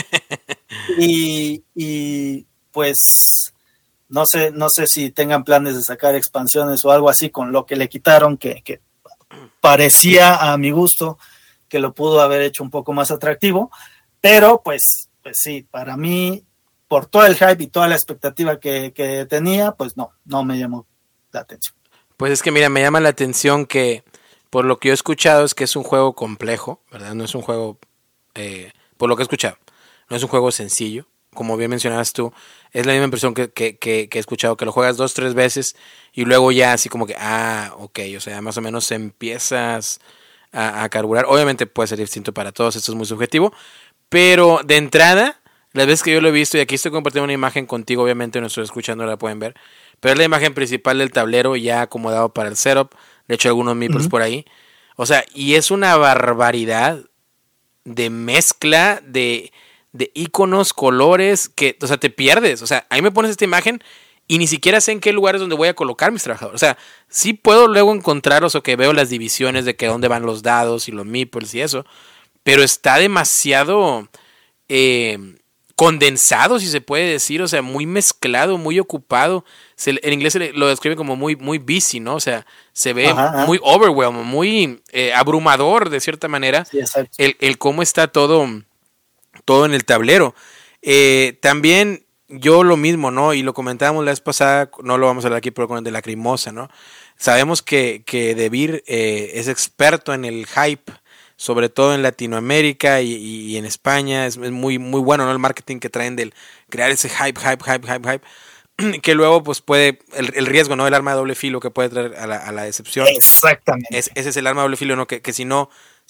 y pues no sé si tengan planes de sacar expansiones o algo así con lo que le quitaron, que parecía a mi gusto que lo pudo haber hecho un poco más atractivo, pero pues sí, para mí, por todo el hype y toda la expectativa que tenía, pues no me llamó la atención. Pues es que mira, me llama la atención que por lo que yo he escuchado es que es un juego complejo, ¿verdad? No es un juego, por lo que he escuchado, no es un juego sencillo. Como bien mencionabas tú, es la misma impresión que he escuchado, que lo juegas 2-3 veces y luego ya así como que, ok, o sea, más o menos empiezas a carburar. Obviamente puede ser distinto para todos, esto es muy subjetivo, pero de entrada, las veces que yo lo he visto, y aquí estoy compartiendo una imagen contigo, obviamente no estoy escuchando, la pueden ver, pero es la imagen principal del tablero ya acomodado para el setup, de hecho algunos meeples por ahí, o sea, y es una barbaridad de mezcla de iconos, colores, que, o sea, te pierdes. O sea, ahí me pones esta imagen y ni siquiera sé en qué lugar es donde voy a colocar mis trabajadores. O sea, sí puedo luego encontrarlos o que veo las divisiones de que dónde van los dados y los meeples y eso, pero está demasiado condensado, si se puede decir, o sea, muy mezclado, muy ocupado. En inglés se lo describe como muy, muy busy, ¿no? O sea, se ve muy overwhelming, muy abrumador de cierta manera. Sí, el cómo está todo en el tablero. También yo lo mismo, ¿no? Y lo comentábamos la vez pasada, no lo vamos a hablar aquí, pero con el de Lacrimosa, ¿no? Sabemos que DeVir es experto en el hype, sobre todo en Latinoamérica y en España. Es muy, muy bueno, ¿no? El marketing que traen del crear ese hype, que luego pues puede, el riesgo, ¿no? El arma de doble filo que puede traer a la decepción. Exactamente. Ese es el arma de doble filo, ¿no? Que si no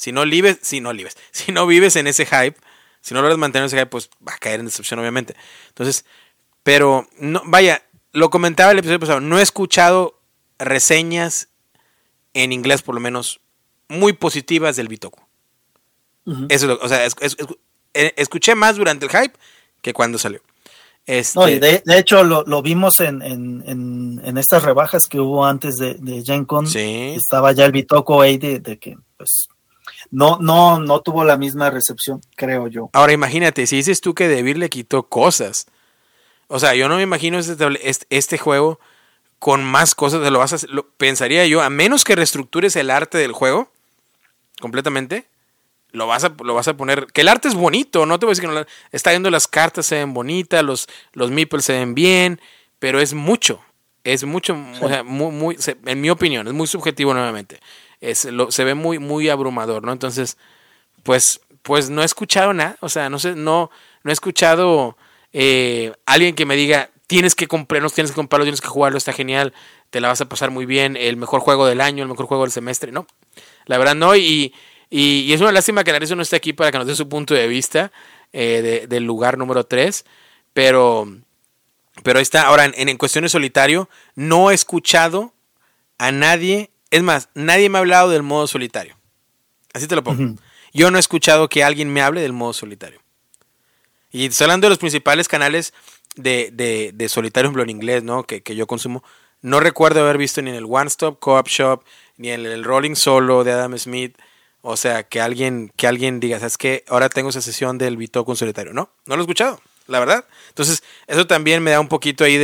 vives en ese hype, si no logras mantener ese hype, pues va a caer en decepción, obviamente. Entonces, pero, no, vaya, lo comentaba el episodio pasado, no he escuchado reseñas en inglés, por lo menos, muy positivas del Bitoku. Uh-huh. Eso es o sea, escuché más durante el hype que cuando salió. No, y de hecho lo vimos en estas rebajas que hubo antes de Gen Con. Sí. Estaba ya el Bitoku ahí de que pues no tuvo la misma recepción, creo yo. Ahora imagínate, si dices tú que DeVir le quitó cosas, o sea, yo no me imagino este juego con más cosas, pensaría yo, a menos que reestructures el arte del juego completamente, lo vas a poner, que el arte es bonito, no te voy a decir que no, está viendo las cartas, se ven bonitas, los meeples se ven bien, pero es mucho, sí. O sea, muy, en mi opinión, es muy subjetivo nuevamente, se ve muy, muy abrumador, ¿no? Entonces, pues no he escuchado nada, o sea, no he escuchado alguien que me diga, tienes que comprarlo, tienes que jugarlo, está genial, te la vas a pasar muy bien, el mejor juego del año, el mejor juego del semestre, no, la verdad no, y es una lástima que Narezo no esté aquí para que nos dé su punto de vista del lugar número 3, pero ahí está. Ahora, en cuestiones solitario, no he escuchado a nadie, es más, nadie me ha hablado del modo solitario, así te lo pongo. Uh-huh. Yo no he escuchado que alguien me hable del modo solitario, y estoy hablando de los principales canales de solitario en inglés, ¿no? que yo consumo. No recuerdo haber visto ni en el One Stop Co-op Shop, ni en el Rolling Solo de Adam Smith. O sea, que alguien diga, ¿sabes qué? Ahora tengo esa sesión del Bitoku en solitario. No lo he escuchado, la verdad. Entonces, eso también me da un poquito ahí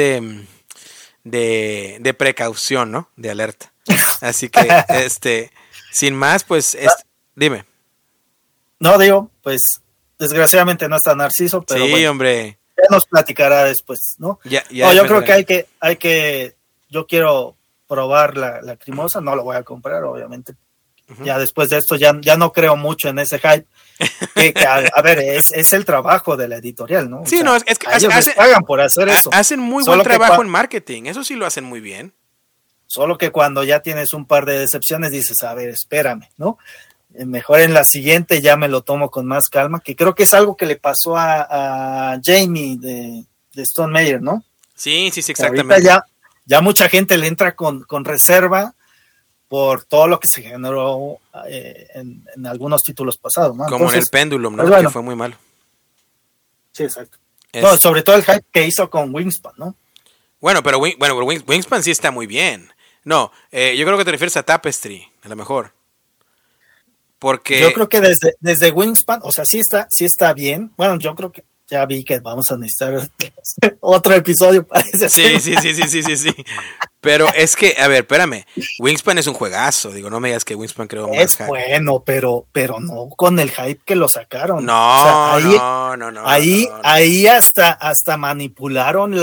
de precaución, ¿no? De alerta. Así que, sin más, pues, dime. No, digo, pues, desgraciadamente no está Narciso, pero sí, bueno, hombre. Ya nos platicará después, ¿no? Ya no, yo creo que hay que, yo quiero probar la Crimosa, no lo voy a comprar, obviamente. Uh-huh. Ya después de esto ya no creo mucho en ese hype. Que a ver, es el trabajo de la editorial, ¿no? Sí, o sea, no, es que les pagan por hacer eso. Hacen muy buen trabajo en marketing, eso sí lo hacen muy bien. Solo que cuando ya tienes un par de decepciones dices, a ver, espérame, ¿no? Mejor en la siguiente ya me lo tomo con más calma, que creo que es algo que le pasó a Jamie de Stone Meyer, ¿no? Sí, exactamente. Ya mucha gente le entra con reserva por todo lo que se generó en algunos títulos pasados, ¿no? Como en el Pendulum, ¿no? Pues bueno, que fue muy malo. Sí, exacto. No, sobre todo el hype que hizo con Wingspan, ¿no? Bueno, pero Wingspan sí está muy bien. No, yo creo que te refieres a Tapestry, a lo mejor. Porque yo creo que desde Wingspan, o sea, sí está bien. Bueno, yo creo que ya vi que vamos a necesitar otro episodio, parece. Sí. Pero es que, a ver, espérame. Wingspan es un juegazo. Digo, no me digas que Wingspan creó más hype. Es bueno, pero no con el hype que lo sacaron. No, o sea, no. Ahí hasta manipularon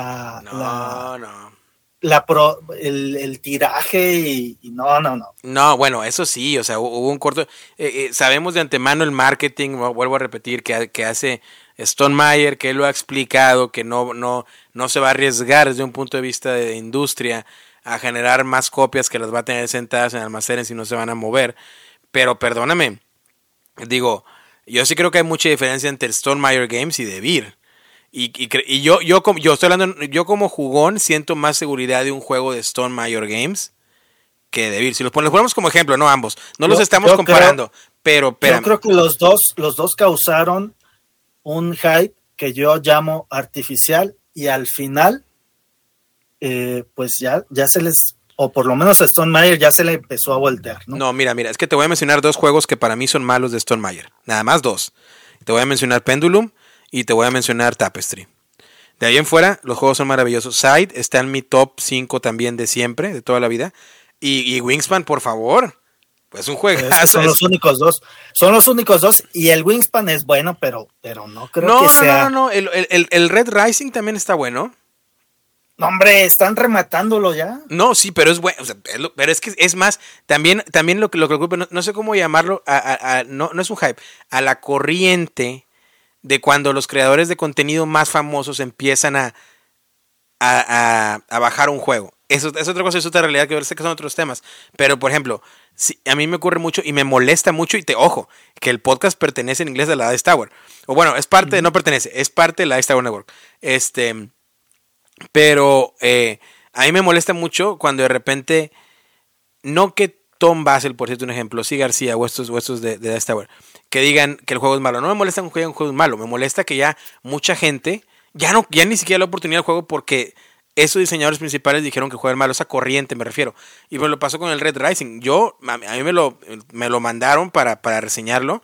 el tiraje y no. No, bueno, eso sí, o sea, hubo un corto. Sabemos de antemano el marketing, vuelvo a repetir, que hace Stone Meyer, que él lo ha explicado, que no se va a arriesgar desde un punto de vista de industria a generar más copias que las va a tener sentadas en almacenes y no se van a mover. Pero perdóname, digo, yo sí creo que hay mucha diferencia entre Stone Meyer Games y DeVir. Y yo estoy hablando, yo como jugón siento más seguridad de un juego de Stone Meyer Games que DeVir. Si los ponemos como ejemplo, no ambos, los estamos comparando, pero yo creo que los dos causaron un hype que yo llamo artificial y al final pues ya se les, o por lo menos a Stone Meyer ya se le empezó a voltear, ¿no? No, mira, es que te voy a mencionar dos juegos que para mí son malos de Stone Meyer, nada más dos. Te voy a mencionar Pendulum y te voy a mencionar Tapestry. De ahí en fuera, los juegos son maravillosos. Side está en mi top 5 también de siempre, de toda la vida. Y Wingspan, por favor. Pues un juegazo. Son los únicos dos. Son los únicos dos. Y el Wingspan es bueno, pero no creo que sea. No. El Red Rising también está bueno. No, hombre, están rematándolo ya. No, sí, pero es bueno, o sea, pero es que es más, también lo que ocupa, no sé cómo llamarlo, no es un hype, a la corriente de cuando los creadores de contenido más famosos empiezan a bajar un juego. Eso es otra cosa, es otra realidad que sé que son otros temas. Pero, por ejemplo, si, a mí me ocurre mucho y me molesta mucho, y ojo, que el podcast pertenece en inglés a la Dice Tower. O bueno, es parte, no pertenece, es parte de la Dice Tower Network. Pero a mí me molesta mucho cuando de repente, no que Tom Basel, por cierto, un ejemplo, sí García o estos de Dice Tower, que digan que el juego es malo. No me molesta que un juego es malo, me molesta que ya mucha gente ya ni siquiera la oportunidad del juego porque esos diseñadores principales dijeron que el juego es malo, esa corriente me refiero. Y me lo pasó con el Red Rising. A mí me lo mandaron para reseñarlo.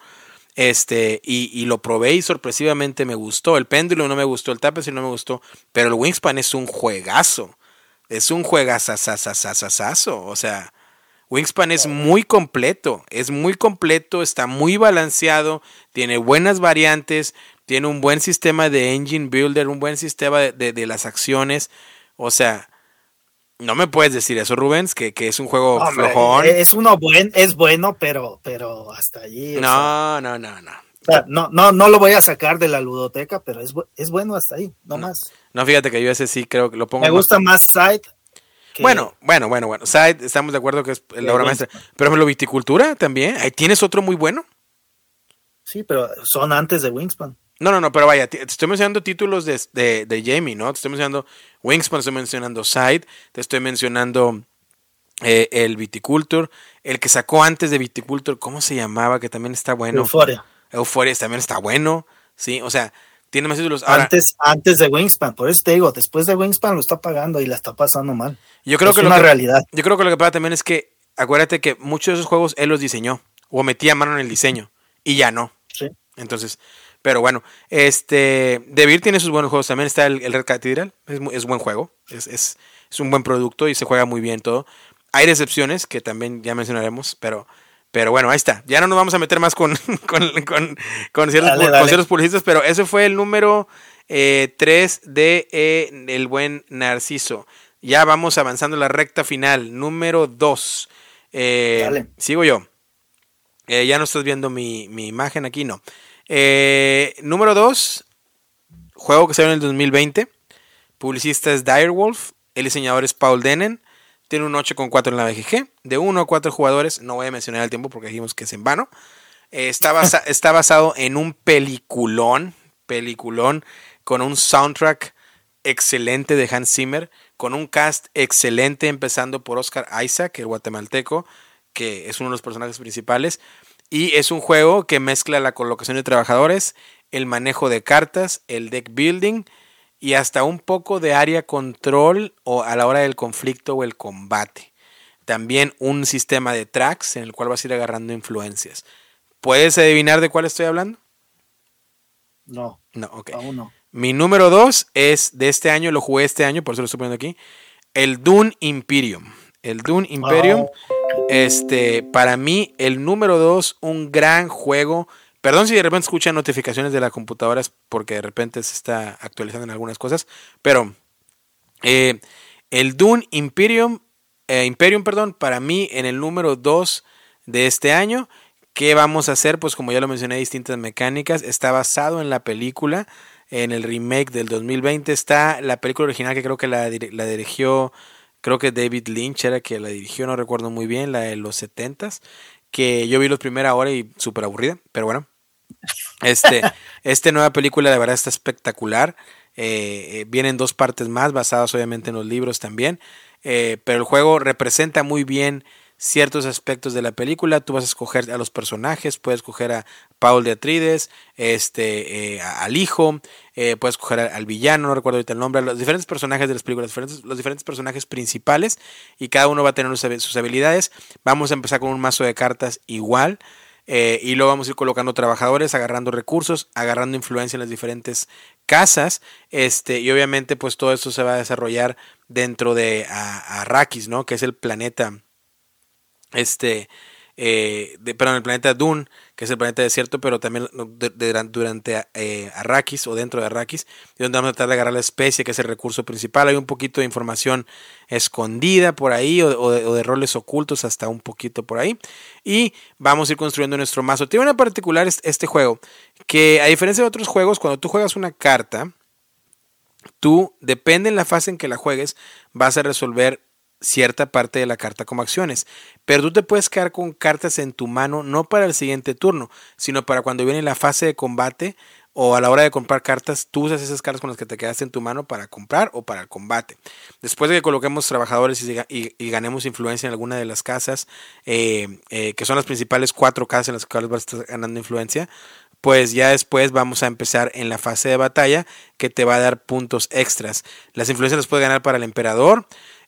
Y lo probé y sorpresivamente me gustó. El péndulo no me gustó, el Tapestry no me gustó, pero el Wingspan es un juegazo. Es un juegazazazazazazo. O sea, Wingspan es muy completo, está muy balanceado, tiene buenas variantes, tiene un buen sistema de engine builder, un buen sistema de las acciones. O sea, no me puedes decir eso, Rubens, que es un juego flojón. Es bueno, pero hasta allí. No. O sea, no lo voy a sacar de la ludoteca, pero es bueno hasta ahí, no más. No, fíjate que yo ese sí creo que lo pongo. Me gusta más Side. Bueno. Side, estamos de acuerdo que es la obra maestra. Pero por ejemplo, Viticultura también. Ahí tienes otro muy bueno. Sí, pero son antes de Wingspan. No, pero vaya, te estoy mencionando títulos de Jamie, ¿no? Te estoy mencionando Wingspan, te estoy mencionando Side, te estoy mencionando el Viticulture, el que sacó antes de Viticulture, ¿cómo se llamaba? Que también está bueno. Euphoria también está bueno, sí, o sea, tiene más títulos. Ahora, antes de Wingspan, por eso te digo, después de Wingspan lo está pagando y la está pasando mal. Yo creo es una realidad. Yo creo que lo que pasa también es que, acuérdate que muchos de esos juegos él los diseñó, o metía mano en el diseño, y ya no. Sí. Entonces, pero bueno, DeVir tiene sus buenos juegos. También está el Red Cathedral. Es buen juego. Es un buen producto y se juega muy bien todo. Hay decepciones que también ya mencionaremos, pero bueno, ahí está. Ya no nos vamos a meter más con ciertos publicistas, pero ese fue el número 3 de el buen Narciso. Ya vamos avanzando en la recta final. Número 2. Sigo yo. Ya no estás viendo mi imagen aquí, no. Número 2, juego que salió en el 2020. Publicista es Direwolf. El diseñador es Paul Denen. Tiene un 8.4 en la BGG. De 1 a 4 jugadores. No voy a mencionar el tiempo porque dijimos que es en vano. Está basado en un peliculón con un soundtrack excelente de Hans Zimmer, con un cast excelente empezando por Oscar Isaac, el guatemalteco, que es uno de los personajes principales. Y es un juego que mezcla la colocación de trabajadores, el manejo de cartas, el deck building y hasta un poco de área control o a la hora del conflicto o el combate. También un sistema de tracks en el cual vas a ir agarrando influencias. ¿Puedes adivinar de cuál estoy hablando? No, ok. Aún no. Mi número 2 es de este año, lo jugué este año, por eso lo estoy poniendo aquí. El Dune Imperium. El Dune Imperium. Para mí, el número 2, un gran juego. Perdón si de repente escuchan notificaciones de las computadoras porque de repente se está actualizando en algunas cosas. Pero el Dune Imperium, para mí en el número 2 de este año. ¿Qué vamos a hacer? Pues como ya lo mencioné, distintas mecánicas. Está basado en la película, en el remake del 2020. Está la película original que creo que la dirigió... Creo que David Lynch era que la dirigió, no recuerdo muy bien, la de los 70s, que yo vi la primera hora y súper aburrida, pero bueno. Esta nueva película de verdad está espectacular. Vienen 2 partes más, basadas obviamente en los libros también, pero el juego representa muy bien ciertos aspectos de la película. Tú vas a escoger a los personajes, puedes escoger a Paul de Atreides, al hijo, puedes escoger al villano, no recuerdo ahorita el nombre, los diferentes personajes de las películas, los diferentes personajes principales, y cada uno va a tener sus habilidades. Vamos a empezar con un mazo de cartas igual, y luego vamos a ir colocando trabajadores, agarrando recursos, agarrando influencia en las diferentes casas, y obviamente pues todo esto se va a desarrollar dentro de Arrakis, ¿no? Que es el planeta el planeta Dune, que es el planeta desierto, pero también durante Arrakis o dentro de Arrakis, es donde vamos a tratar de agarrar la especie, que es el recurso principal. Hay un poquito de información escondida por ahí, o de roles ocultos hasta un poquito por ahí, y vamos a ir construyendo nuestro mazo. Tiene una particular este juego, que a diferencia de otros juegos, cuando tú juegas una carta, tú, depende en la fase en que la juegues, vas a resolver cierta parte de la carta como acciones, pero tú te puedes quedar con cartas en tu mano no para el siguiente turno, sino para cuando viene la fase de combate, o a la hora de comprar cartas, tú usas esas cartas con las que te quedaste en tu mano para comprar o para el combate. Después de que coloquemos trabajadores y ganemos influencia en alguna de las casas, que son las principales 4 casas en las que vas a estar ganando influencia, pues ya después vamos a empezar en la fase de batalla, que te va a dar puntos extras. Las influencias las puedes ganar para el emperador,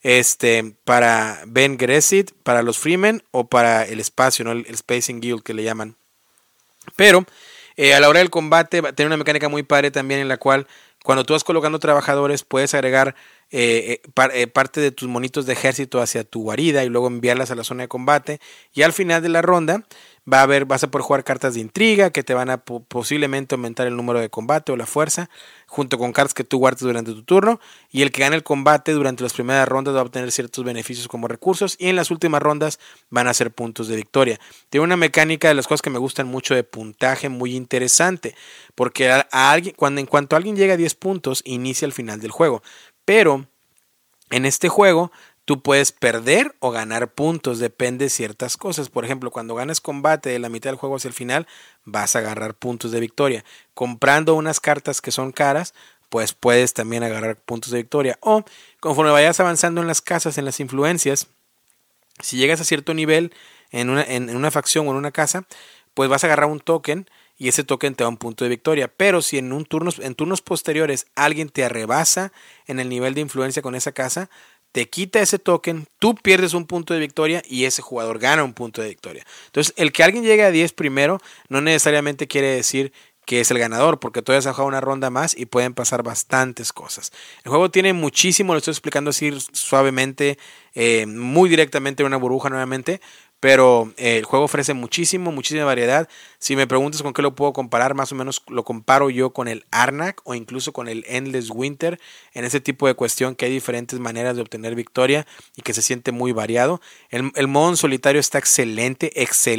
para Ben Gesserit, para los Freemen o para el espacio, ¿no? El Spacing Guild que le llaman. Pero a la hora del combate tiene una mecánica muy padre también, en la cual cuando tú vas colocando trabajadores puedes agregar parte de tus monitos de ejército hacia tu guarida y luego enviarlas a la zona de combate, y al final de la ronda vas a poder jugar cartas de intriga que te van a posiblemente aumentar el número de combate o la fuerza, junto con cartas que tú guardes durante tu turno, y el que gane el combate durante las primeras rondas va a obtener ciertos beneficios como recursos, y en las últimas rondas van a ser puntos de victoria. Tiene una mecánica de las cosas que me gustan mucho de puntaje muy interesante, porque en cuanto alguien llega a 10 puntos, inicia el final del juego, pero en este juego tú puedes perder o ganar puntos, depende de ciertas cosas. Por ejemplo, cuando ganas combate de la mitad del juego hacia el final, vas a agarrar puntos de victoria. Comprando unas cartas que son caras, pues puedes también agarrar puntos de victoria. O conforme vayas avanzando en las casas, en las influencias, si llegas a cierto nivel en una facción o en una casa, pues vas a agarrar un token, y ese token te da un punto de victoria. Pero si en turnos posteriores alguien te arrebasa en el nivel de influencia con esa casa, te quita ese token, tú pierdes un punto de victoria y ese jugador gana un punto de victoria. Entonces, el que alguien llegue a 10 primero no necesariamente quiere decir que es el ganador, porque todavía se ha jugado una ronda más y pueden pasar bastantes cosas. El juego tiene muchísimo, lo estoy explicando así suavemente, muy directamente en una burbuja nuevamente, pero el juego ofrece muchísima variedad. Si me preguntas con qué lo puedo comparar, más o menos lo comparo yo con el Arnak o incluso con el Endless Winter, en ese tipo de cuestión que hay diferentes maneras de obtener victoria y que se siente muy variado. El modo en solitario está excelente.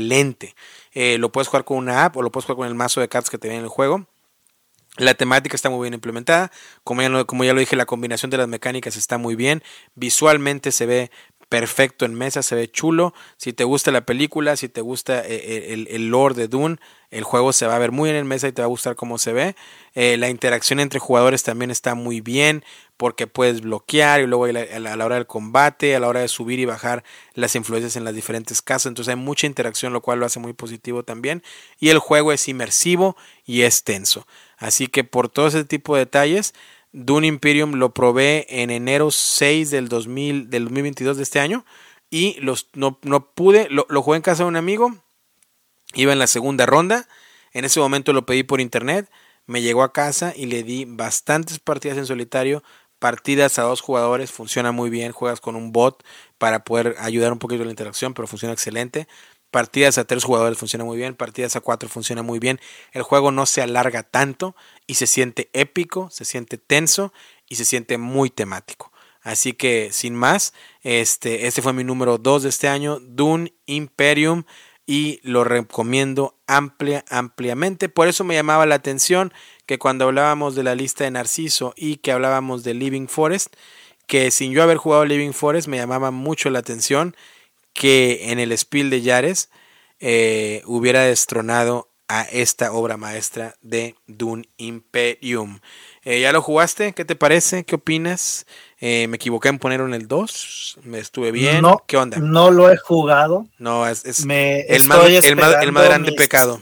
Lo puedes jugar con una app o lo puedes jugar con el mazo de cartas que te viene en el juego. La temática está muy bien implementada, como ya lo dije, la combinación de las mecánicas está muy bien, visualmente se ve perfecto en mesa, se ve chulo. Si te gusta la película, si te gusta el lore de Dune, el juego se va a ver muy bien en mesa y te va a gustar cómo se ve. La interacción entre jugadores también está muy bien, porque puedes bloquear y luego a la hora del combate, a la hora de subir y bajar las influencias en las diferentes casas. Entonces hay mucha interacción, lo cual lo hace muy positivo también. Y el juego es inmersivo y es tenso. Así que por todo ese tipo de detalles, Dune Imperium lo probé en enero 6 del 2022 de este año, y no pude, lo jugué en casa de un amigo, iba en la segunda ronda, en ese momento lo pedí por internet, me llegó a casa y le di bastantes partidas en solitario, partidas a 2 jugadores, funciona muy bien, juegas con un bot para poder ayudar un poquito en la interacción, pero funciona excelente. Partidas a 3 jugadores funciona muy bien, partidas a 4 funciona muy bien. El juego no se alarga tanto y se siente épico, se siente tenso y se siente muy temático. Así que sin más, este fue mi número 2 de este año, Dune Imperium, y lo recomiendo ampliamente. Por eso me llamaba la atención que cuando hablábamos de la lista de Narciso y que hablábamos de Living Forest, que sin yo haber jugado Living Forest me llamaba mucho la atención que en el Spiel de Jahres hubiera destronado a esta obra maestra de Dune Imperium. ¿Ya lo jugaste? ¿Qué te parece? ¿Qué opinas? ¿Me equivoqué en ponerlo en el 2? ¿Me estuve bien? No, ¿Qué onda? no lo he jugado. No, es el más grande pecado.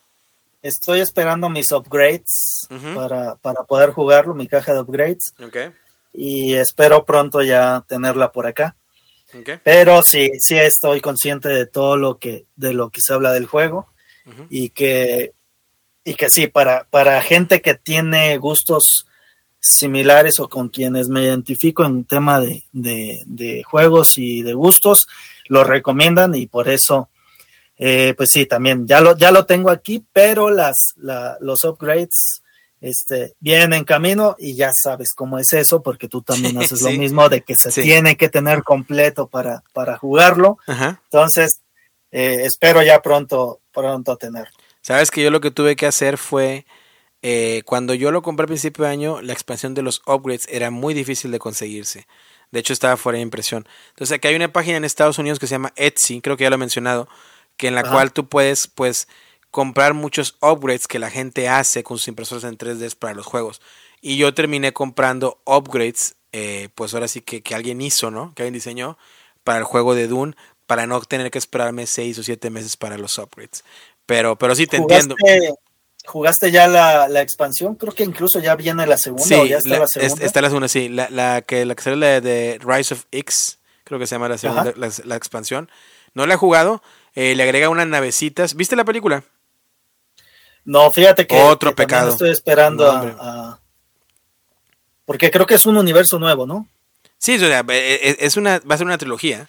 Estoy esperando mis upgrades para poder jugarlo, mi caja de upgrades. Okay. Y espero pronto ya tenerla por acá. Okay. Pero sí estoy consciente de todo lo que se habla del juego, y que sí, para gente que tiene gustos similares o con quienes me identifico en tema de juegos y de gustos, lo recomiendan, y por eso Pues sí, también ya lo tengo aquí, pero los upgrades vienen en camino y ya sabes cómo es eso, porque tú también haces Sí, lo mismo, de que se tiene que tener completo para jugarlo. Ajá. Entonces, espero ya pronto tener. Sabes que yo lo que tuve que hacer fue, cuando yo lo compré a principio de año, la expansión de los upgrades era muy difícil de conseguirse. De hecho, estaba fuera de impresión. Entonces, aquí hay una página en Estados Unidos que se llama Etsy, creo que ya lo he mencionado, que en la cual tú puedes, pues, comprar muchos upgrades que la gente hace con sus impresoras en 3D para los juegos. Y yo terminé comprando upgrades, pues ahora sí que alguien hizo, ¿no? Que alguien diseñó para el juego de Dune, para no tener que esperarme 6 o 7 meses para los upgrades. Pero sí te entiendo. ¿Jugaste ya la expansión? Creo que incluso ya viene la segunda, Sí, o ya está la segunda. está la segunda, sí. La que salió de Rise of X, creo que se llama la segunda, la expansión. No la he jugado. Le agrega unas navecitas. ¿Viste la película? No, fíjate que Otro también pecado. estoy esperando No, porque creo que es un universo nuevo, ¿no? Sí, o sea, va a ser una trilogía.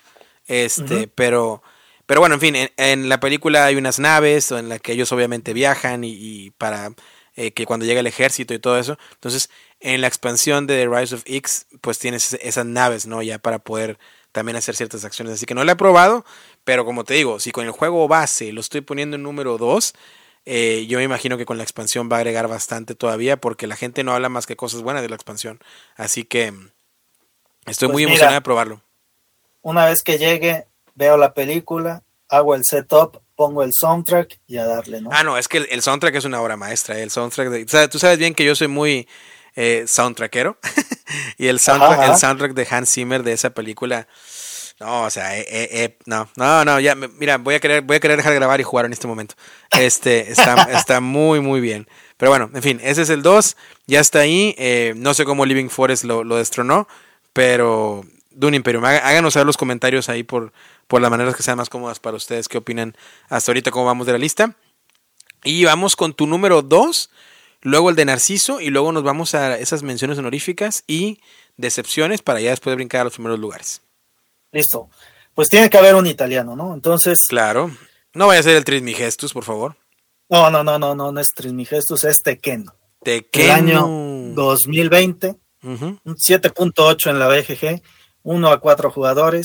Pero bueno, en fin, en la película hay unas naves en las que ellos obviamente viajan y para que cuando llega el ejército y todo eso. Entonces, en la expansión de The Rise of X, pues tienes esas naves, ¿no? Ya para poder también hacer ciertas acciones. Así que no la he probado, pero como te digo, si con el juego base lo estoy poniendo en número 2, yo me imagino que con la expansión va a agregar bastante todavía, porque la gente no habla más que cosas buenas de la expansión. Así que estoy muy emocionado de probarlo. Una vez que llegue, veo la película, hago el setup, pongo el soundtrack y a darle, ¿no? No, es que el soundtrack es una obra maestra. El soundtrack, o sea, tú sabes bien que yo soy muy soundtrackero. Y el soundtrack de Hans Zimmer de esa película, no, o sea, no, ya, mira, voy a querer dejar de grabar y jugar en este momento. Está muy, muy bien. Pero bueno, en fin, ese es el 2, ya está ahí. No sé cómo Living Forest lo destronó, pero Dune Imperium, háganos saber los comentarios ahí por las maneras que sean más cómodas para ustedes. ¿Qué opinan hasta ahorita, cómo vamos de la lista? Y vamos con tu número 2, luego el de Narciso, y luego nos vamos a esas menciones honoríficas y decepciones para ya después brincar a los primeros lugares. Listo. Pues tiene que haber un italiano, ¿no? Entonces. Claro. No vaya a ser el Trismegistus, por favor. No es Trismegistus, es Tekken. Tekken. El año 2020, un 7.8 en la BGG, 1 a 4 jugadores,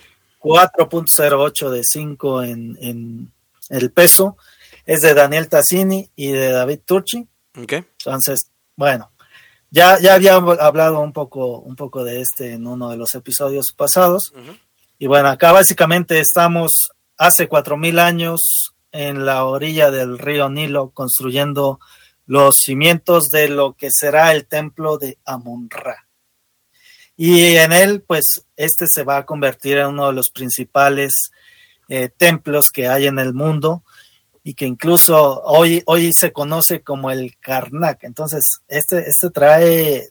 4.08 de 5 en el peso. Es de Daniel Tassini y de David Turchi. Entonces, bueno, ya había hablado un poco de en uno de los episodios pasados. Y bueno, acá básicamente estamos hace 4,000 años en la orilla del río Nilo construyendo los cimientos de lo que será el templo de Amon-Ra. Y en él, pues, se va a convertir en uno de los principales templos que hay en el mundo, y que incluso hoy se conoce como el Karnak. Entonces, trae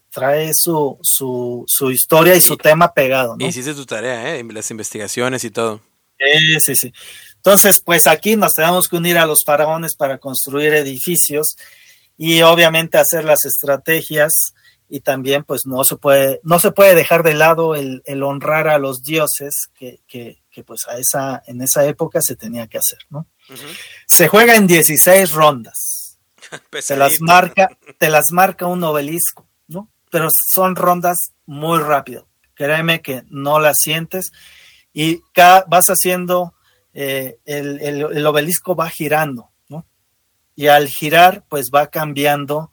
su historia y su tema pegado, ¿no? Hiciste tu tarea, las investigaciones y todo. Sí. Entonces, pues aquí nos tenemos que unir a los faraones para construir edificios y obviamente hacer las estrategias, y también pues no se puede dejar de lado el honrar a los dioses que pues en esa época se tenía que hacer, ¿no? Se juega en 16 rondas. te las marca un obelisco, ¿no? Pero son rondas muy rápido. Créeme que no las sientes, y vas haciendo el obelisco va girando, ¿no? Y al girar pues va cambiando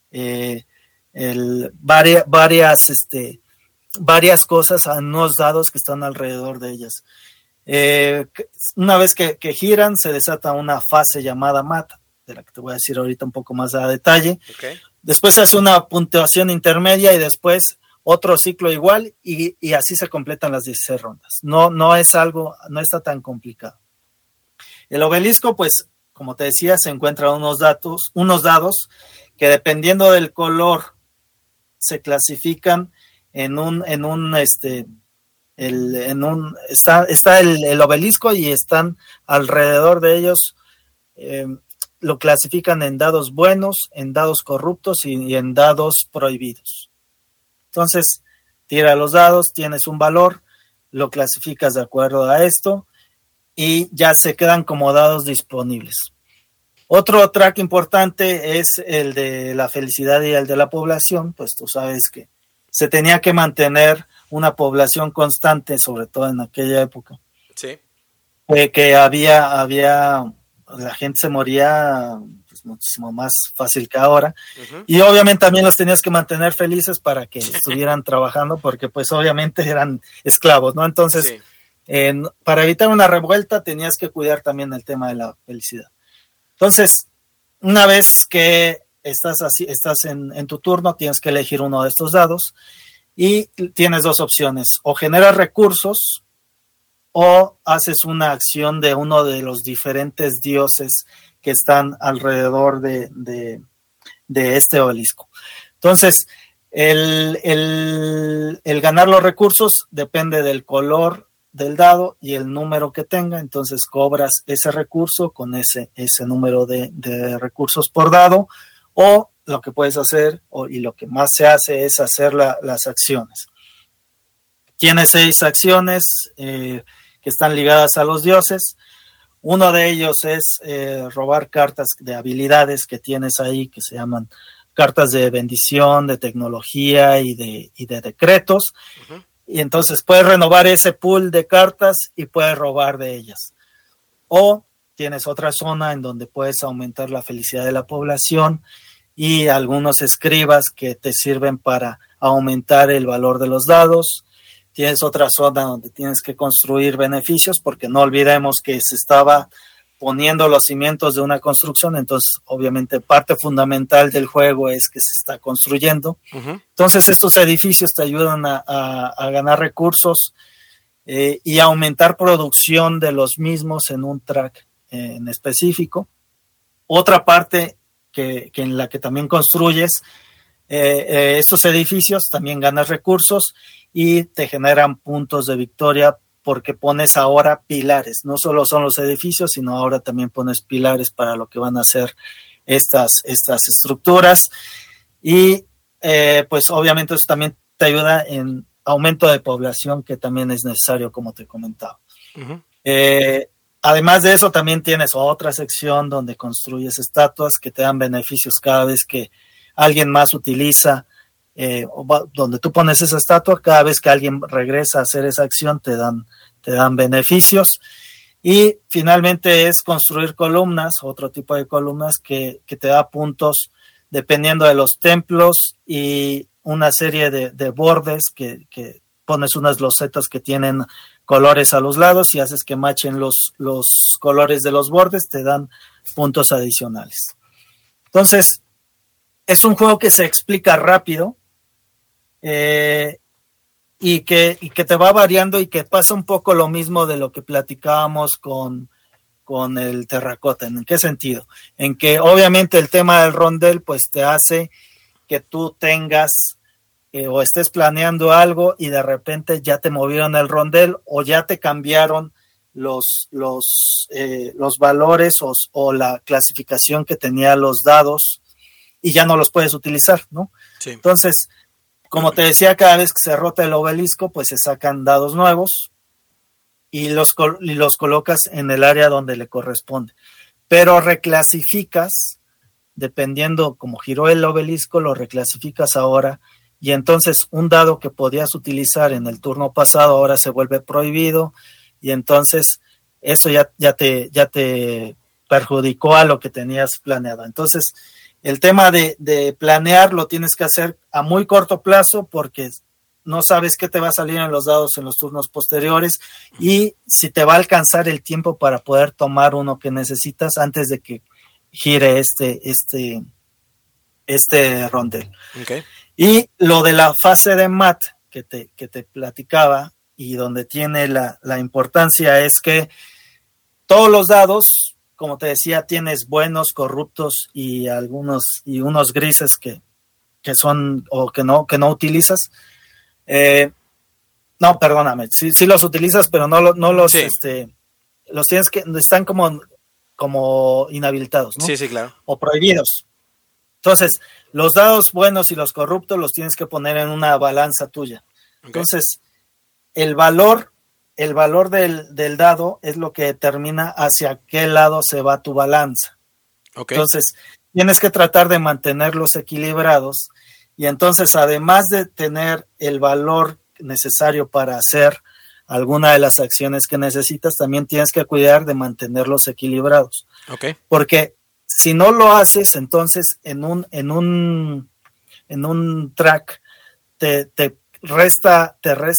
varias cosas en unos dados que están alrededor de ellas. Una vez que giran, se desata una fase llamada mata, de la que te voy a decir ahorita un poco más a detalle. Después se hace una puntuación intermedia y después otro ciclo igual, y así se completan las 16 rondas. No está tan complicado. El obelisco, pues, como te decía, se encuentran unos dados que, dependiendo del color, se clasifican está el obelisco, y están alrededor de ellos, lo clasifican en dados buenos, en dados corruptos y en dados prohibidos. Entonces, tira los dados, tienes un valor, lo clasificas de acuerdo a esto, y ya se quedan como dados disponibles. Otro track importante es el de la felicidad y el de la población, pues tú sabes que se tenía que mantener una población constante, sobre todo en aquella época. Sí. Que la gente se moría pues, muchísimo más fácil que ahora. Uh-huh. Y obviamente también los tenías que mantener felices para que estuvieran trabajando, porque pues obviamente eran esclavos, ¿no? Entonces, sí. Para evitar una revuelta tenías que cuidar también el tema de la felicidad. Entonces, una vez que estás en tu turno, tienes que elegir uno de estos dados y tienes dos opciones: o generas recursos o haces una acción de uno de los diferentes dioses que están alrededor de este obelisco. Entonces, el ganar los recursos depende del color del dado y el número que tenga. Entonces cobras ese recurso con ese número de recursos por dado, o lo que puedes hacer, y lo que más se hace, es hacer las acciones. Tienes 6 acciones que están ligadas a los dioses. Uno de ellos es robar cartas de habilidades que tienes ahí, que se llaman cartas de bendición, de tecnología y de decretos. Uh-huh. Y entonces puedes renovar ese pool de cartas y puedes robar de ellas. O tienes otra zona en donde puedes aumentar la felicidad de la población y algunos escribas que te sirven para aumentar el valor de los dados. Tienes otra zona donde tienes que construir beneficios, porque no olvidemos que se estaba poniendo los cimientos de una construcción, entonces obviamente parte fundamental del juego es que se está construyendo. Uh-huh. Entonces estos edificios te ayudan a ganar recursos y aumentar producción de los mismos en un track en específico. Otra parte que en la que también construyes estos edificios, también ganas recursos y te generan puntos de victoria, porque pones ahora pilares. No solo son los edificios, sino ahora también pones pilares para lo que van a ser estas estructuras. Y pues obviamente eso también te ayuda en aumento de población, que también es necesario, como te comentaba. Uh-huh. Además de eso, también tienes otra sección donde construyes estatuas que te dan beneficios cada vez que alguien más utiliza, donde tú pones esa estatua, cada vez que alguien regresa a hacer esa acción te dan beneficios. Y finalmente es construir columnas, otro tipo de columnas que te da puntos dependiendo de los templos, y una serie de bordes que pones unas losetas que tienen colores a los lados y haces que machen los colores de los bordes, te dan puntos adicionales. Entonces, es un juego que se explica rápido, y que te va variando, y que pasa un poco lo mismo de lo que platicábamos con el terracota. ¿En qué sentido? En que obviamente el tema del rondel pues te hace que tú tengas o estés planeando algo y de repente ya te movieron el rondel o ya te cambiaron los valores o la clasificación que tenía los dados y ya no los puedes utilizar, ¿no? Sí. Entonces, como te decía, cada vez que se rota el obelisco, pues se sacan dados nuevos y los colocas en el área donde le corresponde. Pero reclasificas, dependiendo cómo giró el obelisco, lo reclasificas ahora, y entonces un dado que podías utilizar en el turno pasado ahora se vuelve prohibido, y entonces eso ya te perjudicó a lo que tenías planeado. Entonces, el tema de planear lo tienes que hacer a muy corto plazo, porque no sabes qué te va a salir en los dados en los turnos posteriores y si te va a alcanzar el tiempo para poder tomar uno que necesitas antes de que gire este rondel. Okay. Y lo de la fase de mat que te platicaba, y donde tiene la importancia, es que todos los dados, como te decía, tienes buenos, corruptos y unos grises que son o que no utilizas. No, perdóname, sí los utilizas, pero no los sí. Los tienes que están como inhabilitados, ¿no? Sí, claro. O prohibidos. Entonces, los dados buenos y los corruptos los tienes que poner en una balanza tuya. Okay. Entonces, el valor el valor del dado es lo que determina hacia qué lado se va tu balanza. Okay. Entonces, tienes que tratar de mantenerlos equilibrados y entonces, además de tener el valor necesario para hacer alguna de las acciones que necesitas, también tienes que cuidar de mantenerlos equilibrados. Okay. Porque si no lo haces, entonces en un track te resta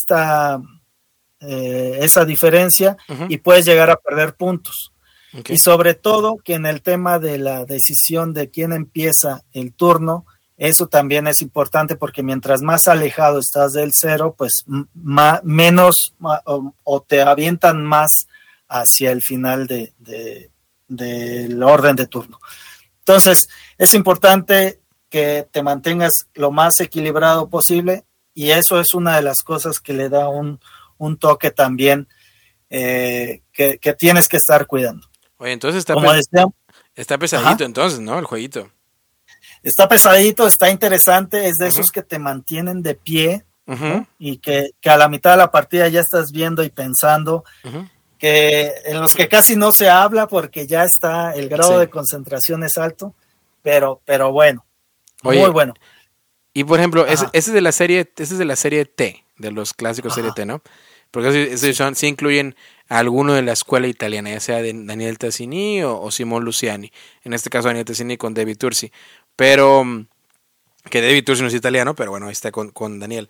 esa diferencia y puedes llegar a perder puntos. Okay. Y sobre todo que en el tema de la decisión de quién empieza el turno, eso también es importante porque mientras más alejado estás del cero, pues menos o te avientan más hacia el final del orden de turno. Entonces, es importante que te mantengas lo más equilibrado posible y eso es una de las cosas que le da un toque también que tienes que estar cuidando. Oye, entonces está pesadito. Ajá. Entonces, ¿no? El jueguito. Está pesadito, está interesante, es de esos que te mantienen de pie, ¿no? Y que a la mitad de la partida ya estás viendo y pensando, que en los que casi no se habla porque ya está, el grado de concentración es alto, pero bueno, muy bueno. Y por ejemplo, ese es de la serie T, de los clásicos serie T, ¿no? Porque sí incluyen a alguno de la escuela italiana, ya sea de Daniel Tassini o Simon Luciani. En este caso Daniel Tassini con David Tursi. Pero, que David Tursi no es italiano, pero bueno, ahí está con Daniel.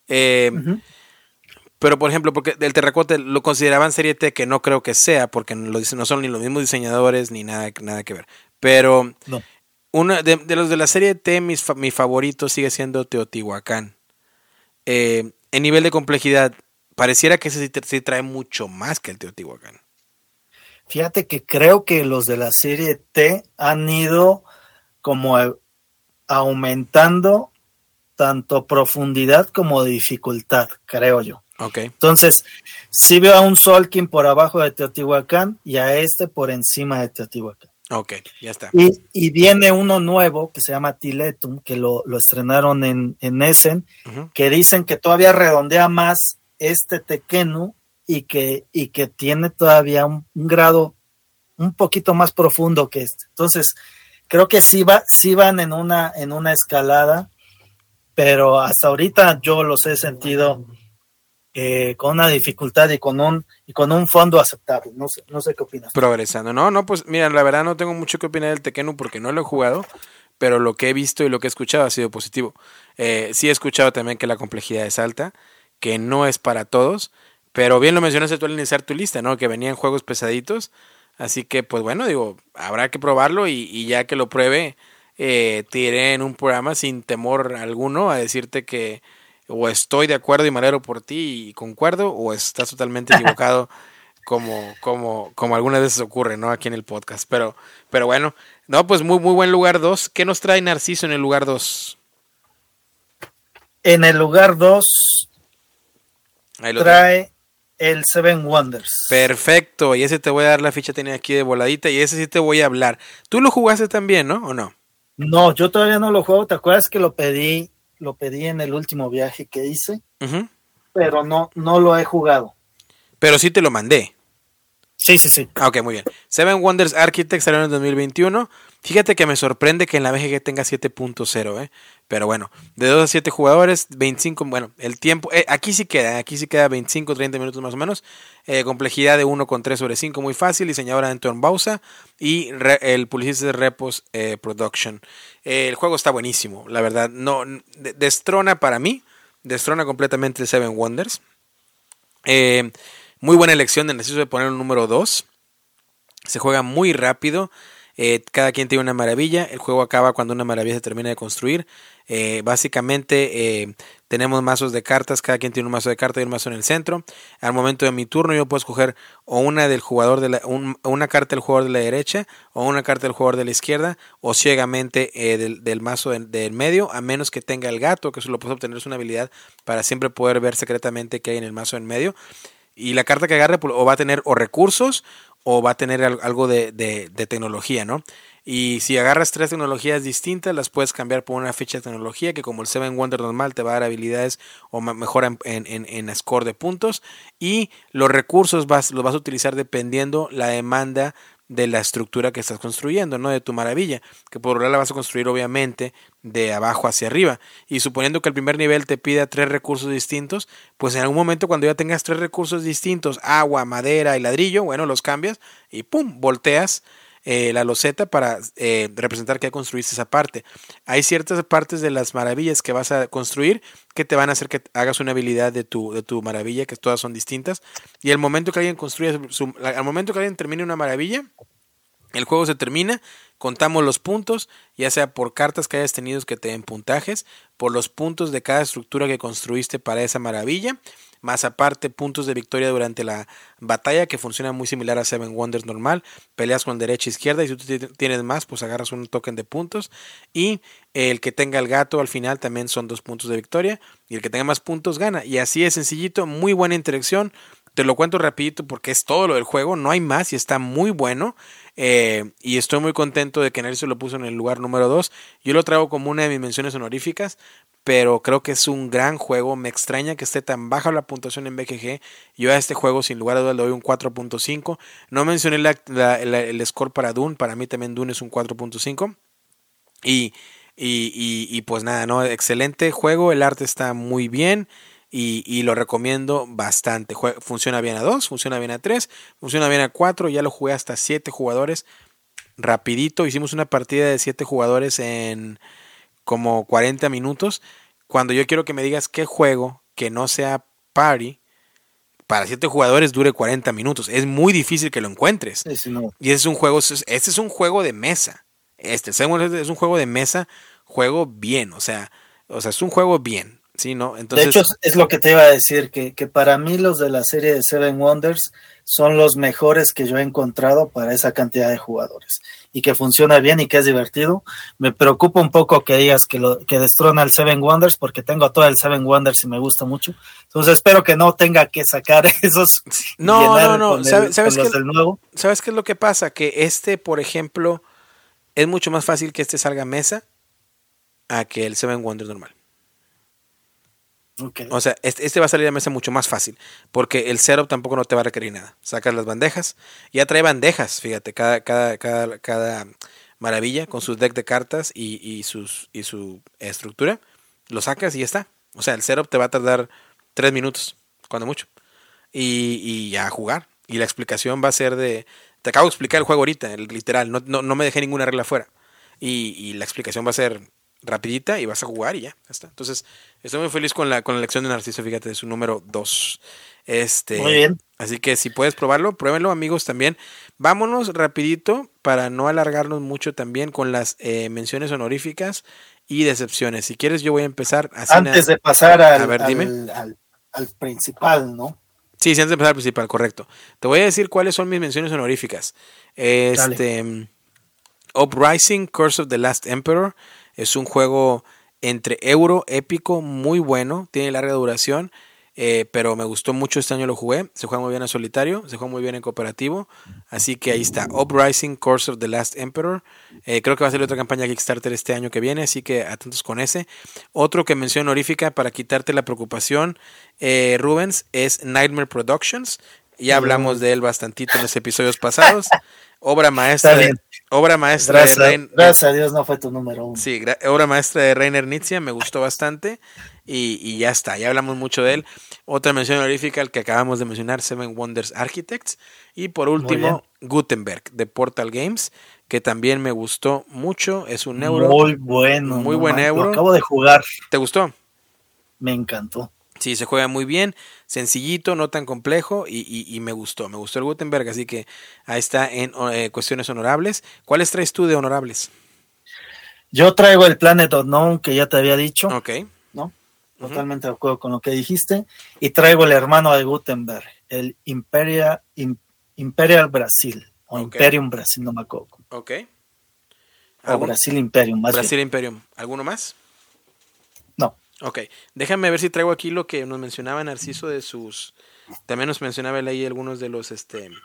Pero por ejemplo, porque del Terracotta lo consideraban serie T, que no creo que sea, porque no son ni los mismos diseñadores ni nada que ver. Pero no. Uno de los de la serie T, mi favorito sigue siendo Teotihuacán. En nivel de complejidad, pareciera que ese sí trae mucho más que el Teotihuacán. Fíjate que creo que los de la serie T han ido como aumentando tanto profundidad como dificultad, creo yo. Okay. Entonces, sí veo a un Solkin por abajo de Teotihuacán y a este por encima de Teotihuacán. Ok, ya está. Y viene uno nuevo que se llama Tiletum, que lo estrenaron en Essen, que dicen que todavía redondea más este Tekhenu y que tiene todavía un grado un poquito más profundo que este. Entonces, creo que sí van en una escalada, pero hasta ahorita yo los he sentido con una dificultad y con un fondo aceptable. No sé qué opinas. Progresando. No, pues mira, la verdad no tengo mucho que opinar del Tekhenu porque no lo he jugado, pero lo que he visto y lo que he escuchado ha sido positivo. Sí he escuchado también que la complejidad es alta, que no es para todos, pero bien lo mencionaste tú al iniciar tu lista, ¿no? Que venían juegos pesaditos, así que pues bueno, digo, habrá que probarlo y ya que lo pruebe, te iré en un programa sin temor alguno a decirte que o estoy de acuerdo y me alegro por ti y concuerdo, o estás totalmente equivocado como algunas veces ocurre, ¿no? Aquí en el podcast. Pero bueno, no, pues muy buen lugar 2. ¿Qué nos trae Narciso en el lugar 2? En el lugar 2 trae el Seven Wonders. Perfecto, y ese te voy a dar la ficha, tenía aquí de voladita, y ese sí te voy a hablar. ¿Tú lo jugaste también, no? ¿O no? No, yo todavía no lo juego. ¿Te acuerdas que lo pedí en el último viaje que hice? Pero no lo he jugado. Pero sí te lo mandé. Sí. Ok, muy bien. Seven Wonders Architects salió en el 2021. Fíjate que me sorprende que en la BGG tenga 7.0, Pero bueno, de 2 a 7 jugadores, 25, bueno, el tiempo, aquí sí queda 25, 30 minutos más o menos. Complejidad de 1,3/5, muy fácil. Diseñadora Anton Bausa y el publicista de Repos Production. El juego está buenísimo, la verdad. No, destrona para mí, destrona completamente Seven Wonders. Muy buena elección de Narciso de poner un número 2. Se juega muy rápido. Cada quien tiene una maravilla. El juego acaba cuando una maravilla se termina de construir. Básicamente tenemos mazos de cartas. Cada quien tiene un mazo de cartas y un mazo en el centro. Al momento de mi turno yo puedo escoger o una del jugador una carta del jugador de la derecha o una carta del jugador de la izquierda, o ciegamente del mazo del medio, a menos que tenga el gato, que eso lo puedes obtener, es una habilidad para siempre poder ver secretamente qué hay en el mazo en medio. Y la carta que agarre o va a tener o recursos o va a tener algo de tecnología, ¿no? Y si agarras 3 tecnologías distintas, las puedes cambiar por una ficha de tecnología que, como el Seven Wonders normal, te va a dar habilidades o mejora en score de puntos. Y los recursos los vas a utilizar dependiendo la demanda de la estructura que estás construyendo, ¿no? De tu maravilla, que por ahora la vas a construir obviamente de abajo hacia arriba. Y suponiendo que el primer nivel te pida 3 recursos distintos, pues en algún momento, cuando ya tengas 3 recursos distintos, agua, madera y ladrillo, bueno, los cambias y ¡pum!, volteas la loseta para representar que ya construiste esa parte. Hay ciertas partes de las maravillas que vas a construir que te van a hacer que hagas una habilidad de tu maravilla, que todas son distintas. Y al momento que alguien construye, al momento que alguien termine una maravilla, el juego se termina, contamos los puntos, ya sea por cartas que hayas tenido que te den puntajes, por los puntos de cada estructura que construiste para esa maravilla, más aparte puntos de victoria durante la batalla, que funciona muy similar a Seven Wonders normal. Peleas con derecha e izquierda y si tú tienes más, pues agarras un token de puntos. Y el que tenga el gato al final también son 2 puntos de victoria, y el que tenga más puntos gana. Y así es sencillito, muy buena interacción. Te lo cuento rapidito porque es todo lo del juego, no hay más y está muy bueno. Y estoy muy contento de que Nelson lo puso en el lugar número 2. Yo lo traigo como una de mis menciones honoríficas, pero creo que es un gran juego. Me extraña que esté tan baja la puntuación en BGG. Yo a este juego sin lugar a dudas le doy un 4.5. No mencioné el score para Dune. Para mí también Dune es un 4.5. Y pues nada, ¿no? Excelente juego, el arte está muy bien. Y lo recomiendo bastante. Funciona bien a 2, funciona bien a 3, funciona bien a 4. Ya lo jugué hasta 7 jugadores. Rapidito. Hicimos una partida de 7 jugadores en como 40 minutos. Cuando yo quiero que me digas qué juego que no sea party para 7 jugadores dure 40 minutos. Es muy difícil que lo encuentres. Sí, no. Y este es un juego de mesa. Este es un juego de mesa, juego bien. O sea, es un juego bien. Sí, ¿no? Entonces, de hecho, es lo que te iba a decir, que para mí los de la serie de Seven Wonders son los mejores que yo he encontrado para esa cantidad de jugadores, y que funciona bien y que es divertido. Me preocupa un poco que digas que destrona el Seven Wonders, porque tengo todo el Seven Wonders y me gusta mucho. Entonces espero que no tenga que sacar esos. No. ¿Sabes los del nuevo? ¿Sabes qué es lo que pasa? Que por ejemplo, es mucho más fácil que salga a mesa a que el Seven Wonders normal. Okay. O sea, este va a salir a mesa mucho más fácil, porque el setup tampoco no te va a requerir nada. Sacas las bandejas, ya trae bandejas, fíjate, cada maravilla con su deck de cartas y su estructura, lo sacas y ya está. O sea, el setup te va a tardar 3 minutos, cuando mucho, y ya a jugar. Y la explicación va a ser te acabo de explicar el juego ahorita, literal, no me dejé ninguna regla fuera. Y la explicación va a ser rapidita y vas a jugar y ya está. Entonces, estoy muy feliz con la elección de Narciso, fíjate, de su número 2. Muy bien. Así que si puedes probarlo, pruébenlo, amigos, también. Vámonos rapidito para no alargarnos mucho también con las menciones honoríficas y decepciones. Si quieres, yo voy a empezar así. Antes de pasar al principal, ¿no? Sí, antes de empezar al principal, correcto. Te voy a decir cuáles son mis menciones honoríficas. Uprising, Curse of the Last Emperor. Es un juego entre euro, épico, muy bueno. Tiene larga duración, pero me gustó mucho. Este año lo jugué. Se juega muy bien en solitario, se juega muy bien en cooperativo. Así que ahí está, Uprising, Curse of the Last Emperor. Creo que va a ser otra campaña Kickstarter este año que viene, así que atentos con ese. Otro que menciono honorífica para quitarte la preocupación, Rubens, es Nightmare Productions. Ya hablamos de él bastantito en los episodios pasados. Obra maestra gracias a Dios no fue tu número 1. Sí, obra maestra de Reiner Knizia, me gustó bastante y ya está, ya hablamos mucho de él. Otra mención honorífica, el que acabamos de mencionar, Seven Wonders Architects. Y por último, Gutenberg, de Portal Games, que también me gustó mucho. Es un euro. Muy bueno. Muy buen euro. Lo acabo de jugar. ¿Te gustó? Me encantó. Sí, se juega muy bien, sencillito, no tan complejo y me gustó el Gutenberg, así que ahí está en cuestiones honorables. ¿Cuáles traes tú de honorables? Yo traigo el Planet Unknown, que ya te había dicho. Ok. ¿No? Totalmente de acuerdo con lo que dijiste. Y traigo el hermano de Gutenberg, el Imperial Brasil, o Imperium Brasil, no me acuerdo. Ok. O Brasil Imperium, más Brasil bien. Imperium. ¿Alguno más? No. Ok, déjame ver si traigo aquí lo que nos mencionaba Narciso de sus... También nos mencionaba él ahí algunos de los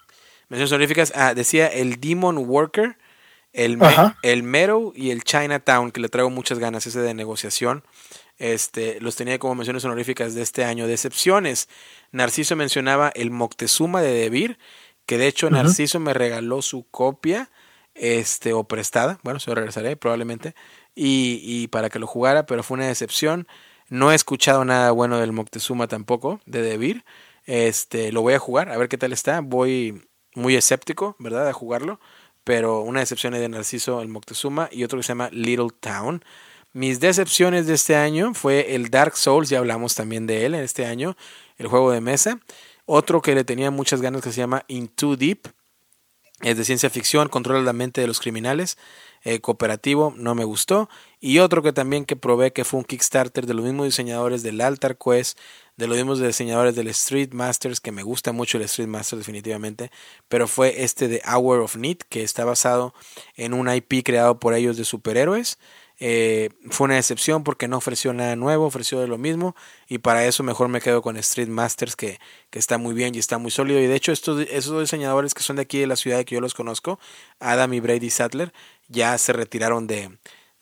Menciones honoríficas. Decía el Demon Worker, el Meadow y el Chinatown, que le traigo muchas ganas, ese de negociación. Los tenía como menciones honoríficas de este año. Decepciones. Narciso mencionaba el Moctezuma de Debir, que de hecho Narciso me regaló su copia, o prestada. Bueno, se lo regresaré probablemente. Y para que lo jugara, pero fue una decepción. No he escuchado nada bueno del Moctezuma tampoco, de Debir. Lo voy a jugar, a ver qué tal está. Voy muy escéptico, ¿verdad?, a jugarlo. Pero una decepción es de Narciso, el Moctezuma, y otro que se llama Little Town. Mis decepciones de este año fue el Dark Souls, ya hablamos también de él en este año, el juego de mesa. Otro que le tenía muchas ganas que se llama In Too Deep, es de ciencia ficción, controla la mente de los criminales, cooperativo, no me gustó. Y otro que también que probé, que fue un Kickstarter de los mismos diseñadores del Altar Quest, de los mismos diseñadores del Street Masters, que me gusta mucho el Street Masters definitivamente, pero fue de Hour of Need, que está basado en un IP creado por ellos de superhéroes. Fue una decepción porque no ofreció nada nuevo, ofreció de lo mismo, y para eso mejor me quedo con Street Masters, que está muy bien y está muy sólido. Y de hecho esos diseñadores que son de aquí de la ciudad, que yo los conozco, Adam y Brady Sattler, ya se retiraron de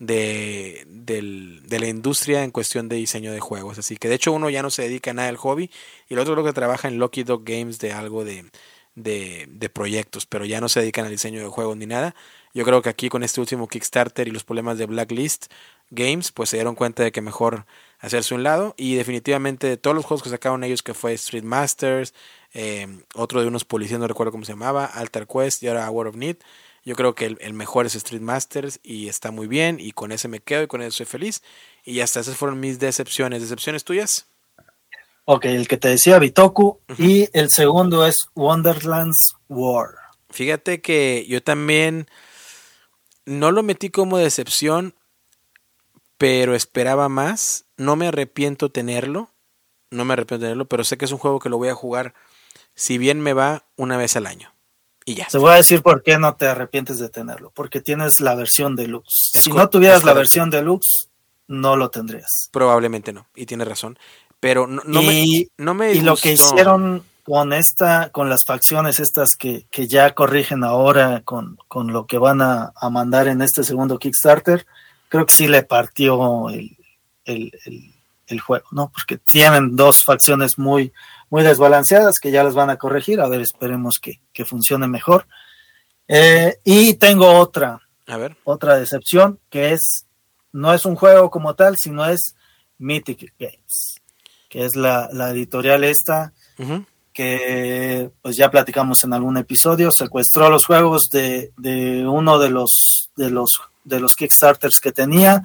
la industria en cuestión de diseño de juegos. Así que de hecho uno ya no se dedica a nada al hobby, y el otro creo que trabaja en Lucky Dog Games de algo de proyectos, pero ya no se dedican al diseño de juegos ni nada. Yo creo que aquí con este último Kickstarter y los problemas de Blacklist Games, pues se dieron cuenta de que mejor hacerse un lado. Y definitivamente de todos los juegos que sacaron ellos, que fue Street Masters, otro de unos policías, no recuerdo cómo se llamaba, Altar Quest y ahora Hour of Need, yo creo que el mejor es Street Masters y está muy bien, y con ese me quedo y con eso soy feliz. Y hasta esas fueron mis decepciones. ¿Decepciones tuyas? Ok, el que te decía Bitoku, y el segundo es Wonderland's War. Fíjate que yo también no lo metí como decepción, pero esperaba más. No me arrepiento tenerlo, pero sé que es un juego que lo voy a jugar, si bien me va, una vez al año. Y ya. Te voy a decir por qué no te arrepientes de tenerlo. Porque tienes la versión deluxe. Si no tuvieras la versión deluxe, no lo tendrías. Probablemente no, y tienes razón. Pero no me y lo que hicieron con las facciones estas que ya corrigen ahora con lo que van a mandar en este segundo Kickstarter, creo que sí le partió el juego, ¿no? Porque tienen dos facciones muy, muy desbalanceadas que ya las van a corregir. A ver, esperemos que funcione mejor. Y tengo otra decepción, que no es un juego como tal, sino es Mythic Games, que es la editorial esta, que pues ya platicamos en algún episodio, secuestró los juegos de uno de los Kickstarters que tenía.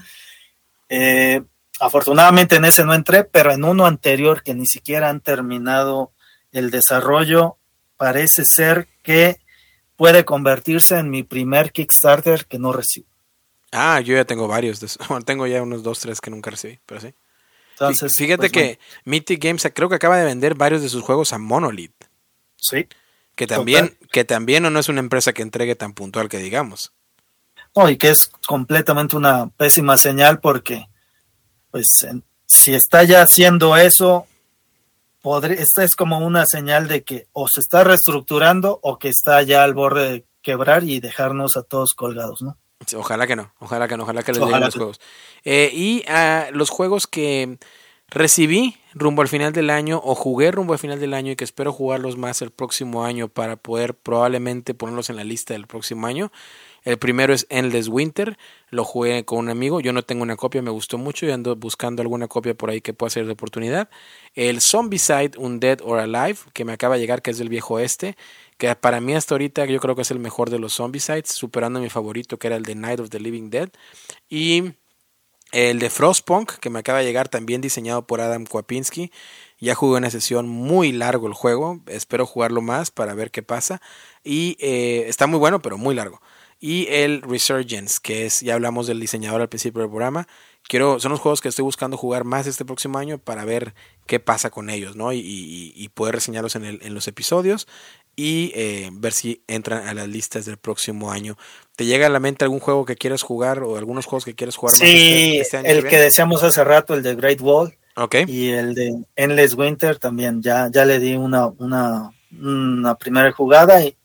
Afortunadamente en ese no entré, pero en uno anterior que ni siquiera han terminado el desarrollo, parece ser que puede convertirse en mi primer Kickstarter que no recibo. Yo ya tengo varios, tengo ya unos 2, 3 que nunca recibí, pero sí. Entonces, fíjate que Mythic Games creo que acaba de vender varios de sus juegos a Monolith. Sí. Que también no es una empresa que entregue tan puntual que digamos. No, y que es completamente una pésima señal, porque pues si está ya haciendo eso, esta es como una señal de que o se está reestructurando o que está ya al borde de quebrar y dejarnos a todos colgados, ¿no? Ojalá que les lleguen los juegos. Y los juegos que recibí rumbo al final del año, o jugué rumbo al final del año, y que espero jugarlos más el próximo año para poder probablemente ponerlos en la lista del próximo año. El primero es Endless Winter, lo jugué con un amigo, yo no tengo una copia, me gustó mucho y ando buscando alguna copia por ahí que pueda ser de oportunidad. El Zombicide Undead or Alive, que me acaba de llegar, que es del viejo oeste, que para mí hasta ahorita yo creo que es el mejor de los Zombicides, superando a mi favorito, que era el de Night of the Living Dead. Y el de Frostpunk, que me acaba de llegar, también diseñado por Adam Kwapinski. Ya jugué una sesión, muy largo el juego, espero jugarlo más para ver qué pasa. Y está muy bueno, pero muy largo. Y el Resurgence, que ya hablamos del diseñador al principio del programa. Son los juegos que estoy buscando jugar más este próximo año para ver qué pasa con ellos, ¿no? Y poder reseñarlos en los episodios y ver si entran a las listas del próximo año. ¿Te llega a la mente algún juego que quieras jugar o algunos juegos que quieras jugar más este año? El que decíamos hace rato, el de Great Wall. Okay. Y el de Endless Winter también, ya le di una primera jugada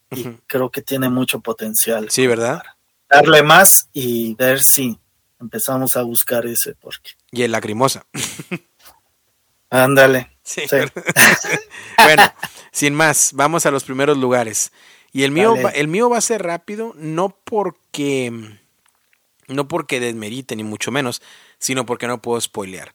y creo que tiene mucho potencial. Sí, ¿verdad? Darle más y ver si empezamos a buscar ese porque. Y el Lacrimosa. Ándale. Sí. Sí. Bueno, sin más, vamos a los primeros lugares. Y el mío va a ser rápido, no porque desmerite, ni mucho menos, sino porque no puedo spoilear.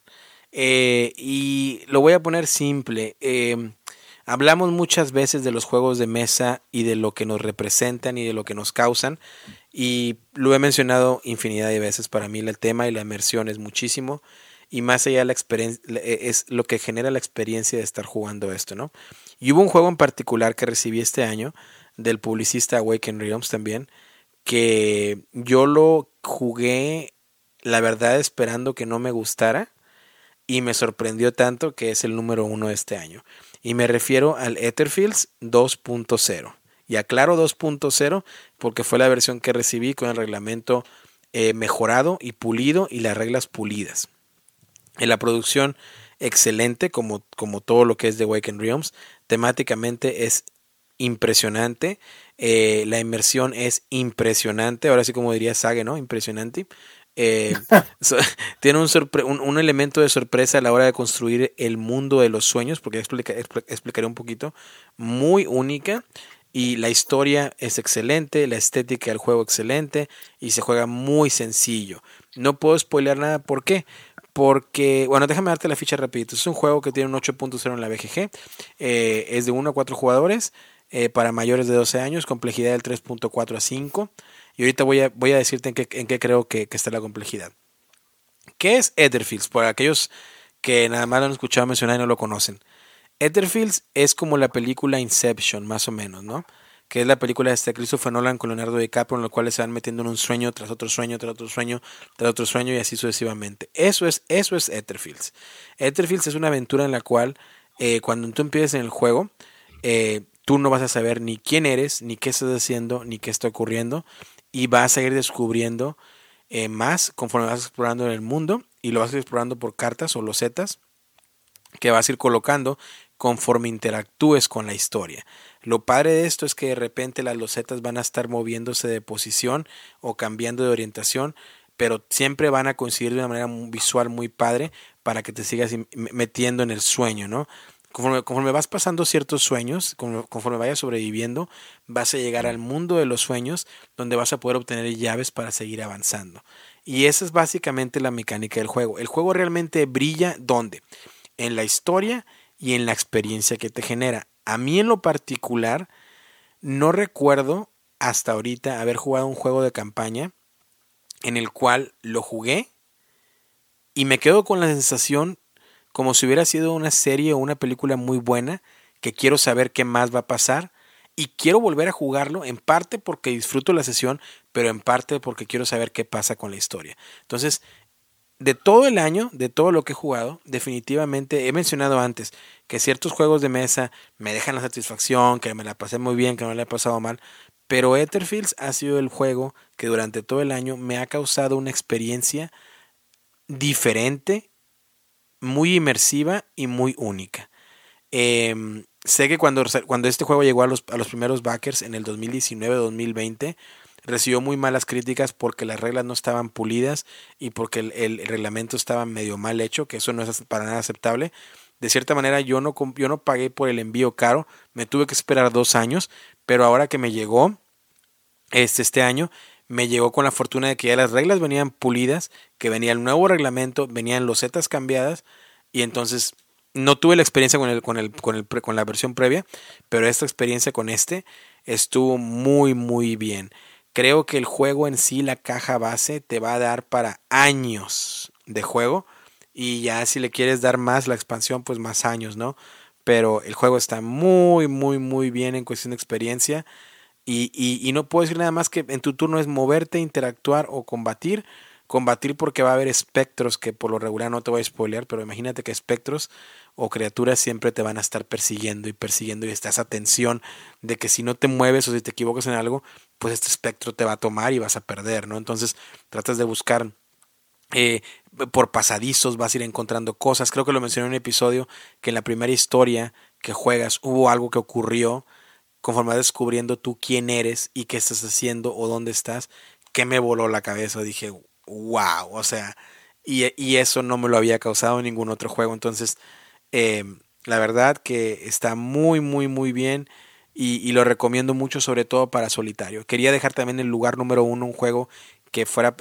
Y lo voy a poner simple. Hablamos muchas veces de los juegos de mesa y de lo que nos representan y de lo que nos causan. Y lo he mencionado infinidad de veces. Para mí el tema y la inmersión es muchísimo. Y más allá de la experiencia, es lo que genera la experiencia de estar jugando esto, ¿no? Y hubo un juego en particular que recibí este año del publicista Awaken Realms también, que yo lo jugué, la verdad, esperando que no me gustara, y me sorprendió tanto que es el número 1 de este año. Y me refiero al Etherfields 2.0. Y aclaro 2.0 porque fue la versión que recibí con el reglamento mejorado y pulido y las reglas pulidas. En la producción excelente, como todo lo que es de Awaken Realms. Temáticamente es impresionante. La inmersión es impresionante. Ahora sí, como diría Sage, ¿no? Impresionante. Tiene un elemento de sorpresa a la hora de construir el mundo de los sueños, porque explicaré un poquito. Muy única. Y la historia es excelente, la estética del juego excelente y se juega muy sencillo. No puedo spoilear nada, ¿por qué? Porque, bueno, déjame darte la ficha rapidito. Es un juego que tiene un 8.0 en la BGG. Es de 1 a 4 jugadores para mayores de 12 años. Complejidad del 3.4 a 5. Y ahorita voy a decirte en qué creo que está la complejidad. ¿Qué es Etherfields? Para aquellos que nada más lo han escuchado mencionar y no lo conocen. Etherfields es como la película Inception, más o menos, ¿no? Que es la película de Christopher Nolan con Leonardo DiCaprio, en la cual se van metiendo en un sueño tras otro sueño, tras otro sueño, tras otro sueño y así sucesivamente. Eso es Etherfields. Etherfields es una aventura en la cual cuando tú empieces en el juego, tú no vas a saber ni quién eres, ni qué estás haciendo, ni qué está ocurriendo, y vas a ir descubriendo más conforme vas explorando en el mundo, y lo vas a ir explorando por cartas o losetas que vas a ir colocando conforme interactúes con la historia. Lo padre de esto es que de repente las losetas van a estar moviéndose de posición o cambiando de orientación, pero siempre van a coincidir de una manera visual muy padre para que te sigas metiendo en el sueño, ¿no? Conforme vas pasando ciertos sueños, conforme vayas sobreviviendo, vas a llegar al mundo de los sueños, donde vas a poder obtener llaves para seguir avanzando. Y esa es básicamente la mecánica del juego. El juego realmente brilla, ¿dónde? En la historia y en la experiencia que te genera. A mí en lo particular no recuerdo hasta ahorita haber jugado un juego de campaña en el cual lo jugué y me quedo con la sensación como si hubiera sido una serie o una película muy buena, que quiero saber qué más va a pasar y quiero volver a jugarlo, en parte porque disfruto la sesión, pero en parte porque quiero saber qué pasa con la historia. Entonces, de todo el año, de todo lo que he jugado, definitivamente he mencionado antes que ciertos juegos de mesa me dejan la satisfacción, que me la pasé muy bien, que no la he pasado mal, pero Etherfields ha sido el juego que durante todo el año me ha causado una experiencia diferente, muy inmersiva y muy única. Sé que cuando este juego llegó a los primeros backers en el 2019-2020, recibió muy malas críticas porque las reglas no estaban pulidas y porque el reglamento estaba medio mal hecho, que eso no es para nada aceptable. De cierta manera yo no pagué por el envío caro, me tuve que esperar 2 años, pero ahora que me llegó este año, me llegó con la fortuna de que ya las reglas venían pulidas, que venía el nuevo reglamento, venían losetas cambiadas, y entonces no tuve la experiencia con la versión previa, pero esta experiencia con estuvo muy muy bien. Creo que el juego en sí, la caja base, te va a dar para años de juego, y ya si le quieres dar más la expansión, pues más años, ¿no? Pero el juego está muy muy muy bien en cuestión de experiencia. Y no puedo decir nada más que en tu turno es moverte, interactuar o combatir. Combatir porque va a haber espectros que por lo regular no te voy a spoilear, pero imagínate que espectros o criaturas siempre te van a estar persiguiendo y está esa tensión de que si no te mueves o si te equivocas en algo, pues este espectro te va a tomar y vas a perder, ¿no? Entonces tratas de buscar por pasadizos, vas a ir encontrando cosas. Creo que lo mencioné en un episodio que en la primera historia que juegas hubo algo que ocurrió conforme vas descubriendo tú quién eres y qué estás haciendo o dónde estás, que me voló la cabeza. Dije, wow, o sea, y eso no me lo había causado en ningún otro juego. Entonces, eh, la verdad que está muy, muy, muy bien y lo recomiendo mucho, sobre todo para solitario. Quería dejar también el lugar número uno un juego que fuera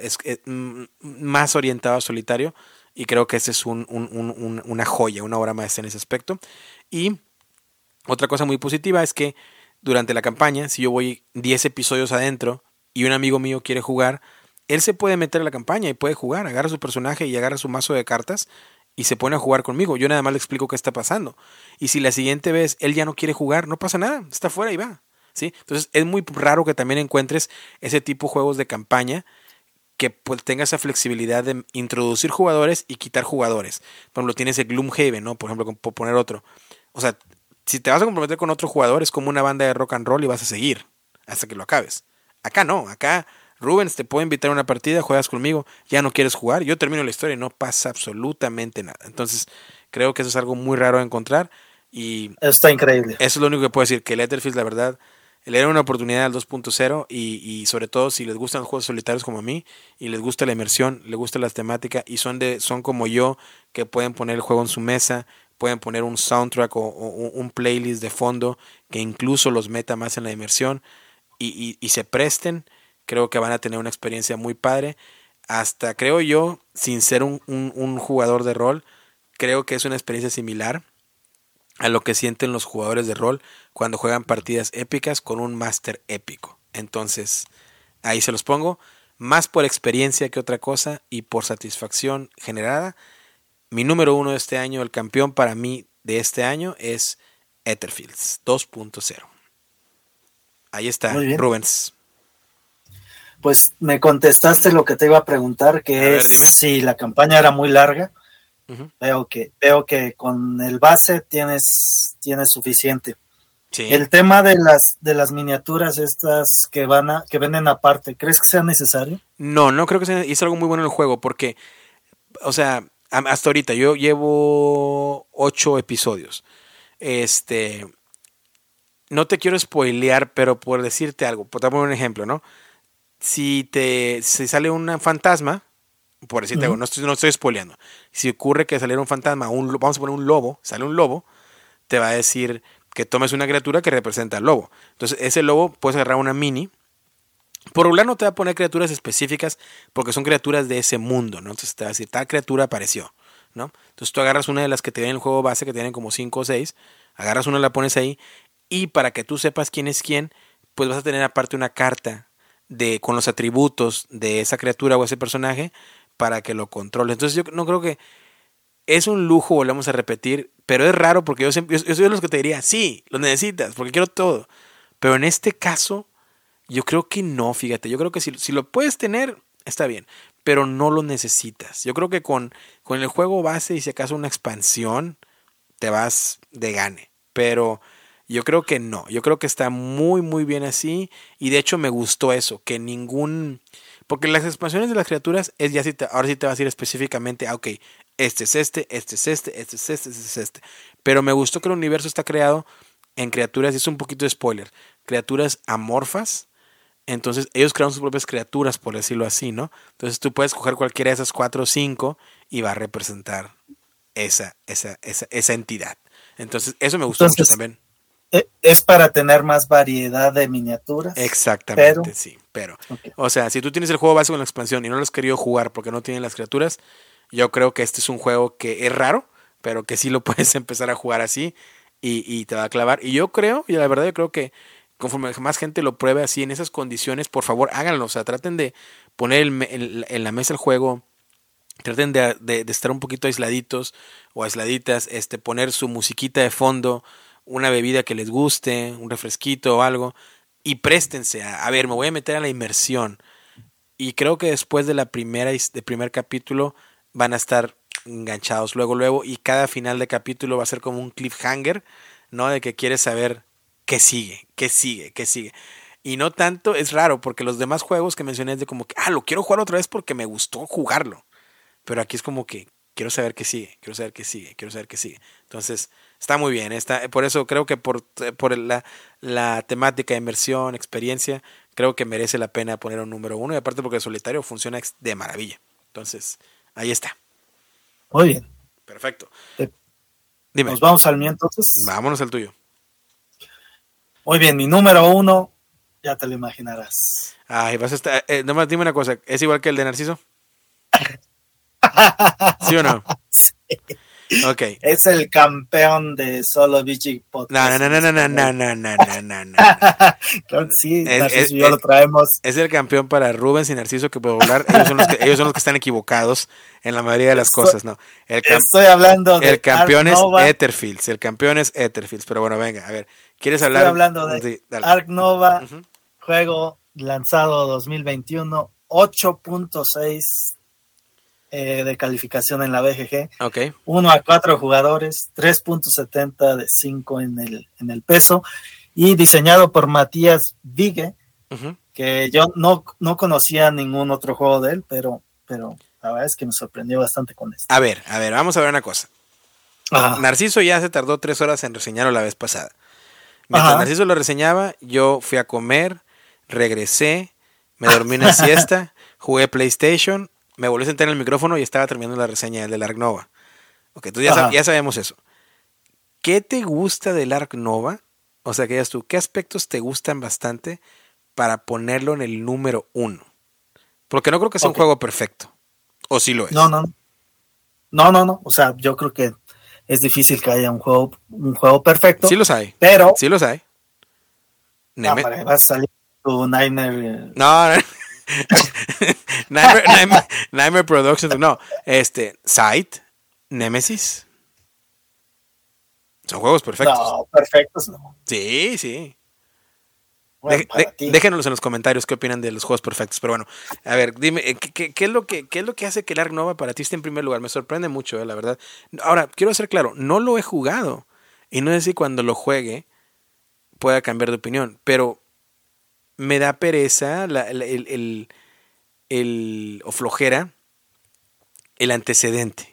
más orientado a solitario y creo que ese es una joya, una obra maestra en ese aspecto. Y otra cosa muy positiva es que durante la campaña, si yo voy 10 episodios adentro y un amigo mío quiere jugar, él se puede meter a la campaña y puede jugar, agarra su personaje y agarra su mazo de cartas y se pone a jugar conmigo. Yo nada más le explico qué está pasando. Y si la siguiente vez él ya no quiere jugar, no pasa nada, está fuera y va. ¿Sí? Entonces es muy raro que también encuentres ese tipo de juegos de campaña que pues, tenga esa flexibilidad de introducir jugadores y quitar jugadores. Por ejemplo, tienes el Gloomhaven, ¿no? Por ejemplo, por poner otro. O sea, si te vas a comprometer con otro jugador, es como una banda de rock and roll y vas a seguir hasta que lo acabes. Acá no, acá Rubens te puede invitar a una partida, juegas conmigo, ya no quieres jugar, yo termino la historia y no pasa absolutamente nada. Entonces, creo que eso es algo muy raro de encontrar y Está increíble. eso es lo único que puedo decir, que Letterfield, la verdad, le era una oportunidad al 2.0 y sobre todo si les gustan los juegos solitarios como a mí y les gusta la inmersión, les gusta las temáticas y son como yo que pueden poner el juego en su mesa, pueden poner un soundtrack o un playlist de fondo que incluso los meta más en la inmersión y se presten, creo que van a tener una experiencia muy padre. Hasta creo yo, sin ser un jugador de rol, creo que es una experiencia similar a lo que sienten los jugadores de rol cuando juegan partidas épicas con un máster épico. Entonces, ahí se los pongo, más por experiencia que otra cosa y por satisfacción generada. Mi número uno de este año, el campeón para mí de este año es Etherfields 2.0. Ahí está, Muy bien. Rubens. Pues me contestaste lo que te iba a preguntar, que A ver, es dime. si la campaña era muy larga. Uh-huh. Veo que con el base tienes suficiente. Sí. El tema de las miniaturas estas que venden aparte, ¿crees que sea necesario? No creo que sea, es algo muy bueno en el juego porque, o sea, hasta ahorita yo llevo 8 episodios. No te quiero spoilear, pero por decirte algo, por dar un ejemplo, ¿no? Si sale un fantasma, por decirte algo, Uh-huh. no estoy spoileando. Si ocurre que saliera un fantasma, vamos a poner un lobo, sale un lobo, te va a decir que tomes una criatura que representa al lobo. Entonces, ese lobo puedes agarrar una mini. Por regular no te va a poner criaturas específicas porque son criaturas de ese mundo, ¿no? Entonces te va a decir, tal criatura apareció, ¿no? Entonces tú agarras una de las que te vienen en el juego base, que tienen como 5 o 6, agarras una, la pones ahí, y para que tú sepas quién es quién, pues vas a tener aparte una carta con los atributos de esa criatura o ese personaje para que lo controles. Entonces yo no creo que es un lujo, volvemos a repetir, pero es raro porque yo soy de los que te diría, sí, lo necesitas, porque quiero todo. Pero en este caso, yo creo que no, fíjate, yo creo que si lo puedes tener, está bien, pero no lo necesitas. Yo creo que con el juego base y si acaso una expansión, te vas de gane. Pero yo creo que no, yo creo que está muy muy bien así y de hecho me gustó eso, que porque las expansiones de las criaturas es ya ahora sí te vas a ir específicamente, ok, este es este, este es este, este es este, este es este. Pero me gustó que el universo está creado en criaturas, y es un poquito de spoiler, criaturas amorfas. Entonces ellos crearon sus propias criaturas, por decirlo así, ¿no? Entonces tú puedes coger cualquiera de esas 4 o 5 y va a representar esa entidad. Entonces eso me gustó mucho Entonces, también. es para tener más variedad de miniaturas. Exactamente, sí. Pero, Okay. o sea, si tú tienes el juego básico en la expansión y no lo has querido jugar porque no tienen las criaturas, yo creo que este es un juego que es raro, pero que sí lo puedes empezar a jugar así y te va a clavar. Y yo creo, y la verdad yo creo que conforme más gente lo pruebe así en esas condiciones, por favor háganlo. O sea, traten de poner en la mesa el juego, traten de estar un poquito aisladitos o aisladitas, poner su musiquita de fondo, una bebida que les guste, un refresquito o algo, y préstense a ver, me voy a meter a la inmersión. Y creo que después de del primer capítulo van a estar enganchados luego, y cada final de capítulo va a ser como un cliffhanger, ¿no? De que quieres saber qué sigue, qué sigue, qué sigue. Y no tanto, es raro, porque los demás juegos que mencioné es de como que, lo quiero jugar otra vez porque me gustó jugarlo. Pero aquí es como que, quiero saber qué sigue, quiero saber qué sigue, quiero saber qué sigue. Entonces, está muy bien. Por eso creo que por la temática, inmersión, experiencia, creo que merece la pena poner un número 1. Y aparte porque el solitario funciona de maravilla. Entonces, ahí está. Muy bien. Perfecto. Dime. Nos vamos al mío entonces. Vámonos al tuyo. Muy bien, mi número 1, ya te lo imaginarás. Ay, vas a estar. Nomás dime una cosa, ¿es igual que el de Narciso? ¿Sí o no? Sí. Ok. Es el campeón de Solo BG Podcast. No. Claro que sí, Narciso y yo lo traemos. Es el campeón para Rubens y Narciso que puedo hablar. Ellos son los que están equivocados en la mayoría de las cosas, ¿no? Estoy hablando de el campeón Ark es Nova. Etherfields. El campeón es Etherfields. Pero bueno, venga, a ver. ¿Quieres hablar? Estoy hablando de Sí, Ark Nova, juego lanzado 2021, 8.6 de calificación en la BGG. Ok. 1 a 4 jugadores, 3.70 de 5 en el peso, y diseñado por Matías Vigue, que yo no conocía ningún otro juego de él, pero la verdad es que me sorprendió bastante con esto. A ver, vamos a ver una cosa. Ajá. Narciso ya se tardó 3 horas en reseñarlo la vez pasada. Mientras Narciso lo reseñaba, yo fui a comer, regresé, me dormí una siesta, jugué PlayStation, me volví a sentar en el micrófono y estaba terminando la reseña del Ark Nova. Ok, entonces ya sabemos eso. ¿Qué te gusta del Ark Nova? O sea, que digas tú, ¿qué aspectos te gustan bastante para ponerlo en el número 1? Porque no creo que sea un juego perfecto. ¿O sí lo es? No. O sea, yo creo que es difícil que haya un juego perfecto. Sí los hay. Pero sí los hay. Vas a salir tu Nightmare. No. Nightmare Productions, no. Sight, Nemesis. Son juegos perfectos. No, perfectos no. Sí. Bueno, déjenos en los comentarios qué opinan de los juegos perfectos. Pero bueno, a ver, dime, ¿qué es lo que hace que el Ark Nova para ti esté en primer lugar? Me sorprende mucho, la verdad. Ahora, quiero ser claro, no lo he jugado. Y no sé si cuando lo juegue pueda cambiar de opinión. Pero me da pereza o flojera el antecedente.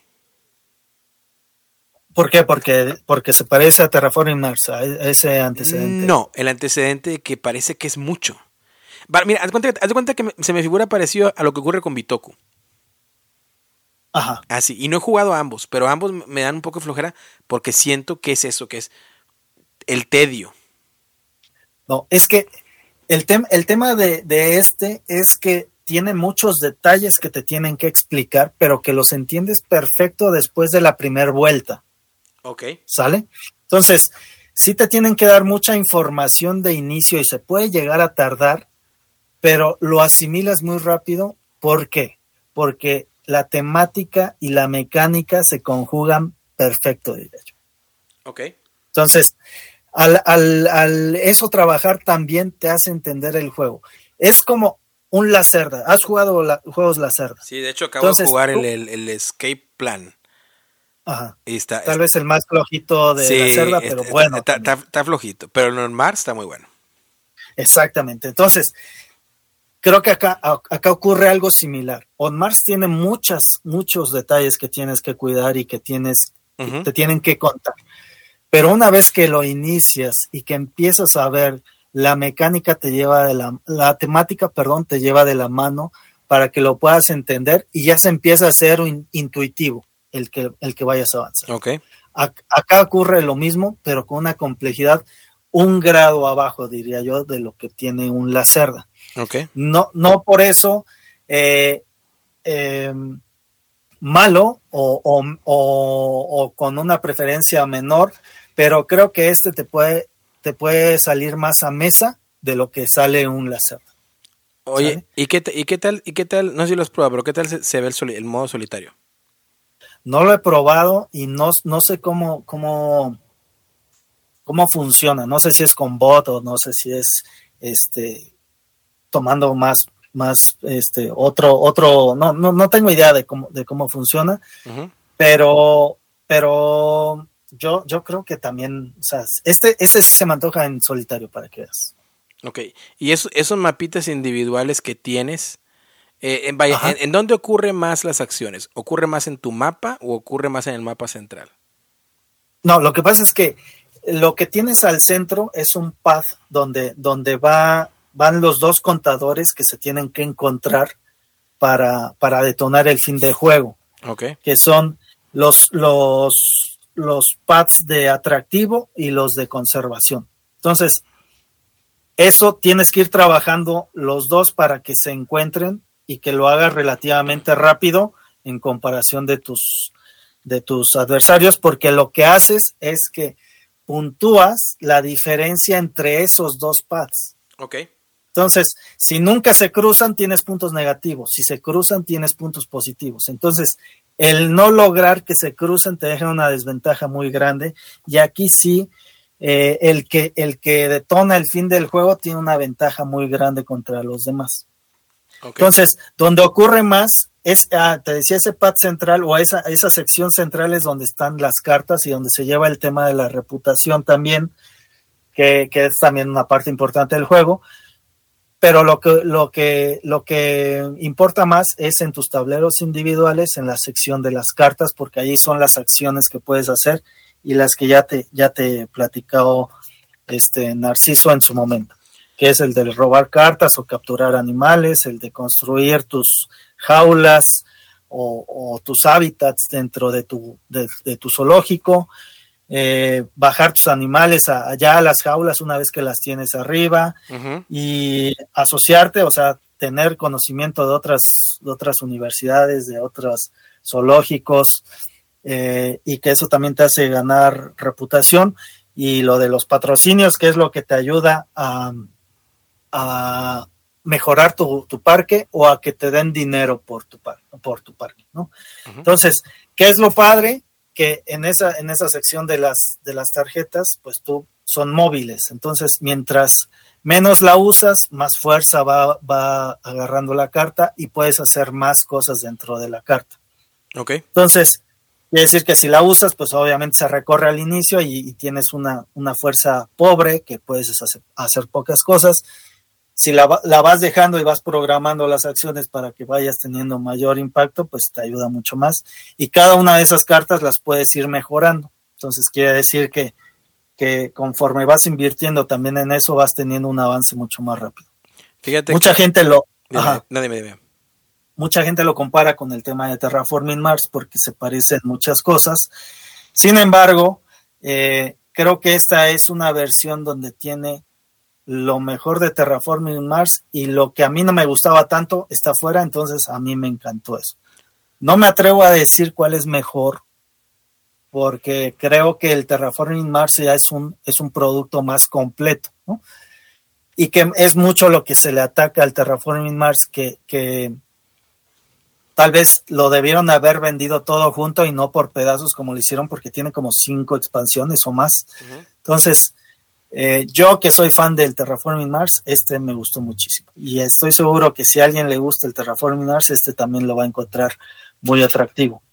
¿Por qué? Porque se parece a Terraforming Mars, a ese antecedente. No, el antecedente que parece que es mucho. Mira, haz de cuenta que se me figura parecido a lo que ocurre con Bitoku. Ajá. Así, y no he jugado a ambos, pero ambos me dan un poco de flojera porque siento que es eso, que es el tedio. No, es que el tema de este es que tiene muchos detalles que te tienen que explicar, pero que los entiendes perfecto después de la primera vuelta. Ok. ¿Sale? Entonces, sí te tienen que dar mucha información de inicio y se puede llegar a tardar, pero lo asimilas muy rápido. ¿Por qué? Porque la temática y la mecánica se conjugan perfecto, diría yo. Ok. Entonces, al eso trabajar también te hace entender el juego. Es como un Lacerda. ¿Has jugado juegos Lacerda? Sí, de hecho acabo de jugar el Escape Plan. Ajá. Y Tal vez el más flojito de Lacerda, pero bueno. Está flojito, pero en Mars está muy bueno. Exactamente. Entonces, creo que acá ocurre algo similar. On Mars tiene muchos detalles que tienes que cuidar y que te tienen que contar. Pero una vez que lo inicias y que empiezas a ver, la mecánica te lleva la temática, te lleva de la mano para que lo puedas entender y ya se empieza a hacer intuitivo el que vayas a avanzar. Okay. Acá ocurre lo mismo, pero con una complejidad un grado abajo, diría yo, de lo que tiene un Lacerda. Okay. No por eso malo o con una preferencia menor, pero creo que te puede salir más a mesa de lo que sale un Lacerda. Oye, ¿sale? ¿Y qué tal? No sé si lo has probado, pero ¿qué tal se ve el modo solitario? No lo he probado y no sé cómo funciona. No sé si es con bot o no sé si es tomando más otro, no tengo idea de cómo funciona, pero yo creo que también, o sea, este sí se me antoja en solitario para que veas. Ok, y esos mapitas individuales que tienes, Vaya, Ajá. ¿en dónde ocurre más las acciones? ¿Ocurre más en tu mapa o ocurre más en el mapa central? No, lo que pasa es que lo que tienes al centro es un path donde van los dos contadores que se tienen que encontrar para detonar el fin de juego, Ok, que son los paths de atractivo y los de conservación. Entonces, eso tienes que ir trabajando los dos para que se encuentren y que lo hagas relativamente rápido en comparación de tus adversarios, porque lo que haces es que puntúas la diferencia entre esos dos paths. ok. Entonces, si nunca se cruzan, tienes puntos negativos. Si se cruzan, tienes puntos positivos. Entonces, el no lograr que se crucen te deja una desventaja muy grande. Y aquí sí, el que detona el fin del juego tiene una ventaja muy grande contra los demás. Okay. Entonces, donde ocurre más es, te decía, ese pad central o esa sección central es donde están las cartas y donde se lleva el tema de la reputación también, que es también una parte importante del juego. Pero lo que importa más es en tus tableros individuales, en la sección de las cartas, porque ahí son las acciones que puedes hacer y las que ya te platicó Narciso en su momento, que es el de robar cartas o capturar animales, el de construir tus jaulas o tus hábitats dentro de tu zoológico, bajar tus animales allá a las jaulas una vez que las tienes arriba, Uh-huh. y asociarte, o sea, tener conocimiento de otras universidades, de otros zoológicos, y que eso también te hace ganar reputación. Y lo de los patrocinios, que es lo que te ayuda a mejorar tu parque o a que te den dinero por tu parque, ¿no? Uh-huh. Entonces, ¿qué es lo padre? Que en esa sección de las tarjetas, pues tú son móviles. Entonces, mientras menos la usas, más fuerza va agarrando la carta y puedes hacer más cosas dentro de la carta. Okay. Entonces, quiere decir que si la usas, pues obviamente se recorre al inicio y tienes una fuerza pobre que puedes hacer pocas cosas. Si la vas dejando y vas programando las acciones para que vayas teniendo mayor impacto, pues te ayuda mucho más. Y cada una de esas cartas las puedes ir mejorando. Entonces quiere decir que conforme vas invirtiendo también en eso, vas teniendo un avance mucho más rápido. Fíjate mucha gente lo... Dime. Mucha gente lo compara con el tema de Terraforming Mars porque se parecen muchas cosas. Sin embargo, creo que esta es una versión donde tiene lo mejor de Terraforming Mars y lo que a mí no me gustaba tanto está fuera, entonces a mí me encantó eso. No me atrevo a decir cuál es mejor, porque creo que el Terraforming Mars ya es un producto más completo, ¿no? Y que es mucho lo que se le ataca al Terraforming Mars, que tal vez lo debieron haber vendido todo junto y no por pedazos como lo hicieron, porque tiene como 5 expansiones o más. Uh-huh. Entonces, yo que soy fan del Terraforming Mars, me gustó muchísimo. Y estoy seguro que si a alguien le gusta el Terraforming Mars, también lo va a encontrar muy atractivo.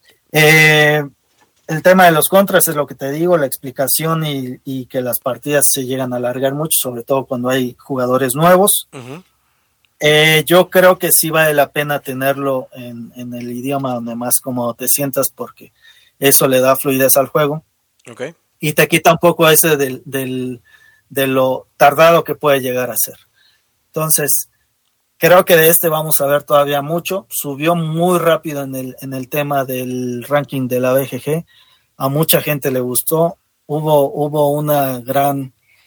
El tema de los contras es lo que te digo, la explicación y que las partidas se llegan a alargar mucho, sobre todo cuando hay jugadores nuevos. Uh-huh. Yo creo que sí vale la pena tenerlo en el idioma donde más cómodo te sientas, porque eso le da fluidez al juego. Okay. Y te quita un poco ese de lo tardado que puede llegar a ser. Entonces, creo que de vamos a ver todavía mucho. Subió muy rápido en el tema del ranking de la BGG. A mucha gente le gustó. Hubo una gran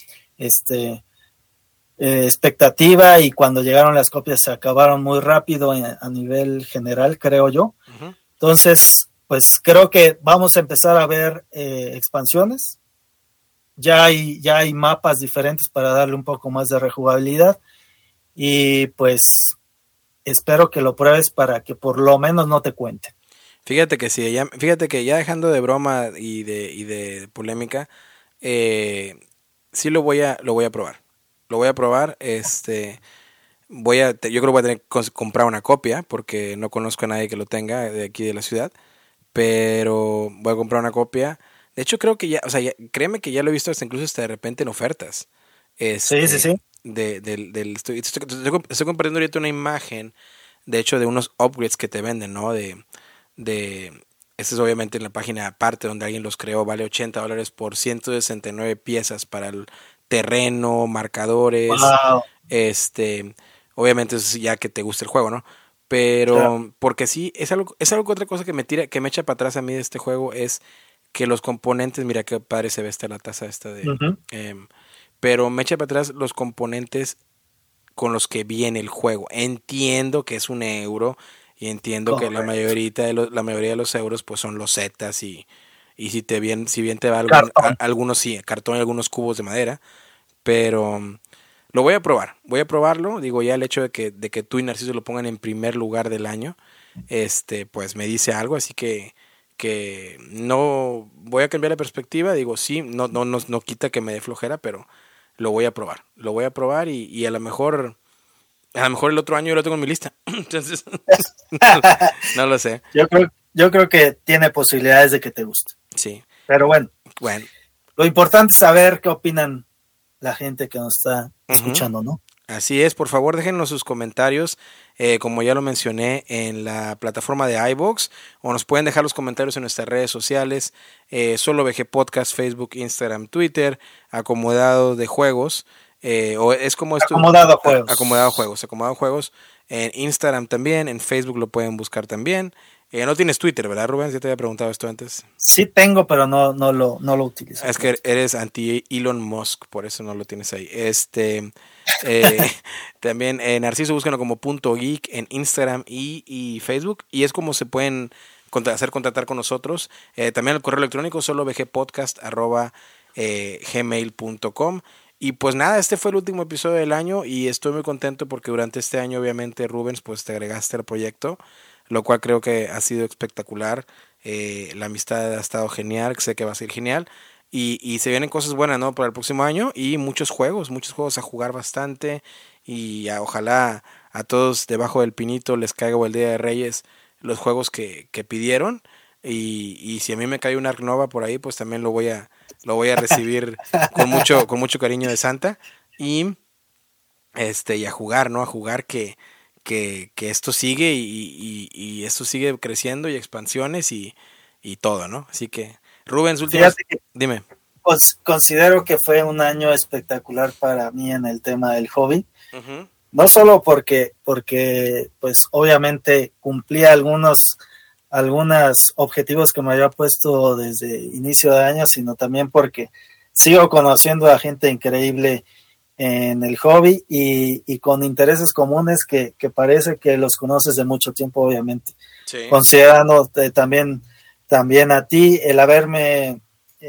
expectativa, y cuando llegaron las copias se acabaron muy rápido a nivel general, creo yo. Uh-huh. Entonces, pues creo que vamos a empezar a ver expansiones. Ya hay mapas diferentes para darle un poco más de rejugabilidad, y pues espero que lo pruebes para que por lo menos no te cuente. Fíjate que ya dejando de broma y de polémica, sí lo voy a probar. Lo voy a probar. Yo creo que voy a tener que comprar una copia porque no conozco a nadie que lo tenga de aquí de la ciudad. Pero voy a comprar una copia. De hecho, creo que créeme que ya lo he visto incluso de repente en ofertas. Sí. Estoy compartiendo ahorita una imagen de hecho, de unos upgrades que te venden, ¿no? Este es obviamente en la página aparte donde alguien los creó, vale $80 por 169 piezas para el terreno, marcadores, Wow, obviamente es ya que te gusta el juego, ¿no? claro. Pero, porque sí, es algo que otra cosa que que me echa para atrás a mí de este juego es que los componentes, mira qué padre se ve la taza esta Ujú, pero me echa para atrás los componentes con los que viene el juego. Entiendo que es €1 y entiendo que correcto. la mayoría de los euros pues son los zetas y si bien te va Cartón. algunos sí, cartón y algunos cubos de madera, pero lo voy a probarlo, digo ya el hecho de que tú y Narciso lo pongan en primer lugar del año, pues me dice algo, así que no voy a cambiar la perspectiva, digo sí, no quita que me dé flojera, pero lo voy a probar y a lo mejor el otro año yo lo tengo en mi lista. Entonces, no lo sé. Yo creo que tiene posibilidades de que te guste. Sí. Pero bueno, Bueno. lo importante es saber qué opinan la gente que nos está Ujú. escuchando, ¿no? Así es, por favor déjenos sus comentarios, como ya lo mencioné en la plataforma de iVoox, o nos pueden dejar los comentarios en nuestras redes sociales, Solo VG Podcast, Facebook, Instagram, Twitter, Acomodado de Juegos, o es como esto, Acomodado juegos. Acomodado Juegos, en Instagram también, en Facebook lo pueden buscar también. No tienes Twitter, ¿verdad, Rubén? Ya te había preguntado esto antes. Sí tengo, pero no lo utilizo, Es que fíjate. eres anti Elon Musk, por eso no lo tienes ahí. También Narciso, búsquenlo como punto geek en Instagram y Facebook. Y es como se pueden hacer contactar con nosotros. También el correo electrónico solo vgpodcast@gmail.com. Y pues nada, este fue el último episodio del año y estoy muy contento porque durante este año obviamente Rubens pues te agregaste al proyecto, lo cual creo que ha sido espectacular. La amistad ha estado genial, sé que va a ser genial. Y se vienen cosas buenas, ¿no? Para el próximo año y muchos juegos a jugar bastante. Y ojalá a todos debajo del pinito les caiga el Día de Reyes los juegos que pidieron. Y si a mí me cae un Ark Nova por ahí, pues también lo voy a recibir con mucho cariño de Santa. Y y a jugar, ¿no? A jugar que esto sigue y esto sigue creciendo y expansiones y todo, ¿no? Así que, Rubens, últimas, Fíjate que dime. pues, considero que fue un año espectacular para mí en el tema del hobby. Ujú. No solo porque pues obviamente cumplí algunos objetivos que me había puesto desde inicio de año, sino también porque sigo conociendo a gente increíble en el hobby y con intereses comunes que parece que los conoces de mucho tiempo, obviamente. Sí. Considerando también a ti, el haberme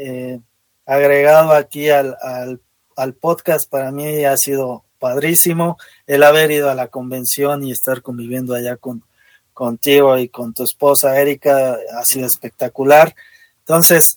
agregado aquí al podcast, para mí ha sido padrísimo. El haber ido a la convención y estar conviviendo allá contigo y con tu esposa Erika ha sido espectacular. Entonces,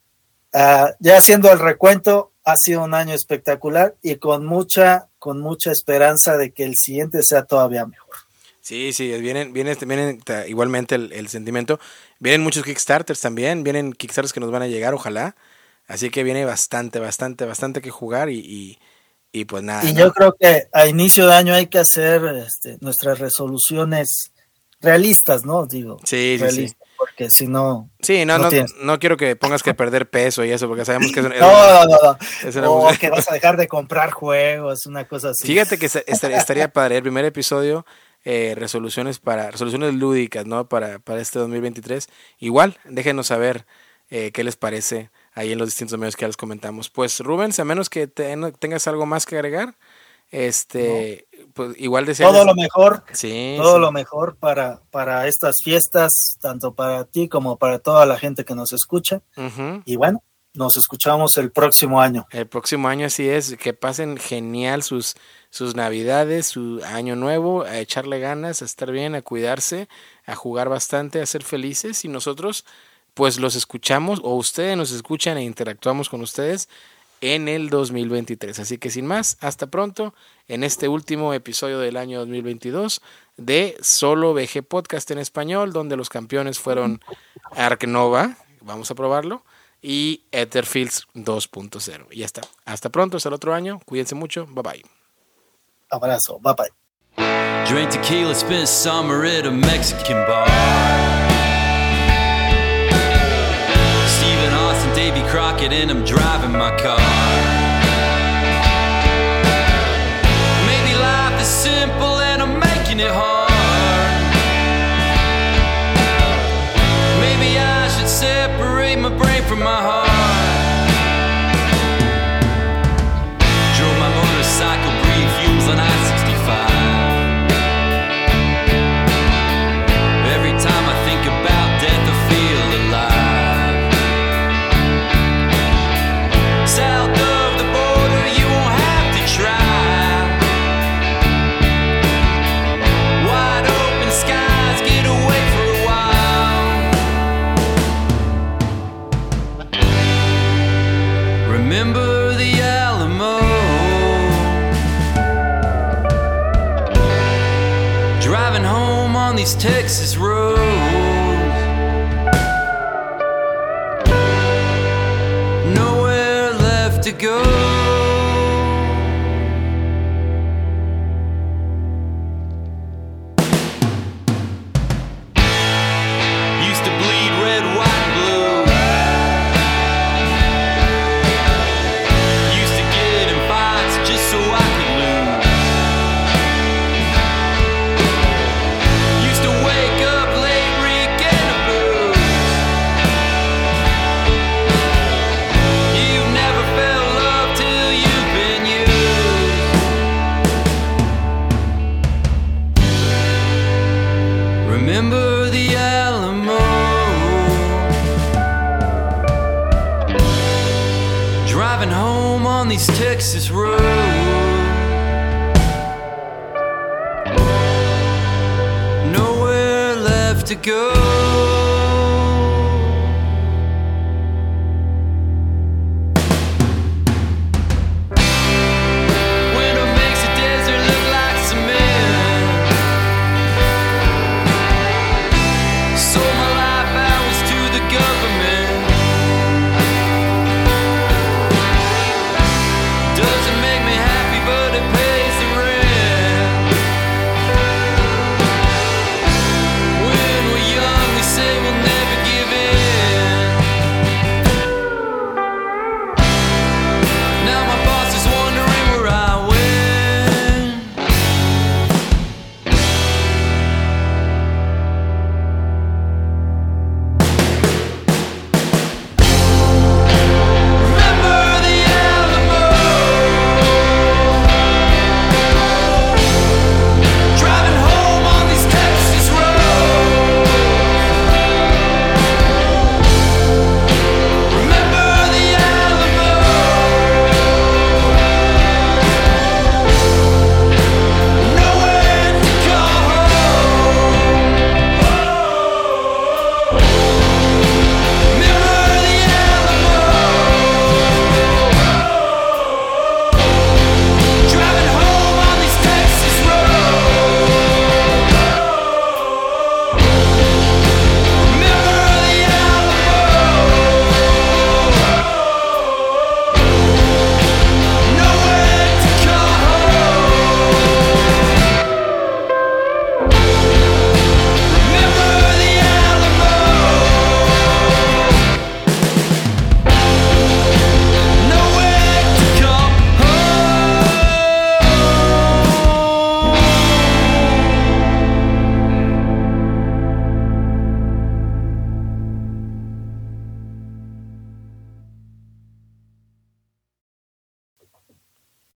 ya haciendo el recuento, ha sido un año espectacular y con mucha esperanza de que el siguiente sea todavía mejor. Sí, sí, igualmente el sentimiento. Vienen muchos Kickstarters también, vienen Kickstarters que nos van a llegar, ojalá. Así que viene bastante que jugar y pues nada, Y ¿no? yo creo que a inicio de año hay que hacer nuestras resoluciones realistas, ¿no? Digo, Sí, sí, sí. realistas, porque si no, Sí, no tienes. no quiero que pongas que perder peso y eso, porque sabemos que No. es una O que vas a dejar de comprar juegos, una cosa así. Fíjate que estaría padre el primer episodio, resoluciones lúdicas, ¿no? Para este 2023. Igual, déjenos saber qué les parece ahí en los distintos medios que ya les comentamos. Pues Rubens, a menos que tengas algo más que agregar, No. pues igual Todo desearles, lo mejor, sí, todo sí. lo mejor para estas fiestas, tanto para ti como para toda la gente que nos escucha. Ujú. Y bueno, nos escuchamos el próximo año. El próximo año así es, que pasen genial sus navidades, su año nuevo, a echarle ganas, a estar bien, a cuidarse, a jugar bastante, a ser felices y nosotros pues los escuchamos o ustedes nos escuchan e interactuamos con ustedes en el 2023. Así que sin más, hasta pronto en este último episodio del año 2022 de Solo VG Podcast en español, donde los campeones fueron Ark Nova, vamos a probarlo, y Etherfields 2.0. Y ya está. Hasta pronto, hasta el otro año. Cuídense mucho. Bye bye. Abrazo, bye bye. Drank tequila, spent summer at a Mexican bar. Stephen Austin, Davy Crockett, and I'm driving my car. Maybe life is simple and I'm making it hard. Maybe I should separate my brain from my heart. Drove my motorcycle, breathe fumes on I-65. Every time I think about death, I feel alive. South of the border, you won't have to try. Wide open skies, get away for a while. Remember the Alamo. Driving home on these Texas roads. Nowhere left to go. Used to bleed red, white, and blue. Used to get in fights just so I could lose. Used to wake up late, regain the blues. You've never felt love till you've been used. Remember the Alamo. Driving home on these Texas roads. Nowhere left to go.